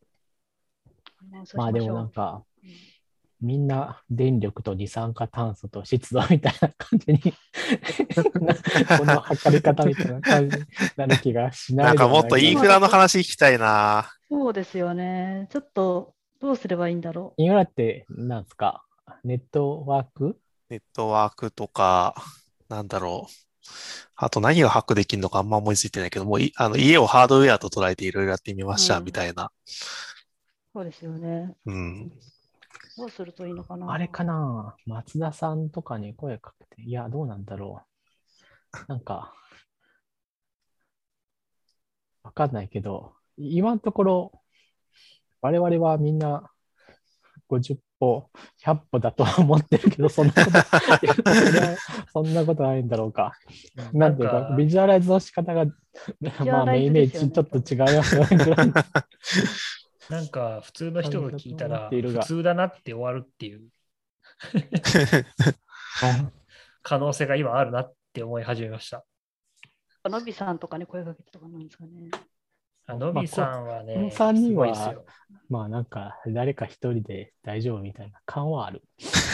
まあでもなんか、みんな電力と二酸化炭素と湿度みたいな感じにこの測り方みたいな感じになる気がしない。 なんかもっとインフラの話聞きたいな。 そうですよね。ちょっとどうすればいいんだろう。インフラって何ですか？ネットワーク？ ネットワークとか、なんだろう。あと何がハックできるのかあんま思いついてないけど、もう家をハードウェアと捉えていろいろやってみました、みたいな。 そうですよね。 うん。 どうするといいのかな。 あれかな、松田さんとかに声かけて、いや、どうなんだろう。なんか、わかんないけど、今のところ、我々はみんな50歩、100歩だとは思ってるけど、そんなことないんだろうか。なんていうか、ビジュアライズの仕方が、まあ、イメージちょっと違いますよね。 なんか普通の人が聞いたら普通だなって終わるっていう可能性が今あるなって思い始めました。 のびさんとかに声かけてとかなんですかね。 のびさんはね、 この3人は、まあなんか誰か一人で大丈夫みたいな感はある。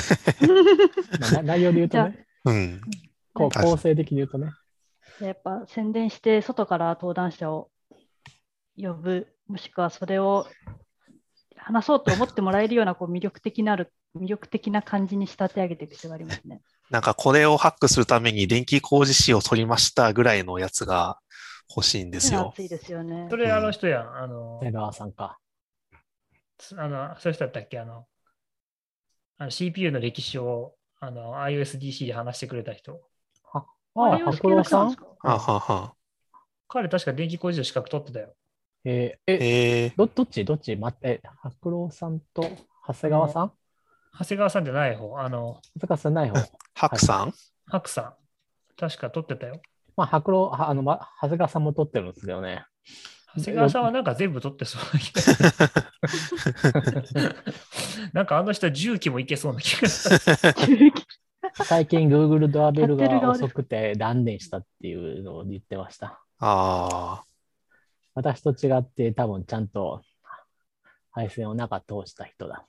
内容で言うとね、構成的に言うとね。 やっぱ宣伝して外から登壇者を呼ぶ、もしくはそれを話そうと思ってもらえるような魅力的な感じに仕立て上げていく必要がありますね。 なんかこれをハックするために電気工事士を取りましたぐらいのやつが欲しいんですよ。 熱いですよね。 それ人やん。 江川さんか。 そういう人だったっけCPU の歴史をiOSDC で話してくれた人。 白郎さん？ 彼確か電気工事の資格取ってたよ。 どっち待って、白郎さんと長谷川さん？ 長谷川さんじゃない方。 長谷川さんない方。 白さん？ 白さん。確か取ってたよ。 まあ、長谷川さんも取ってるんですよね。 長谷川さんはなんか全部取ってそうな気がなんか人重機もいけそうな気がする。 最近 Google ドアベルが遅くて断念したっていうのを言ってました。私と違って多分ちゃんと配線を中通した人だ。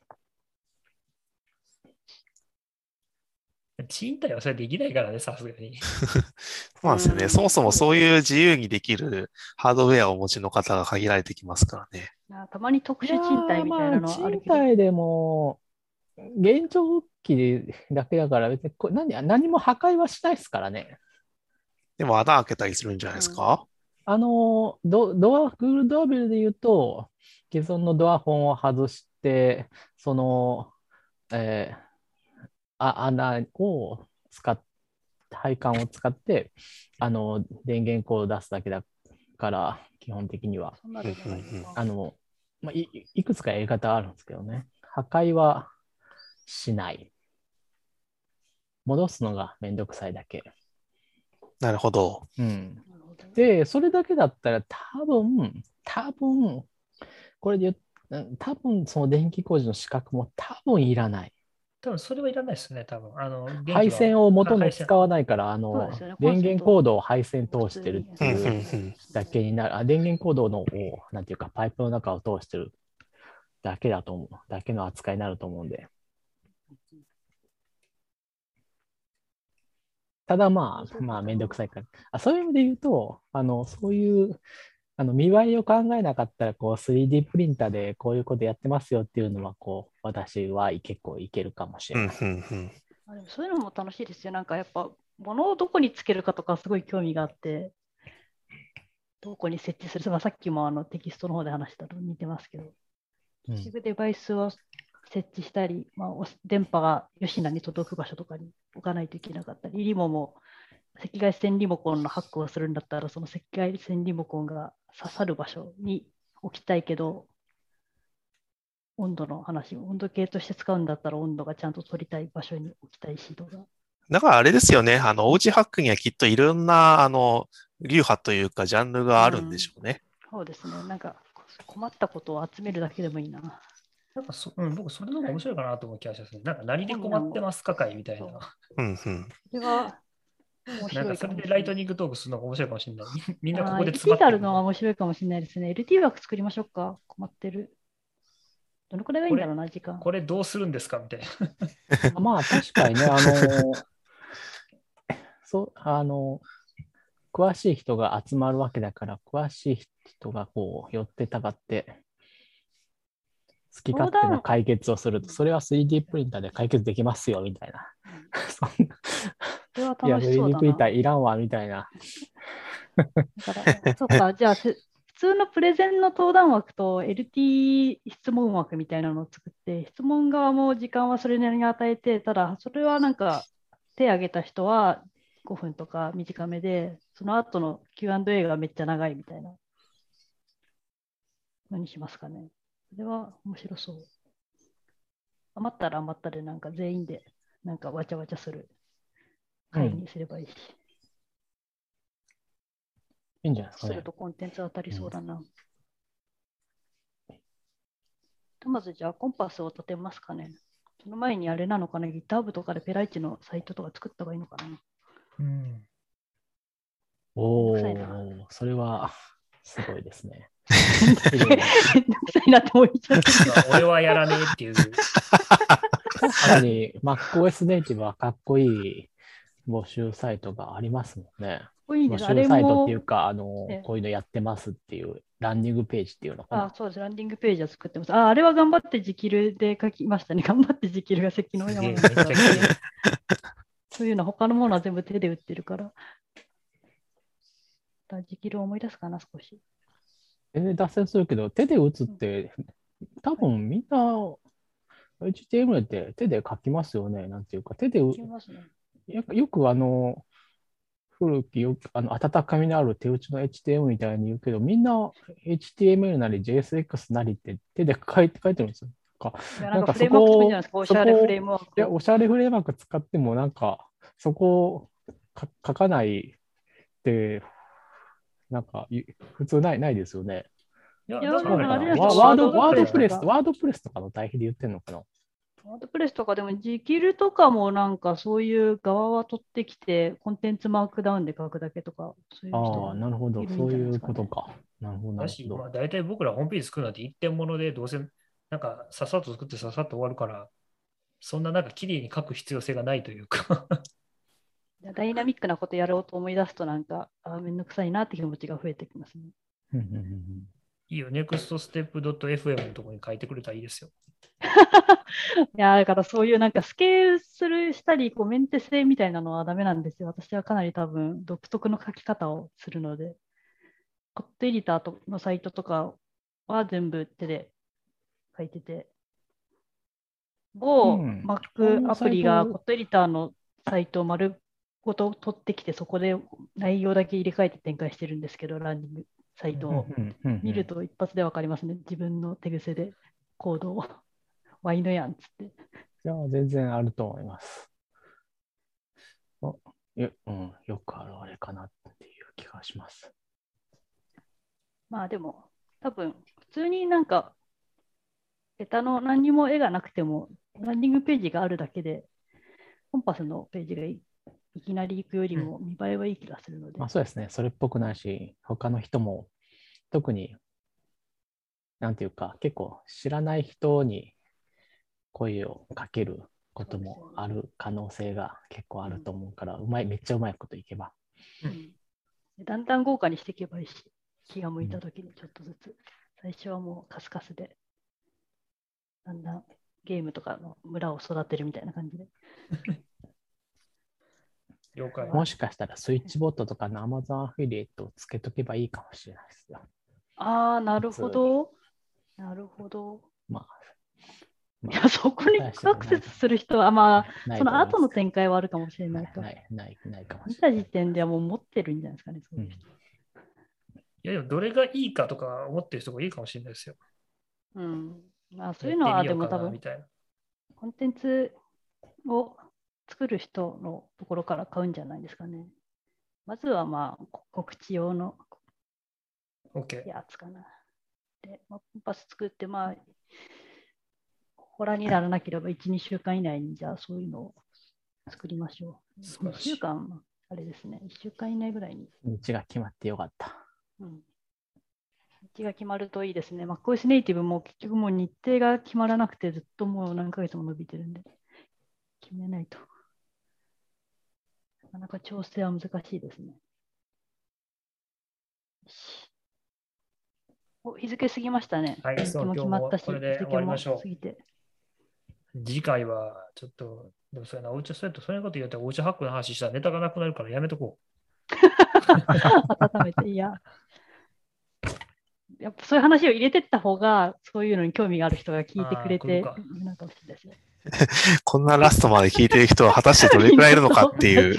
賃貸はそれできないからね、さすがに。 そうなんですよね。そもそもそういう自由にできるハードウェアをお持ちの方が限られてきますからね。 たまに特殊賃貸みたいなのはあるけど。 賃貸でも、現状機だけだから別に何も破壊はしないですからね。 でも穴開けたりするんじゃないですか？ Google ドアベルで言うと、既存のドアホンを外して、その、穴を使っ配管を使って、電源コードを出すだけだから、基本的には。いくつかやり方あるんですけどね。破壊はしない。戻すのがめんどくさいだけ。 なるほど。 で、それだけだったら多分、これで多分その電気工事の資格も多分いらない。 多分それはいらないですね、多分。 配線を元の使わないから、電源コードを配線通してるっていうだけになる。電源コードの、なんていうか、パイプの中を通してるだけだと思う。だけの扱いになると思うんで。ただめんどくさいから。そういう意味で言うと、そういう見栄えを考えなかったら、3D プリンターでこういうことやってますよっていうのは、私は結構いけるかもしれない。 そういうのも楽しいですよ。なんかやっぱ、物をどこにつけるかとかすごい興味があって、どこに設置する。さっきもテキストの方で話したと似てますけど、結局デバイスを設置したり、電波が吉野に届く場所とかに置かないといけなかったり、リモも赤外線リモコンのハックをするんだったら、その赤外線リモコンが刺さる場所に置きたいけど、温度の話、温度計として使うんだったら温度がちゃんと取りたい場所に置きたいしとか。 だからあれですよね、おうちハックにはきっといろんな、流派というか、ジャンルがあるんでしょうね。 そうですね。なんか、困ったことを集めるだけでもいいな。 なんか僕、それの方が面白いかなと思う気がしますね。なんか、何で困ってますか会みたいな。 それは面白いかもしれない。 なんか、それでライトニングトークするのが面白いかもしれない。みんなここで詰まってる。LT あるのは面白いかもしれないですね。LT 枠作りましょうか。困ってる。どのくらいがいいんだろうな、時間。 これどうするんですかみたいな。確かにね、詳しい人が集まるわけだから、詳しい人が寄ってたがって、好き勝手な解決をすると、それは 3D プリンターで解決できますよ、みたいな。いや、3D プリンターいらんわ、みたいな。 そうか、じゃあ、普通のプレゼンの登壇枠と LT 質問枠みたいなのを作って、質問側も時間はそれなりに与えて、ただ、それはなんか、手挙げた人は5分とか短めで、その後の Q&A がめっちゃ長いみたいな。何しますかね。それは面白そう。余ったら余ったで、なんか全員で、なんかわちゃわちゃする会にすればいいし。 いいんじゃないですかね。 するとコンテンツ当たりそうだな。まずじゃあコンパスを立てますかね。その前にあれなのかな、GitHub とかでペライチのサイトとか作った方がいいのかな。 おー、それはすごいですね。 めんどくさいなって思っちゃって。 俺はやらねえっていう。 確かに MacOS ネイティブはかっこいい募集サイトがありますもんね。募集サイトっていうか、こういうのやってますっていうランディングページっていうのかな。 そうです、ランディングページは作ってます。あれは頑張ってジキルで書きましたね。頑張ってジキルが関の山なんです。そういうの、他のものは全部手で打ってるから。ジキルを思い出すかな、少し。 脱線するけど、手で打つって、多分みんな HTML って手で書きますよね。なんていうか、手で打つ。よく古き温かみのある手打ちの HTML みたいに言うけど、みんな HTML なり JSX なりって手で書いてるんですよ。 なんかそこを、おしゃれフレームワーク。 いや、おしゃれフレームワーク使っても、なんか、そこを書かないって、なんか、普通ないですよね。 いや、 ワードプレスとかの対比で言ってるのかな。 ワードプレスとかでも、ジキルとかもなんかそういう側は取ってきて、コンテンツマークダウンで書くだけとか、そういう人なるほど、そういうことか。なるほど。 大体僕らホームページ作るのって一点物で、どうせ、なんかさっさと作ってさっさと終わるから、そんななんか綺麗に書く必要性がないというかダイナミックなことやろうと思い出すと、なんか、めんどくさいなって気持ちが増えてきますね。 いいよ、nextstep.fm のところに書いてくれたらいいですよ。 いや、だからそういうなんかスケールしたり、メンテ性みたいなのはダメなんですよ。私はかなり多分独特の書き方をするので、 コッドエディターのサイトとかは全部手で書いてて、Go、Mac アプリがコッドエディターのサイトを丸ごと取ってきて、そこで内容だけ入れ替えて展開してるんですけど、ランニングサイトを見ると一発でわかりますね。自分の手癖でコードをワイのやんっつって。 いや、全然あると思います。よくあるあれかなっていう気がします。 まあでも、多分、普通になんか、ベタの何にも絵がなくても、ランディングページがあるだけで、コンパスのページがいきなり行くよりも見栄えはいい気がするので。 まあそうですね。それっぽくないし、他の人も、特に、なんていうか、結構知らない人に声をかけることもある可能性が結構あると思うから、めっちゃうまいこといけば。 だんだん豪華にしていけばいいし、気が向いたときにちょっとずつ。最初はもうカスカスで、だんだんゲームとかの村を育てるみたいな感じで。 了解。 もしかしたらスイッチボットとかの Amazon アフィリエイトをつけとけばいいかもしれないですよ。 ああ、なるほど。なるほど。 まあ、 いや、そこにアクセスする人は、まあ、その後の展開はあるかもしれないと。 ないかもしれない。 見た時点ではもう持ってるんじゃないですかね、そういう人。 いや、でもどれがいいかとか思ってる人がいいかもしれないですよ。 まあ、そういうのはでも多分、コンテンツを作る人のところから買うんじゃないですかね。まずはまあ、告知用のやつかな。で、コンパス作って、まあ、ホラーにならなければ1、2週間以内に、じゃあそういうのを作りましょう。2週間、あれですね、1週間以内ぐらいに。 日が決まってよかった。 日が決まるといいですね。MacOS ネイティブも結局もう日程が決まらなくてずっともう何ヶ月も伸びてるんで、決めないと。なかなか調整は難しいですね。日付過ぎましたね。 はい、そう、 も決まったし、 これで終わりましょう。 過ぎて次回はちょっと、でもそうやな、そういうこと言うと、おうちハックの話したらネタがなくなるからやめとこう。 温めて、いや。やっぱそういう話を入れてった方が、そういうのに興味がある人が聞いてくれて、なんかもしれないですね。 こんなラストまで聞いてる人は果たしてどれくらいいるのかっていう。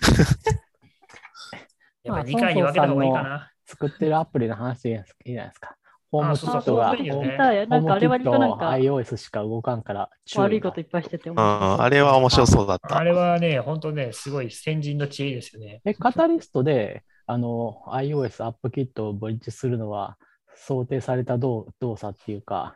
やっぱり2回に分けた方がいいかな。 作ってるアプリの話でいいじゃないですか。ホームキットが、 なんかあれ割となんか iOS しか動かんから悪いこといっぱいしててあれは面白そうだった。 あれはね、本当ね、すごい先人の知恵ですよね。 カタリストでiOS アップキットをブリッジするのは想定された動作っていうか、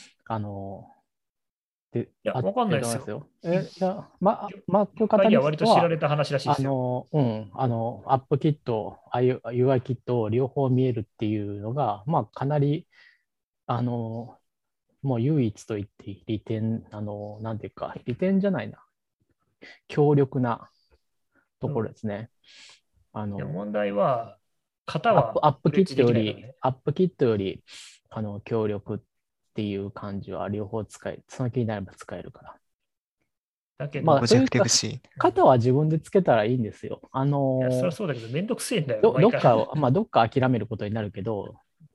いや、わかんないですよ。 Mac カタリストは割と知られた話らしいですよ。 アップキット、UI キットを両方見えるっていうのが、まあ、かなり、もう唯一と言って利点、なんていうか、利点じゃないな、強力なところですね。 問題は、型はアップキットより、強力っていう感じは両方使える。その気になれば使えるから。 だけど、 まあ、型は自分でつけたらいいんですよ。 いや、そりゃそうだけど、めんどくせえんだよ。 どっか諦めることになるけど。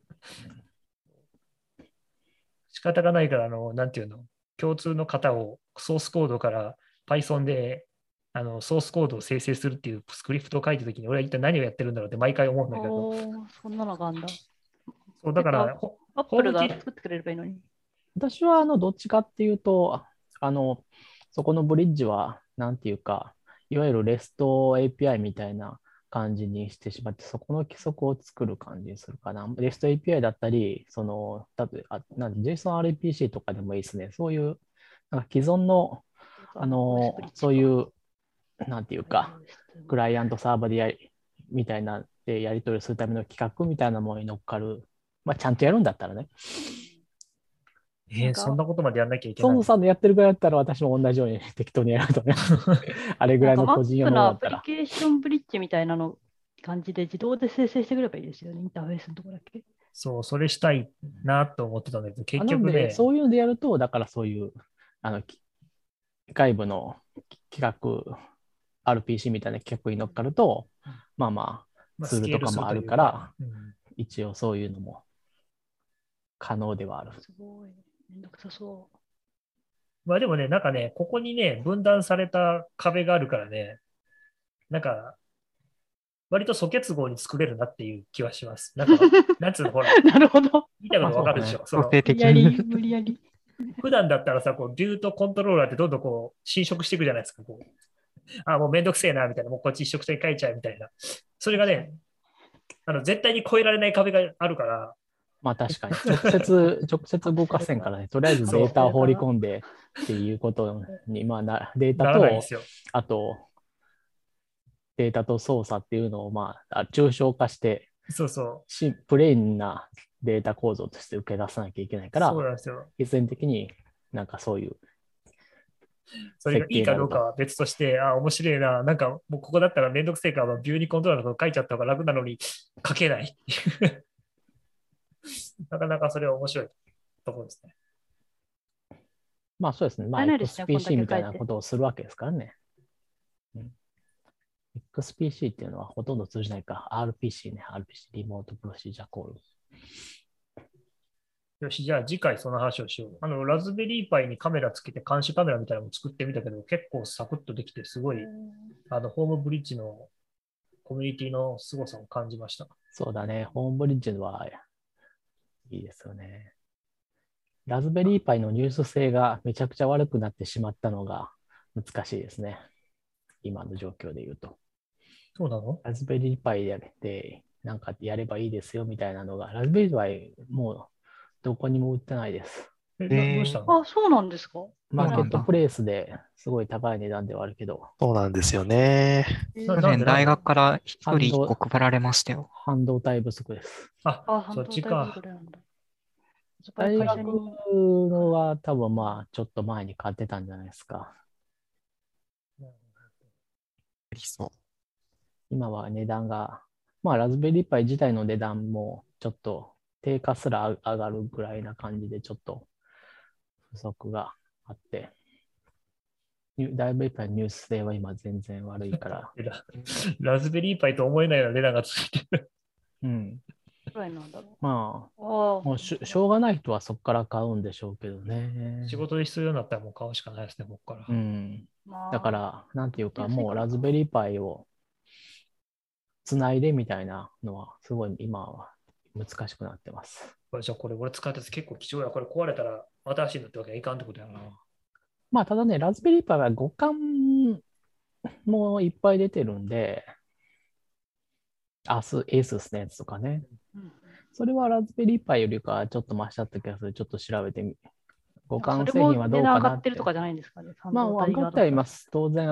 仕方がないから、なんていうの、共通の型をソースコードから Python でソースコードを生成するっていうスクリプトを書いたときに、俺は一体何をやってるんだろうって毎回思うんだけど。 そんなのがあんだ。 そうだから、 アップルが作ってくれればいいのに。 私はどっちかっていうと、そこのブリッジは、なんていうか、いわゆる REST API みたいな感じにしてしまって、そこの規則を作る感じにするかな。REST API だったり、JSON-RPC とかでもいいですね。そういう、なんか既存の、そういう、なんていうか、クライアントサーバーでみたいなでやり取りするための企画みたいなものに乗っかる。まあ、ちゃんとやるんだったらね。 そんなことまでやんなきゃいけない。 ソンさんのやってるぐらいだったら私も同じように適当にやるとね。あれぐらいの個人用のだったら。 アプリケーションブリッジみたいなの感じで自動で生成してくればいいですよね。インターフェースのところだけ。 そう、それしたいなと思ってたんだけど、結局ね。 そういうのでやると、だからそういう、外部の企画、RPC みたいな企画に乗っかると、まあまあ、ツールとかもあるから、 一応そういうのも可能ではある。 すごい。めんどくさそう。 まあでもね、なんかね、ここにね、分断された壁があるからね、なんか、割と素結合に作れるなっていう気はします。なんか、なんつうの、ほら、 なるほど。 言いたいことわかるでしょ。 強制的無理やり、 に。 無理やり。 普段だったらさ、こう、ビューとコントローラーってどんどんこう、侵食していくじゃないですか。こうもうめんどくせえな、みたいな。もうこっち一色体書いちゃうみたいな。それがね、絶対に超えられない壁があるから、 まあ確かに、直接動かせんからね、とりあえずデータを放り込んでっていうことに、まあデータと、あと、データと操作っていうのを、まあ、抽象化して、 そうそう。 プレーンなデータ構造として受け出さなきゃいけないから、 そうなんですよ。 必然的になんかそういう。 それがいいかどうかは別として、面白いな。なんか、もうここだったらめんどくせえから、ビューにコントローラーのこと書いちゃった方が楽なのに、書けない。なかなかそれは面白いところですね。 まあそうですね。まあ XPC みたいなことをするわけですからね。XPC っていうのはほとんど通じないか。RPC ね。RPC、リモートプロシージャーコール。 よし、じゃあ次回その話をしよう。ラズベリーパイにカメラつけて監視カメラみたいなのも作ってみたけど、結構サクッとできて、すごい、ホームブリッジのコミュニティの凄さを感じました。 そうだね。ホームブリッジはいいですよね。ラズベリーパイの入手性がめちゃくちゃ悪くなってしまったのが難しいですね。今の状況で言うと。 そうなの？ ラズベリーパイでなんかやればいいですよみたいなのが、ラズベリーパイもうどこにも売ってないです。 どうしたの？ そうなんですか？ マーケットプレイスですごい高い値段ではあるけど。 そうなんですよね。 去年大学から一人一個配られましたよ。 半導体不足です。 そっちか。 大学のは多分まあちょっと前に買ってたんじゃないですか。今は値段が、まあラズベリーパイ自体の値段もちょっと定価すら上がるぐらいな感じでちょっと不足があって、ラズベリーパイのニュース性は今全然悪いから。 ラズベリーパイと思えないような値段がついてる。 うん。まあ、 もうしょうがない人はそこから買うんでしょうけどね。 仕事で必要になったらもう買うしかないですね、僕から。 うん。だから、なんていうか、もうラズベリーパイをつないでみたいなのは、すごい今は難しくなってます。 じゃあこれ俺使ったやつ結構貴重や。これ壊れたら新しいのってわけにはいかんってことやな。 まあ、ただね、ラズベリーパイは互換もいっぱい出てるんで、ASUS のやつとかね。それはラズベリーパイよりかはちょっとマシだった気がする。ちょっと調べてみ。互換製品はどうかなって。 それも値段上がってるとかじゃないんですかね。 まあ、上がってはいます。当然、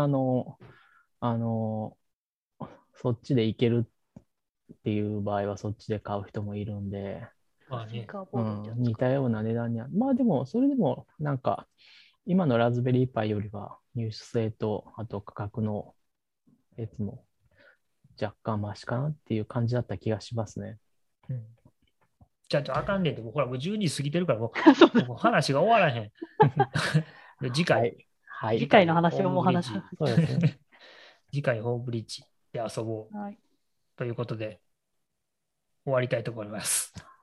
そっちでいけるっていう場合はそっちで買う人もいるんで、似たような値段には。まあでも、それでもなんか、今のラズベリーパイよりは入手性と、あと価格のやつも若干マシかなっていう感じだった気がしますね。 じゃあ、あかんねんと、ほら、もう12時過ぎてるから、もう話が終わらへん。次回。 はい。 次回の話はもう話そうですね。 次回ホームブリッジで遊ぼう。ということで、終わりたいと思います。